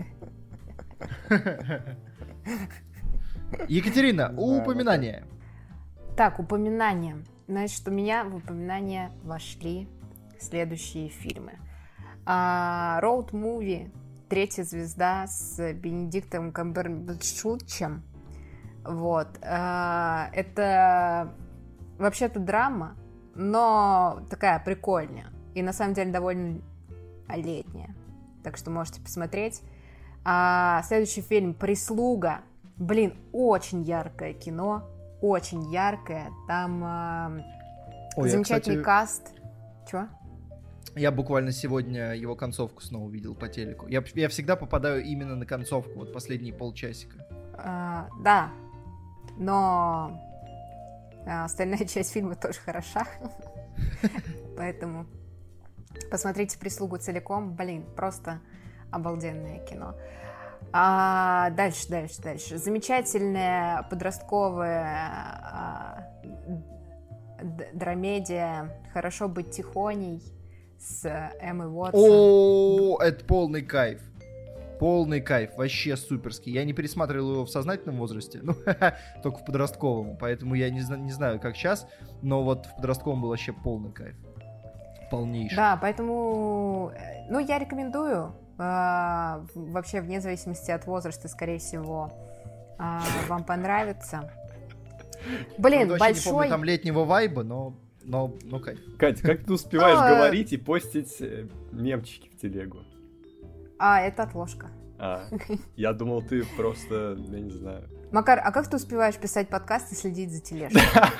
Екатерина, упоминание. Так, упоминание. Значит, у меня в упоминание вошли следующие фильмы. Роуд муви «Третья звезда» с Бенедиктом Камбербэтчем. Вот. Это вообще-то драма, но такая прикольная. И на самом деле довольно летняя. Так что можете посмотреть. А следующий фильм «Прислуга». Блин, очень яркое кино. Очень яркое. Там а, Ой, замечательный я, кстати... каст. Чего? Я буквально сегодня его концовку снова видел по телеку. Я, я всегда попадаю именно на концовку, вот последние полчасика. А, да, но остальная часть фильма тоже хороша. Поэтому посмотрите «Прислугу» целиком. Блин, просто обалденное кино. А дальше, дальше, дальше. Замечательная подростковая а, д- драмедия «Хорошо быть тихоней» с Эммой Уотсон. О, это полный кайф. Полный кайф, вообще суперский. Я не пересматривал его в сознательном возрасте, ну, только в подростковом, поэтому я не, не знаю, как сейчас, но вот в подростковом был вообще полный кайф. Полнейший. Да, поэтому, ну, я рекомендую. Uh, вообще, вне зависимости от возраста, скорее всего, uh, вам понравится. Блин, я большой... не помню там летнего вайба, но, но, но кайф. Катя, как ты успеваешь uh... говорить и постить мемчики в телегу? А, это отложка. А, я думал, ты просто, я не знаю. Макар, а как ты успеваешь писать подкаст и следить за тележкой?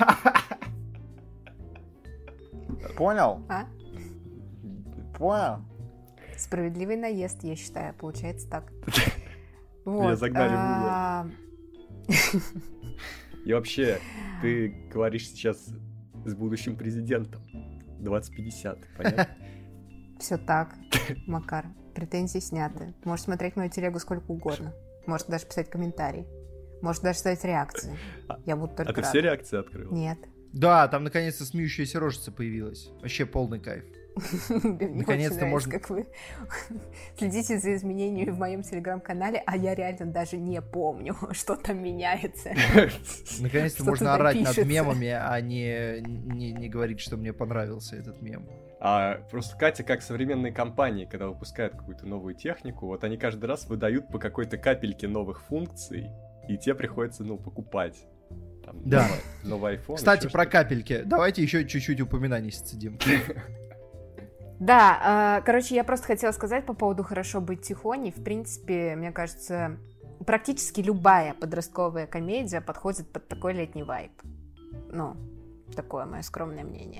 Понял? А? Понял. Справедливый наезд, я считаю, получается так. Меня загнали в угол. И вообще, ты говоришь сейчас с будущим президентом двадцать пятьдесят, понятно? Все так, Макар. Претензии сняты. Можешь смотреть мою телегу сколько угодно. Можешь даже писать комментарии. Можешь даже ставить реакции. Я буду только А ты рада. Все реакции открыл? Нет. Да, там наконец-то смеющаяся рожица появилась. Вообще полный кайф. Наконец-то можно... как вы следите за изменениями в моем телеграм-канале, а я реально даже не помню, что там меняется. Наконец-то можно орать над мемами, а не, не, не говорить, что мне понравился этот мем. А просто Катя, как современные компании, когда выпускают какую-то новую технику, вот они каждый раз выдают по какой-то капельке новых функций, и те приходится, ну, покупать. Там, да. Новый, новый iPhone. Кстати, про капельки. Давайте еще чуть-чуть упоминаний сцедим. Да, короче, я просто хотела сказать по поводу «Хорошо быть тихоней». В принципе, мне кажется, практически любая подростковая комедия подходит под такой летний вайб. Ну, такое мое скромное мнение.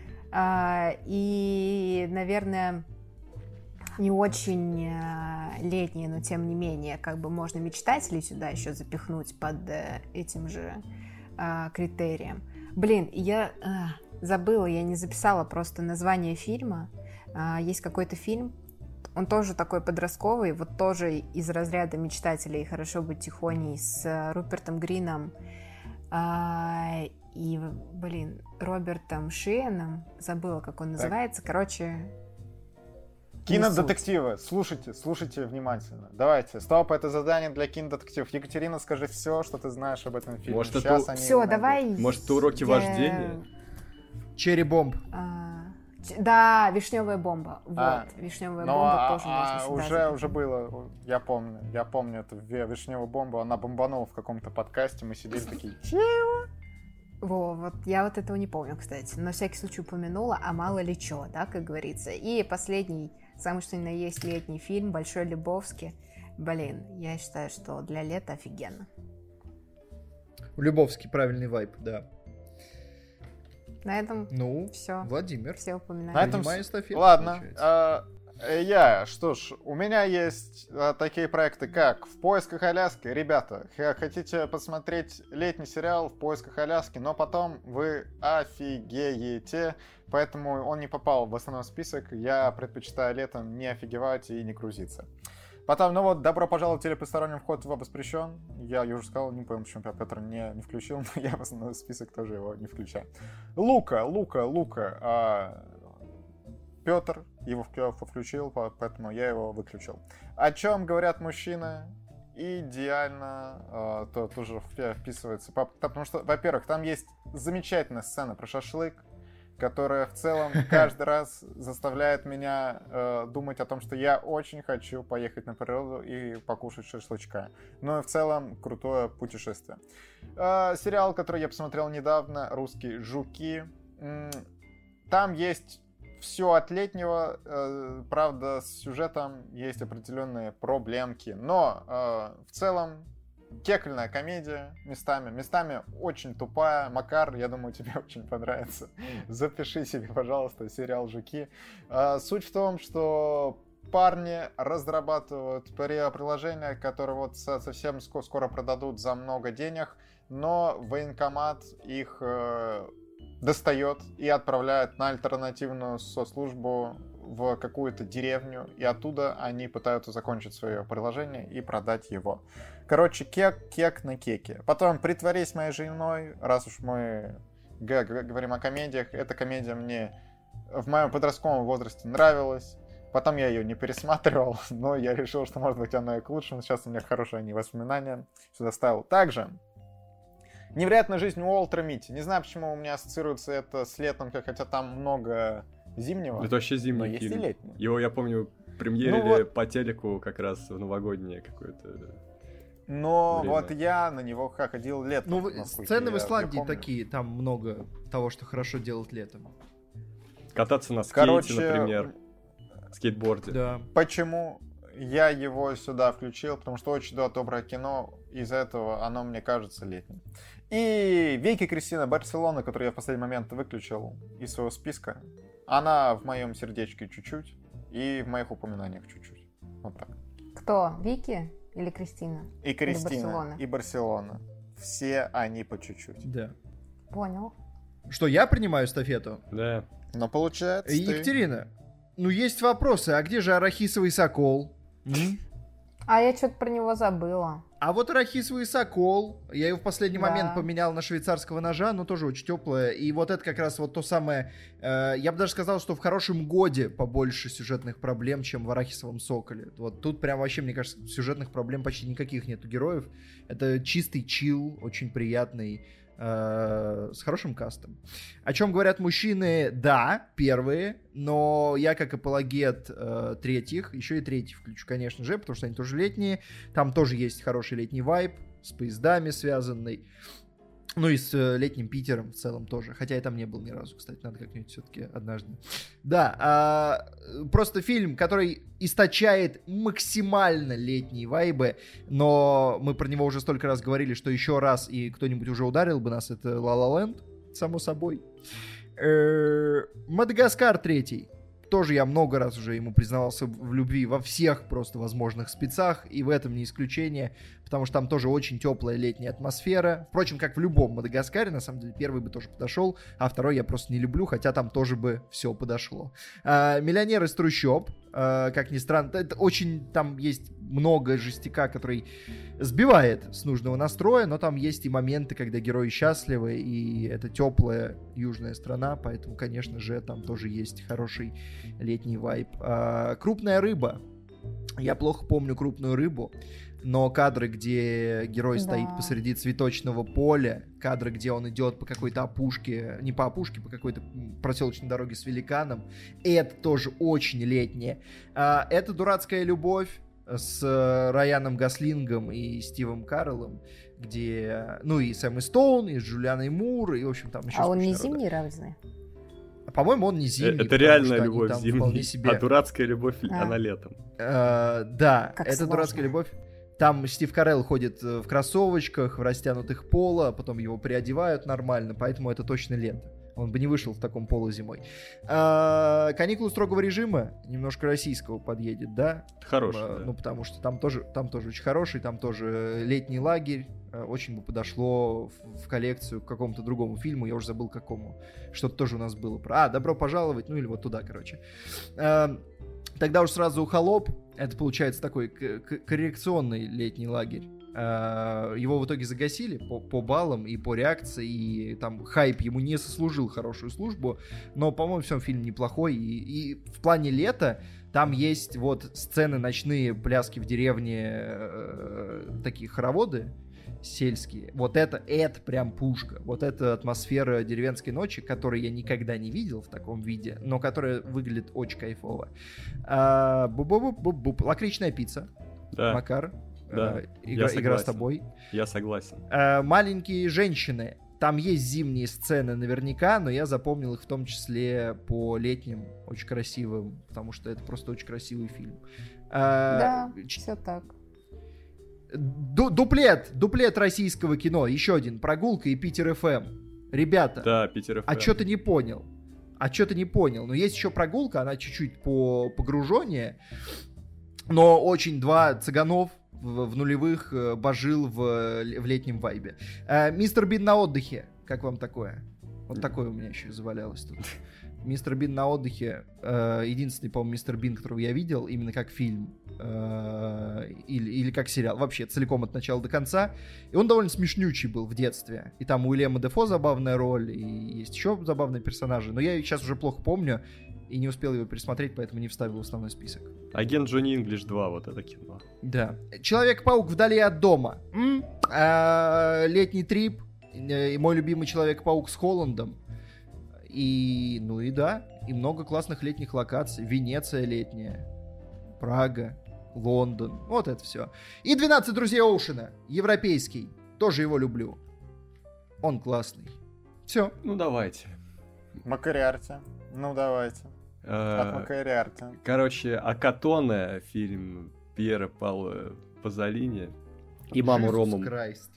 И, наверное, не очень летние, но тем не менее, как бы можно мечтателей сюда еще запихнуть под этим же критерием. Блин, я забыла, я не записала просто название фильма. Есть какой-то фильм, он тоже такой подростковый, вот тоже из разряда мечтателей «Хорошо быть тихоней» с Рупертом Грином и, блин, Робертом Шиеном. Забыла, как он называется. Короче... Кинодетективы. Слушайте, слушайте внимательно. Давайте. Стоп, это задание для кинодетективов. Екатерина, скажи все, что ты знаешь об этом фильме. Может, Сейчас это... они Все, давай... Может, это уроки я... вождения? Черри Бомб. А, да, «Вишневая бомба». Вот, А, «Вишневая но, бомба» а, тоже а, можно сюда уже, запихнуть. уже было, я помню, я помню эту «Вишневую бомбу», она бомбанула в каком-то подкасте, мы сидели такие, чего? Во, вот я вот этого не помню, кстати. На всякий случай упомянула, а мало ли чё, да, как говорится. И последний, самый что ни на есть летний фильм «Большой Любовский». Блин, я считаю, что для лета офигенно. Любовский, правильный вайб, да. На этом Ну, все. Владимир. Все упоминаю. На этом Принимаю с- эстафету, Ладно, получается. а, э, я, что ж, у меня есть а, такие проекты, как «В поисках Аляски». Ребята, х- хотите посмотреть летний сериал «В поисках Аляски», но потом вы офигеете, поэтому он не попал в основной список. Я предпочитаю летом не офигевать и не грузиться. Потом, ну вот, «Добро пожаловать» или «Посторонним вход воспрещен». Я уже сказал, не помню, почему Петр не, не включил, но я в основной список тоже его не включаю. Лука, Лука, Лука. А, Петр его вк- включил, по- поэтому я его выключил. О чем говорят мужчины? Идеально а, то тоже вп- вписывается. По- Потому что, во-первых, там есть замечательная сцена про шашлык, которая в целом каждый раз заставляет меня э, думать о том, что я очень хочу поехать на природу и покушать шашлычка. Ну и в целом крутое путешествие. Э, сериал, который я посмотрел недавно, русский «Жуки». М, Там есть все от летнего, э, правда, с сюжетом есть определенные проблемки. Но э, в целом кекольная комедия местами. Местами очень тупая. Макар, я думаю, тебе очень понравится. Запиши себе, пожалуйста, сериал «Жуки». А, суть в том, что парни разрабатывают приложение, которое вот со- совсем ско- скоро продадут за много денег, но военкомат их э, достает и отправляет на альтернативную соцслужбу в какую-то деревню, и оттуда они пытаются закончить свое приложение и продать его. Короче, кек, кек на кеке. Потом «Притворись моей женой», раз уж мы г- г- говорим о комедиях. Эта комедия мне в моем подростковом возрасте нравилась. Потом я ее не пересматривал, но я решил, что, может быть, оно и к лучшему. Сейчас у меня хорошие они воспоминания сюда ставил. Также «Невероятная жизнь Уолтера Митти». Не знаю, почему у меня ассоциируется это с летом, хотя там много зимнего. Это вообще Но зимний есть и фильм. летний. Его, я помню, премьерили Ну вот. по телеку как раз в новогоднее какое-то. Но Время. вот я на него ходил летом. Ну, вы- насколько сцены я- в Исландии я помню. такие, там много того, что хорошо делать летом. Кататься на скейте, Короче, например. Скейтборде. Да. Почему я его сюда включил? Потому что очень да, доброе кино, из-за этого оно мне кажется летним. И Вики Кристина Барселона, которую я в последний момент выключил из своего списка, она в моем сердечке чуть-чуть и в моих упоминаниях чуть-чуть. Вот так. Кто? Вики или Кристина? И Кристина, Барселона? и Барселона. Все они по чуть-чуть. Да. Понял. Что, я принимаю эстафету? Да. Но получается, Э, ты- Екатерина, ну есть вопросы, а где же арахисовый сокол? М? А я что-то про него забыла. А вот арахисовый сокол, я его в последний Да. момент поменял на швейцарского ножа, но тоже очень теплое. И вот это как раз вот то самое, э, я бы даже сказал, что в хорошем годе побольше сюжетных проблем, чем в арахисовом соколе. Вот тут прям вообще, мне кажется, сюжетных проблем почти никаких нет у героев. Это чистый чил, очень приятный, э, с хорошим кастом. О чем говорят мужчины? Да, первые, но я как апологет э, третьих, еще и третий включу, конечно же, потому что они тоже летние. Там тоже есть хороший летний вайб с поездами связанный. Ну и с э, летним Питером в целом тоже. Хотя я там не был ни разу, кстати, надо как-нибудь все-таки однажды. Да, а, просто фильм, который источает максимально летние вайбы, но мы про него уже столько раз говорили, что еще раз и кто-нибудь уже ударил бы нас, это La La Land, само собой. Э, Мадагаскар третий. Тоже я много раз уже ему признавался в любви во всех просто возможных спецах, и в этом не исключение, потому что там тоже очень теплая летняя атмосфера. Впрочем, как в любом Мадагаскаре, на самом деле, первый бы тоже подошел, а второй я просто не люблю, хотя там тоже бы все подошло. А, «Миллионер из трущоб», а, как ни странно, это очень, там есть много жестяка, который сбивает с нужного настроя, но там есть и моменты, когда герои счастливы, и это теплая южная страна, поэтому, конечно же, там тоже есть хороший летний вайб. А, «Крупная рыба». Я плохо помню «Крупную рыбу», но кадры, где герой Да. стоит посреди цветочного поля, кадры, где он идет по какой-то опушке, не по опушке, по какой-то проселочной дороге с великаном, это тоже очень летнее. А, это «Дурацкая любовь» с Райаном Гослингом и Стивом Кареллом, где, ну, и Сэм Стоун, и с Джулианой Мур, и, в общем, там еще... А он не народа. зимний, разве? По-моему, он не зимний. Это потому реальная что они любовь там вполне зимняя, себе... а дурацкая любовь, А. она летом. Э, да, Как это сложно. «Дурацкая любовь». Там Стив Карелл ходит в кроссовочках, в растянутых поло, потом его приодевают нормально, поэтому это точно лето. Он бы не вышел в таком поло зимой. А, «Каникулы строгого режима», немножко российского подъедет, да? Хороший, А, да. Ну, потому что там тоже, там тоже очень хороший, там тоже летний лагерь. а, Очень бы подошло в, в коллекцию к какому-то другому фильму, я уже забыл какому. Что-то тоже у нас было. про- А, «Добро пожаловать», ну или вот туда, короче. А, Тогда уж сразу «Холоп». Это получается такой к- к- коррекционный летний лагерь. А, Его в итоге загасили по, по баллам и по реакции, и там хайп ему не сослужил хорошую службу, но, по-моему, все фильм неплохой, и, и в плане лета там есть вот сцены ночные, пляски в деревне, э, такие хороводы сельские. Вот это, это прям пушка. Вот это атмосфера деревенской ночи, которую я никогда не видел в таком виде, но которая выглядит очень кайфово. А, бу-бу-бу-бу-бу. «Лакричная пицца». Да, Макар. Да, Э, я игра, игра с согласен. тобой. я согласен. Э, «Маленькие женщины». Там есть зимние сцены наверняка, но я запомнил их в том числе по летним, очень красивым, потому что это просто очень красивый фильм. Э, Да, ч- все так. ду- дуплет, дуплет российского кино, еще один, «Прогулка» и «Питер эф эм». Ребята, Да, Питер эф эм. а что ты не понял? А что ты не понял? Но есть еще «Прогулка», она чуть-чуть по погруженнее, но очень два цыганов в, в нулевых э, божил в, в летнем вайбе. Э, «Мистер Бин на отдыхе». Как вам такое? Вот такое у меня еще завалялось тут. «Мистер Бин на отдыхе». Э, единственный, по-моему, «Мистер Бин», которого я видел, именно как фильм. Э, или, или как сериал. Вообще, целиком от начала до конца. И он довольно смешнючий был в детстве. И там у Уильяма Дефо забавная роль, и есть еще забавные персонажи. Но я их сейчас уже плохо помню. И не успел его пересмотреть, поэтому не вставил в основной список. Агент Джонни Инглиш два, вот это кино. Да. «Человек-паук вдали от дома». М? А, летний трип. э, И мой любимый Человек-паук с Холландом. И, ну и да, и много классных летних локаций. Венеция летняя, Прага, Лондон. Вот это все. И «двенадцать друзей Оушена». Европейский. Тоже его люблю. Он классный. Все. Ну, давайте. Макариарти. Ну, давайте. От Э, Макариарти. Короче, «Акатоне», фильм Пьера Паула Пазолини. И «Маму Рому». Крайст.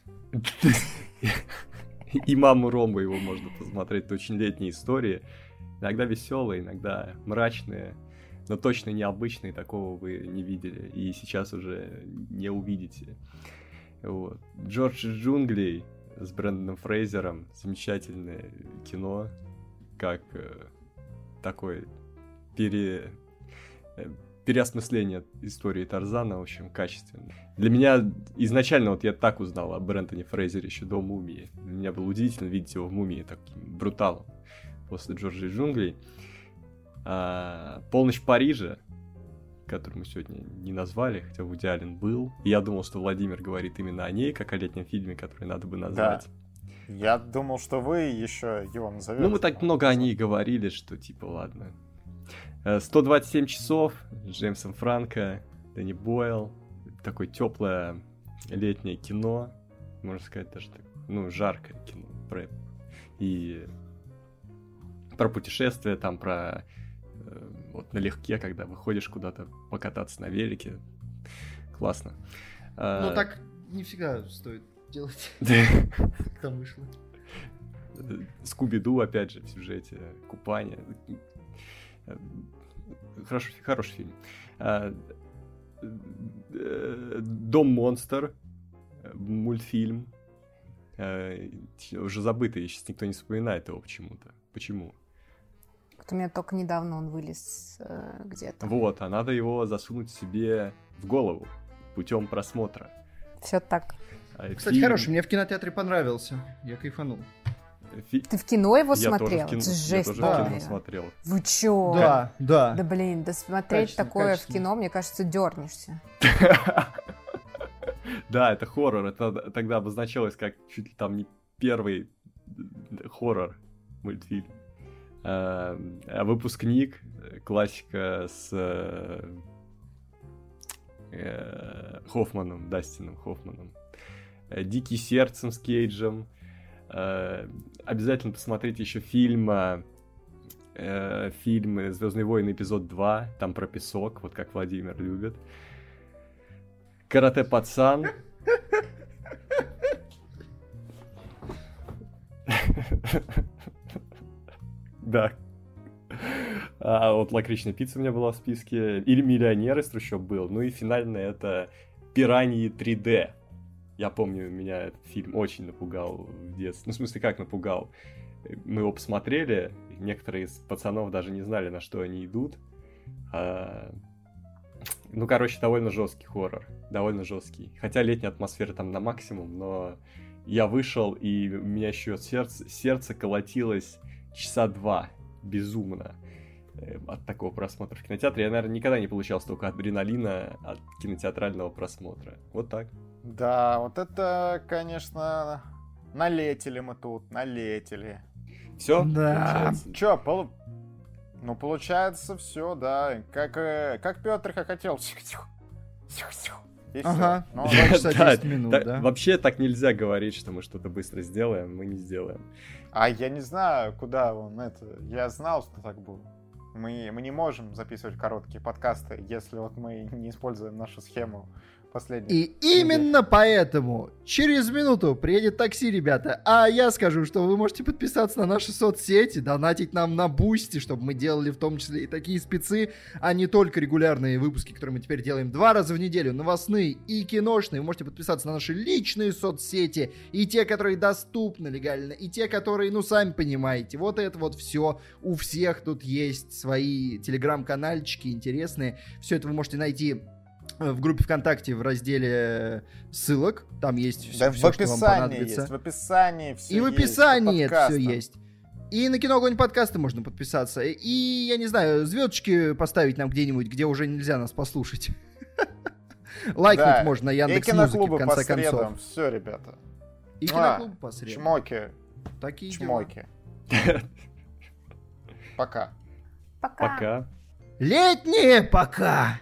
И «Маму Рому» его можно посмотреть. Это очень летние истории. Иногда веселые, иногда мрачные. Но точно необычные, такого вы не видели. И сейчас уже не увидите. Вот. «Джордж из джунглей» с Брэндоном Фрейзером. Замечательное кино. Как э, такой пере... э, переосмысление истории Тарзана, в общем, качественно. Для меня изначально вот я так узнал о Брэндоне Фрейзере еще до «Мумии». Для меня было удивительно видеть его в «Мумии» таким бруталом после «Джорджа из джунглей». А, «Полночь в Париже», которую мы сегодня не назвали, хотя Вуди Аллен был. И я думал, что Владимир говорит именно о ней, как о летнем фильме, который надо бы назвать. Я думал, что вы еще его назовете. Ну, мы так много о ней говорили, что типа, ладно. Э, сто двадцать семь часов с Джеймсом Франко, Дэнни Бойл. Такое теплое летнее кино. Можно сказать, даже так, ну, жаркое кино. Про... И про путешествия, там, про э, вот налегке, когда выходишь куда-то покататься на велике. Классно. Ну, а... так не всегда стоит делать. Как там вышло. Скуби-Ду, опять же, в сюжете, купание. Хороший, хороший фильм. Дом монстр, мультфильм. Уже забытый, сейчас никто не вспоминает его почему-то. Почему? Вот у меня только недавно он вылез э, где-то. Вот, а надо его засунуть себе в голову путем просмотра. Все так. Кстати, фильм... хороший, мне в кинотеатре понравился. Я кайфанул. Фи... Ты в кино его я смотрел? Тоже в кино, жесть, я тоже да. в кино смотрел. Вы чё? Да, да. Да блин, да смотреть качественно, такое качественно. в кино, мне кажется, дернешься. Да, это хоррор. Это тогда обозначалось как чуть ли там не первый хоррор мультфильм. А выпускник, классика с Хоффманом, Дастином Хоффманом. Дикий сердцем с Кейджем. Обязательно посмотрите еще фильм, фильм «Звездные войны» эпизод два, там про песок, вот как Владимир любит. «Карате-пацан». Да. А вот «Лакричная пицца» у меня была в списке. Или «Миллионер» из трущоб был. Ну и финальное это «Пираньи три дэ». Я помню, меня этот фильм очень напугал в детстве. Ну, в смысле, как напугал? Мы его посмотрели, некоторые из пацанов даже не знали, на что они идут. А... Ну, короче, довольно жесткий хоррор. Довольно жесткий. Хотя летняя атмосфера там на максимум, но я вышел, и у меня еще сердце, сердце колотилось часа два. Безумно. От такого просмотра в кинотеатре. Я, наверное, никогда не получал столько адреналина от кинотеатрального просмотра. Вот так. Да, вот это, конечно, налетели мы тут, налетели. Все? Да. Че, пол... ну, получается, все, да. Как, э, как Петр хотел. И ага. Ну, два часа десять минут, так, да. Вообще так нельзя говорить, что мы что-то быстро сделаем, мы не сделаем. А я не знаю, куда он это... Я знал, что так будет. Мы, мы не можем записывать короткие подкасты, если вот мы не используем нашу схему последних. И именно поэтому через минуту приедет такси, ребята. А я скажу, что вы можете подписаться на наши соцсети, донатить нам на Бусти, чтобы мы делали в том числе и такие спецы, а не только регулярные выпуски, которые мы теперь делаем два раза в неделю, новостные и киношные. Вы можете подписаться на наши личные соцсети, и те, которые доступны легально, и те, которые, ну, сами понимаете. Вот это вот все. У всех тут есть свои телеграм-канальчики интересные. Все это вы можете найти в группе ВКонтакте в разделе ссылок. Там есть все, да все в что вам описании понадобится. есть, в описании все И в есть, описании это все есть. И на Кино Огонь подкасты можно подписаться. И, я не знаю, звездочки поставить нам где-нибудь, где уже нельзя нас послушать. Лайкнуть Да. можно на И Яндекс.Музыке, в киноклубы по конце концов. средам. Все, ребята. И А, киноклубы по средам. Чмоки. Такие дела. Чмоки. Пока. Пока. Пока. Летние пока!